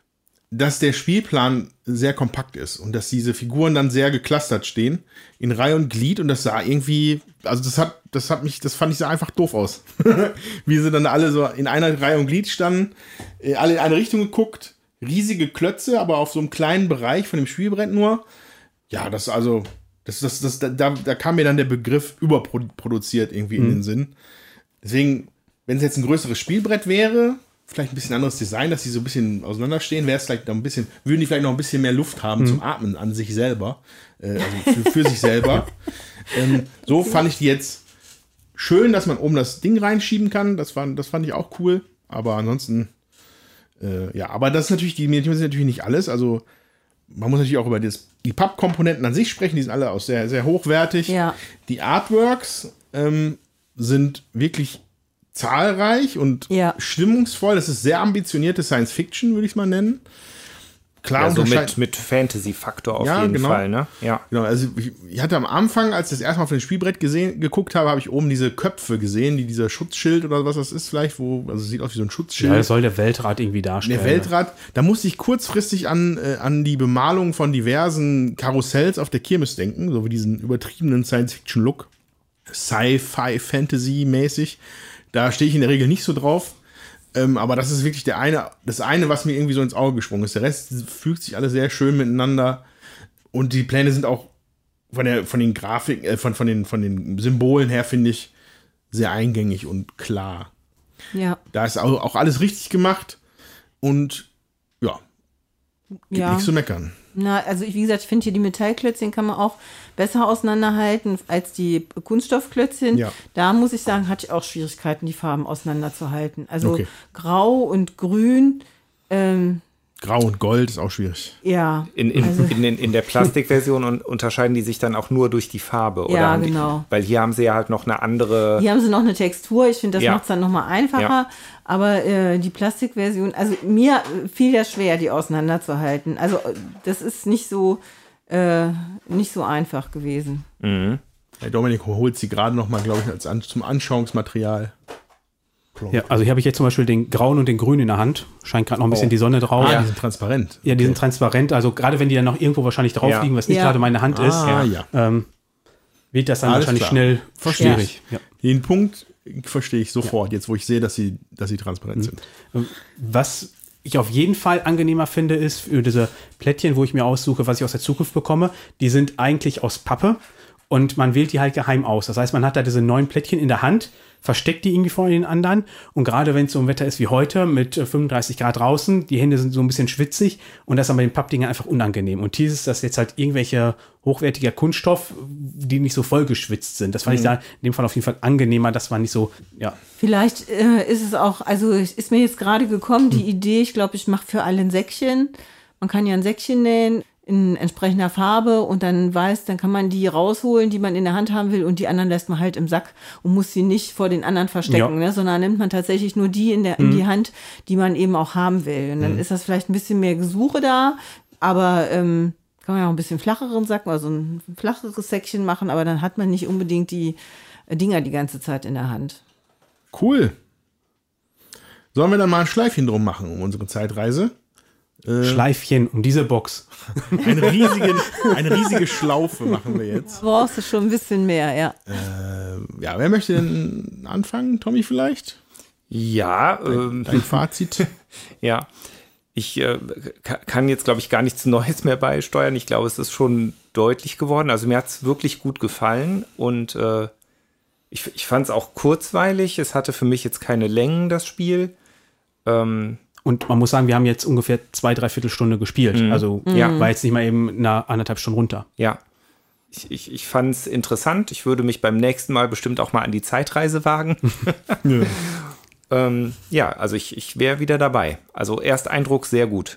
[SPEAKER 2] dass der Spielplan sehr kompakt ist und dass diese Figuren dann sehr geclustert stehen, in Reihe und Glied, und das sah irgendwie, also das hat, das hat mich, das fand ich so einfach doof aus. Wie sie dann alle so in einer Reihe und Glied standen, alle in eine Richtung geguckt, riesige Klötze, aber auf so einem kleinen Bereich von dem Spielbrett nur. Ja, das also, das, das, das, da, da kam mir dann der Begriff überproduziert irgendwie mhm. in den Sinn. Deswegen, wenn es jetzt ein größeres Spielbrett wäre, vielleicht ein bisschen anderes Design, dass die so ein bisschen auseinanderstehen, wäre es vielleicht noch ein bisschen, würden die vielleicht noch ein bisschen mehr Luft haben mhm. zum Atmen an sich selber, äh, also für, für sich selber. ähm, so fand ich die jetzt schön, dass man oben das Ding reinschieben kann, das, war, das fand ich auch cool, aber ansonsten, äh, ja, aber das ist natürlich, die Miniaturen sind natürlich nicht alles, also man muss natürlich auch über das, die Pappkomponenten an sich sprechen, die sind alle auch sehr, sehr hochwertig.
[SPEAKER 4] Ja.
[SPEAKER 2] Die Artworks ähm, sind wirklich zahlreich und
[SPEAKER 4] ja.
[SPEAKER 2] stimmungsvoll. Das ist sehr ambitionierte Science Fiction, würde ich es mal nennen. Klar,
[SPEAKER 3] ja, so mit, mit Fantasy-Faktor auf
[SPEAKER 2] ja,
[SPEAKER 3] jeden
[SPEAKER 2] genau.
[SPEAKER 3] Fall, ne? Ja.
[SPEAKER 2] Genau, also ich, ich hatte am Anfang, als ich das erste Mal auf dem Spielbrett gesehen, geguckt habe, habe ich oben diese Köpfe gesehen, die dieser Schutzschild oder was das ist vielleicht, wo, also sieht aus wie so ein Schutzschild.
[SPEAKER 5] Ja, das soll der Weltrat irgendwie darstellen.
[SPEAKER 2] Der Weltrat, da musste ich kurzfristig an, äh, an die Bemalung von diversen Karussells auf der Kirmes denken, so wie diesen übertriebenen Science-Fiction-Look. Sci-Fi, Fantasy-mäßig. Da stehe ich in der Regel nicht so drauf. Ähm, aber das ist wirklich der eine, das eine, was mir irgendwie so ins Auge gesprungen ist. Der Rest fügt sich alle sehr schön miteinander. Und die Pläne sind auch von der, von den Grafiken, äh, von, von den, von den Symbolen her, finde ich, sehr eingängig und klar.
[SPEAKER 4] Ja.
[SPEAKER 2] Da ist auch, auch alles richtig gemacht. Und ja, gibt
[SPEAKER 4] ja.
[SPEAKER 2] nichts zu meckern.
[SPEAKER 4] Na, also ich, wie gesagt, ich finde hier die Metallklötzchen kann man auch besser auseinanderhalten als die Kunststoffklötzchen.
[SPEAKER 2] Ja.
[SPEAKER 4] Da muss ich sagen, hatte ich auch Schwierigkeiten, die Farben auseinanderzuhalten. Also
[SPEAKER 2] Okay.
[SPEAKER 4] Grau und Grün. Ähm,
[SPEAKER 2] Grau und Gold ist auch schwierig.
[SPEAKER 4] ja.
[SPEAKER 3] In, in,
[SPEAKER 4] also,
[SPEAKER 3] in, in, in der Plastikversion un- unterscheiden die sich dann auch nur durch die Farbe, oder?
[SPEAKER 4] Ja,
[SPEAKER 3] Haben die,
[SPEAKER 4] genau.
[SPEAKER 3] Weil hier haben sie ja halt noch eine andere.
[SPEAKER 4] Hier haben sie noch eine Textur. Ich finde, das
[SPEAKER 3] Ja.
[SPEAKER 4] macht es dann nochmal einfacher.
[SPEAKER 3] Ja.
[SPEAKER 4] Aber äh, die Plastikversion, also mir fiel das schwer, die auseinanderzuhalten. Also das ist nicht so, äh, nicht so einfach gewesen.
[SPEAKER 3] Mhm.
[SPEAKER 2] Der Dominik holt sie gerade noch mal, glaube ich, als an, zum Anschauungsmaterial.
[SPEAKER 5] Ja, also hier habe ich jetzt zum Beispiel den grauen und den grünen in der Hand. Scheint gerade noch ein bisschen
[SPEAKER 2] Oh.
[SPEAKER 5] die Sonne drauf.
[SPEAKER 2] Ah,
[SPEAKER 5] Ja,
[SPEAKER 2] die sind transparent.
[SPEAKER 5] ja die sind transparent. Also gerade wenn die dann noch irgendwo wahrscheinlich drauf
[SPEAKER 3] Ja.
[SPEAKER 5] liegen, was nicht
[SPEAKER 4] Ja.
[SPEAKER 5] gerade meine Hand ist,
[SPEAKER 2] Ah, ja.
[SPEAKER 5] ähm, wird das dann
[SPEAKER 2] Alles
[SPEAKER 5] wahrscheinlich
[SPEAKER 2] klar.
[SPEAKER 5] schnell
[SPEAKER 2] Verstehe
[SPEAKER 5] schwierig. Ja.
[SPEAKER 2] Den Punkt verstehe ich sofort, jetzt wo ich sehe, dass sie, dass sie transparent sind.
[SPEAKER 5] Was ich auf jeden Fall angenehmer finde, ist für diese Plättchen, wo ich mir aussuche, was ich aus der Zukunft bekomme, die sind eigentlich aus Pappe und man wählt die halt geheim aus. Das heißt, man hat da diese neuen Plättchen in der Hand, versteckt die irgendwie vor den anderen und gerade wenn es so ein Wetter ist wie heute mit fünfunddreißig Grad draußen, die Hände sind so ein bisschen schwitzig und das ist dann bei den Pappdingern einfach unangenehm. Und hier ist das jetzt halt irgendwelche hochwertiger Kunststoff, die nicht so voll geschwitzt sind. Das fand ich da in dem Fall auf jeden Fall angenehmer, dass man nicht so, ja.
[SPEAKER 4] Vielleicht äh, ist es auch, also es ist mir jetzt gerade gekommen, die Idee, ich glaube, ich mache für alle ein Säckchen. Man kann ja ein Säckchen nähen in entsprechender Farbe und dann weiß, dann kann man die rausholen, die man in der Hand haben will und die anderen lässt man halt im Sack und muss sie nicht vor den anderen verstecken,
[SPEAKER 5] Ja.
[SPEAKER 4] ne? Sondern nimmt man tatsächlich nur die in, der, in die Hand, die man eben auch haben will. Und dann ist das vielleicht ein bisschen mehr Gesuche da, aber ähm, kann man ja auch ein bisschen flacheren Sack, also ein flacheres Säckchen machen, aber dann hat man nicht unbedingt die Dinger die ganze Zeit in der Hand.
[SPEAKER 2] Cool. Sollen wir dann mal ein Schleifchen drum machen um unsere Zeitreise? Äh,
[SPEAKER 5] Schleifchen um diese Box.
[SPEAKER 2] eine, riesige, eine riesige Schlaufe machen wir jetzt.
[SPEAKER 4] Brauchst du schon ein bisschen mehr, ja.
[SPEAKER 2] Äh, ja, wer möchte denn anfangen? Tommy vielleicht?
[SPEAKER 3] Ja, ähm,
[SPEAKER 2] Dein Fazit?
[SPEAKER 3] ja. Ich äh, ka- kann jetzt, glaube ich, gar nichts Neues mehr beisteuern. Ich glaube, es ist schon deutlich geworden. Also mir hat es wirklich gut gefallen und äh, ich, ich fand es auch kurzweilig. Es hatte für mich jetzt keine Längen, das Spiel. Ähm,
[SPEAKER 5] Und man muss sagen, wir haben jetzt ungefähr zwei, dreiviertel Stunde gespielt.
[SPEAKER 3] Mhm.
[SPEAKER 5] Also
[SPEAKER 3] Ja.
[SPEAKER 5] war jetzt nicht mal eben eine anderthalb Stunden runter.
[SPEAKER 3] ja, ich, ich, ich fand es interessant. Ich würde mich beim nächsten Mal bestimmt auch mal an die Zeitreise wagen.
[SPEAKER 2] Nö.
[SPEAKER 3] ähm, ja, also ich, ich wäre wieder dabei. Also Ersteindruck sehr gut.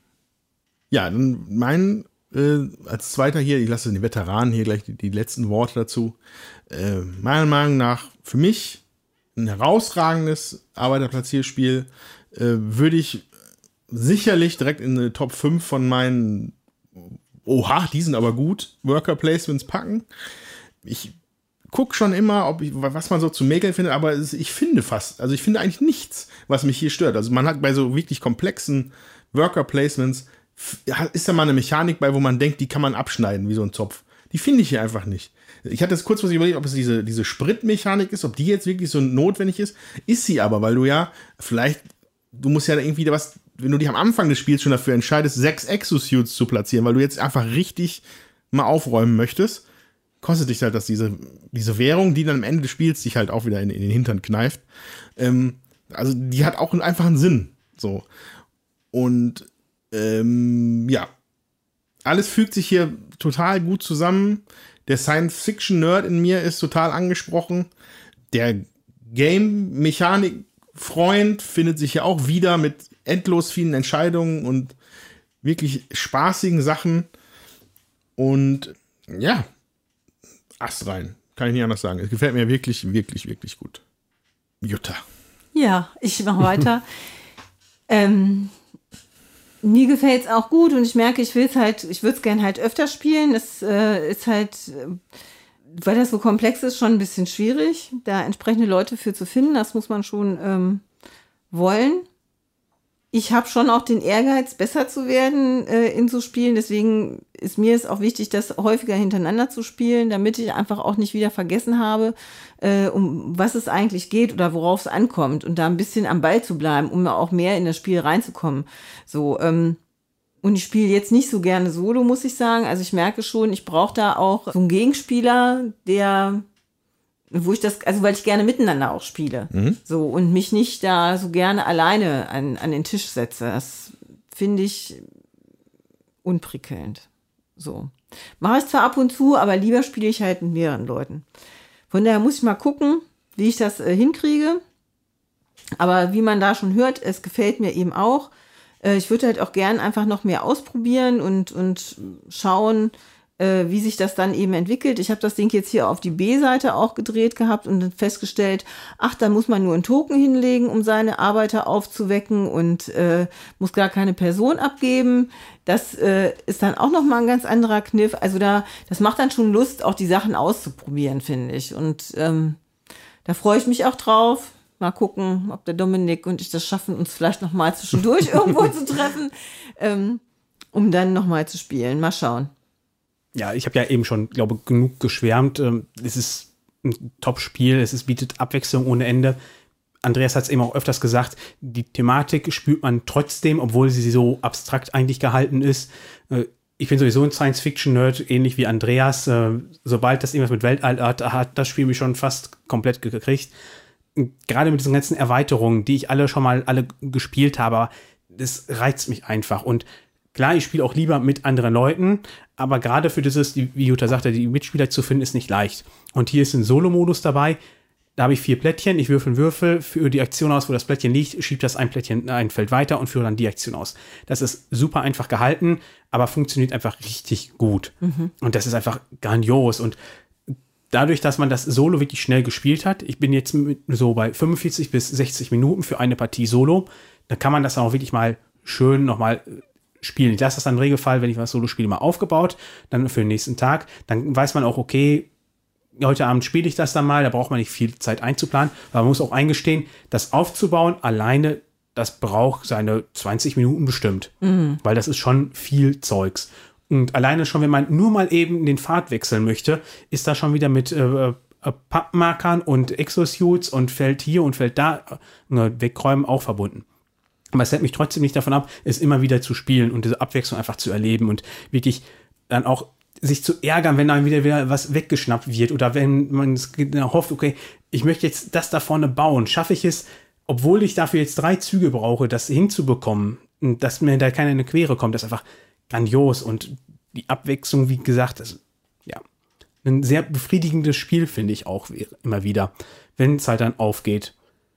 [SPEAKER 2] Ja, dann mein, äh, als zweiter hier, ich lasse den Veteranen hier gleich die, die letzten Worte dazu. Äh, meiner Meinung nach für mich ein herausragendes Arbeiterplatzierspiel. Äh, würde ich sicherlich direkt in eine Top fünf von meinen, oha, die sind aber gut, Worker Placements packen. Ich gucke schon immer, ob ich, was man so zu mäkeln findet, aber es, ich finde fast, also ich finde eigentlich nichts, was mich hier stört. Also man hat bei so wirklich komplexen Worker Placements, ist da mal eine Mechanik bei, wo man denkt, die kann man abschneiden, wie so ein Zopf. Die finde ich hier einfach nicht. Ich hatte jetzt kurz was überlegt, ob es diese, diese Spritmechanik ist, ob die jetzt wirklich so notwendig ist. Ist sie aber, weil du ja vielleicht, du musst ja irgendwie was, wenn du dich am Anfang des Spiels schon dafür entscheidest, sechs Exosuits zu platzieren, weil du jetzt einfach richtig mal aufräumen möchtest, kostet dich halt, dass diese, diese Währung, die dann am Ende des Spiels dich halt auch wieder in, in den Hintern kneift, ähm, also die hat auch einfach einen Sinn. So. Und ähm, ja, alles fügt sich hier total gut zusammen. Der Science-Fiction-Nerd in mir ist total angesprochen. Der Game-Mechanik-Freund findet sich ja auch wieder mit endlos vielen Entscheidungen und wirklich spaßigen Sachen. Und ja, Ast rein. Kann ich nicht anders sagen. Es gefällt mir wirklich, wirklich, wirklich gut. Jutta.
[SPEAKER 4] Ja, ich mache weiter. ähm, mir gefällt es auch gut und ich merke, ich will es halt, ich würde es gerne halt öfter spielen. Es äh, ist halt, äh, weil das so komplex ist, schon ein bisschen schwierig, da entsprechende Leute für zu finden. Das muss man schon ähm, wollen. Ich habe schon auch den Ehrgeiz, besser zu werden äh, in so Spielen. Deswegen ist mir es auch wichtig, das häufiger hintereinander zu spielen, damit ich einfach auch nicht wieder vergessen habe, äh, um was es eigentlich geht oder worauf es ankommt und da ein bisschen am Ball zu bleiben, um auch mehr in das Spiel reinzukommen. So, ähm, und ich spiele jetzt nicht so gerne Solo, muss ich sagen. Also ich merke schon, ich brauche da auch so einen Gegenspieler, der wo ich das, also weil ich gerne miteinander auch spiele. Mhm. So, und mich nicht da so gerne alleine an, an den Tisch setze. Das finde ich unprickelnd. So. Mache ich zwar ab und zu, aber lieber spiele ich halt mit mehreren Leuten. Von daher muss ich mal gucken, wie ich das äh, hinkriege. Aber wie man da schon hört, es gefällt mir eben auch. Äh, ich würde halt auch gern einfach noch mehr ausprobieren und, und schauen, wie sich das dann eben entwickelt. Ich habe das Ding jetzt hier auf die B-Seite auch gedreht gehabt und festgestellt, ach, da muss man nur einen Token hinlegen, um seine Arbeiter aufzuwecken und äh, muss gar keine Person abgeben. Das äh, ist dann auch nochmal ein ganz anderer Kniff. Also da, das macht dann schon Lust, auch die Sachen auszuprobieren, finde ich. Und ähm, da freue ich mich auch drauf. Mal gucken, ob der Dominik und ich das schaffen, uns vielleicht nochmal zwischendurch irgendwo zu treffen, ähm, um dann nochmal zu spielen. Mal schauen.
[SPEAKER 5] Ja, ich habe ja eben schon, glaube ich, genug geschwärmt. Es ist ein Top-Spiel, es ist, bietet Abwechslung ohne Ende. Andreas hat es eben auch öfters gesagt, die Thematik spürt man trotzdem, obwohl sie so abstrakt eigentlich gehalten ist. Ich bin sowieso ein Science-Fiction-Nerd, ähnlich wie Andreas. Sobald das irgendwas mit Weltall hat, hat das Spiel mich schon fast komplett gekriegt. Gerade mit diesen ganzen Erweiterungen, die ich alle schon mal alle gespielt habe, das reizt mich einfach. Und klar, ich spiele auch lieber mit anderen Leuten, aber gerade für dieses, wie Jutta sagte, die Mitspieler zu finden, ist nicht leicht. Und hier ist ein Solo-Modus dabei. Da habe ich vier Plättchen, ich würfel einen Würfel, führe die Aktion aus, wo das Plättchen liegt, schiebe das ein Plättchen ein Feld weiter und führe dann die Aktion aus. Das ist super einfach gehalten, aber funktioniert einfach richtig gut. Mhm. Und das ist einfach grandios. Und dadurch, dass man das Solo wirklich schnell gespielt hat, ich bin jetzt so bei fünfundvierzig bis sechzig Minuten für eine Partie Solo, da kann man das auch wirklich mal schön nochmal spielen. Ich lasse das dann im Regelfall, wenn ich was Solo spiele, mal aufgebaut, dann für den nächsten Tag. Dann weiß man auch, okay, heute Abend spiele ich das dann mal, da braucht man nicht viel Zeit einzuplanen, aber man muss auch eingestehen, das aufzubauen alleine, das braucht seine zwanzig Minuten bestimmt, mhm. weil das ist schon viel Zeugs. Und alleine schon, wenn man nur mal eben den Pfad wechseln möchte, ist da schon wieder mit äh, Pappmarkern und Exosuits und Feld hier und Feld da äh, wegräumen auch verbunden. Aber es hält mich trotzdem nicht davon ab, es immer wieder zu spielen und diese Abwechslung einfach zu erleben und wirklich dann auch sich zu ärgern, wenn dann wieder, wieder was weggeschnappt wird oder wenn man hofft, okay, ich möchte jetzt das da vorne bauen. Schaffe ich es, obwohl ich dafür jetzt drei Züge brauche, das hinzubekommen, dass mir da keiner in eine Quere kommt. Das ist einfach grandios und die Abwechslung, wie gesagt, das, ja, ein sehr befriedigendes Spiel, finde ich auch immer wieder, wenn es halt dann aufgeht.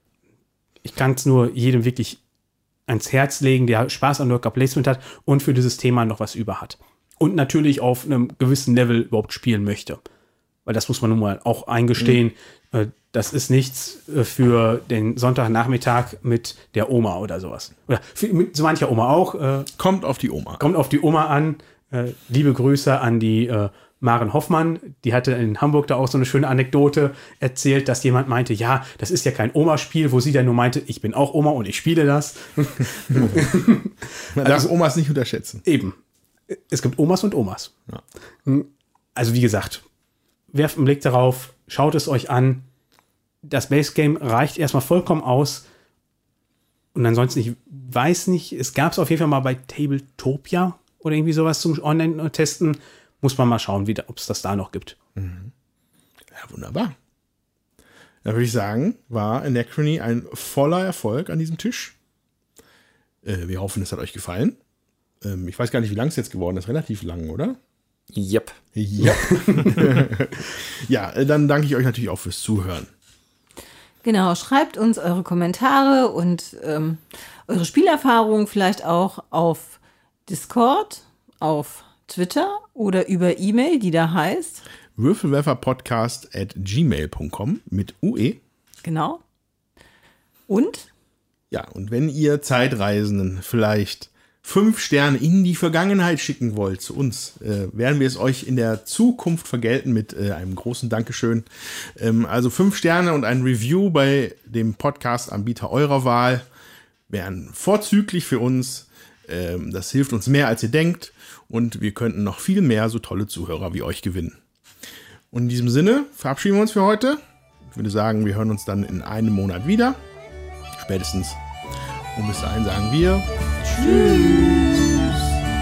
[SPEAKER 5] Ich kann es nur jedem wirklich ans Herz legen, der Spaß an Worker Placement hat und für dieses Thema noch was über hat. Und natürlich auf einem gewissen Level überhaupt spielen möchte. Weil das muss man nun mal auch eingestehen. Mhm. Das ist nichts für den Sonntagnachmittag mit der Oma oder sowas. Oder für, mit so mancher Oma auch.
[SPEAKER 2] Kommt auf die Oma.
[SPEAKER 5] Kommt auf die Oma an. Liebe Grüße an die Maren Hoffmann, die hatte in Hamburg da auch so eine schöne Anekdote erzählt, dass jemand meinte, ja, das ist ja kein Oma-Spiel, wo sie dann nur meinte, ich bin auch Oma und ich spiele das.
[SPEAKER 2] Man darf also, Omas nicht unterschätzen.
[SPEAKER 5] Eben. Es gibt Omas und Omas. Ja. Also wie gesagt, werft einen Blick darauf, schaut es euch an. Das Base-Game reicht erstmal vollkommen aus. Und ansonsten, ich weiß nicht, es gab es auf jeden Fall mal bei Tabletopia oder irgendwie sowas zum Online-Testen. Muss man mal schauen, ob es das da noch gibt.
[SPEAKER 2] Mhm. Ja, wunderbar. Dann würde ich sagen, war Anachrony ein voller Erfolg an diesem Tisch. Äh, wir hoffen, es hat euch gefallen. Ähm, ich weiß gar nicht, wie lang es jetzt geworden ist. Relativ lang, oder?
[SPEAKER 3] Yep.
[SPEAKER 2] Ja. Ja, äh, dann danke ich euch natürlich auch fürs Zuhören.
[SPEAKER 4] Genau, schreibt uns eure Kommentare und ähm, eure Spielerfahrungen vielleicht auch auf Discord, auf Twitter oder über E-Mail, die da heißt
[SPEAKER 2] Würfelwerferpodcast at gmail punkt com mit U E.
[SPEAKER 4] Genau. Und?
[SPEAKER 2] Ja, und wenn ihr Zeitreisenden vielleicht fünf Sterne in die Vergangenheit schicken wollt zu uns, äh, werden wir es euch in der Zukunft vergelten mit äh, einem großen Dankeschön. Ähm, also fünf Sterne und ein Review bei dem Podcast-Anbieter eurer Wahl wären vorzüglich für uns. Ähm, das hilft uns mehr, als ihr denkt. Und wir könnten noch viel mehr so tolle Zuhörer wie euch gewinnen. Und in diesem Sinne verabschieden wir uns für heute. Ich würde sagen, wir hören uns dann in einem Monat wieder. Spätestens. Und bis dahin sagen wir Tschüss.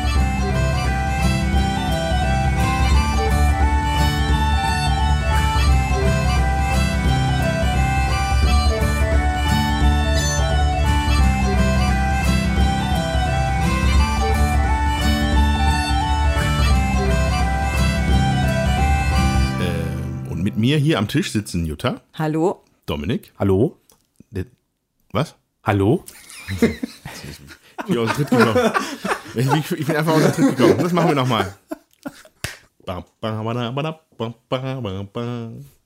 [SPEAKER 2] Äh, und mit mir hier am Tisch sitzen Jutta,
[SPEAKER 4] Hallo?
[SPEAKER 2] Dominik.
[SPEAKER 5] Hallo?
[SPEAKER 2] Der, was?
[SPEAKER 5] Hallo?
[SPEAKER 2] Ich bin aus dem Tritt gekommen. Ich, ich bin einfach aus dem Tritt gekommen. Das machen wir nochmal.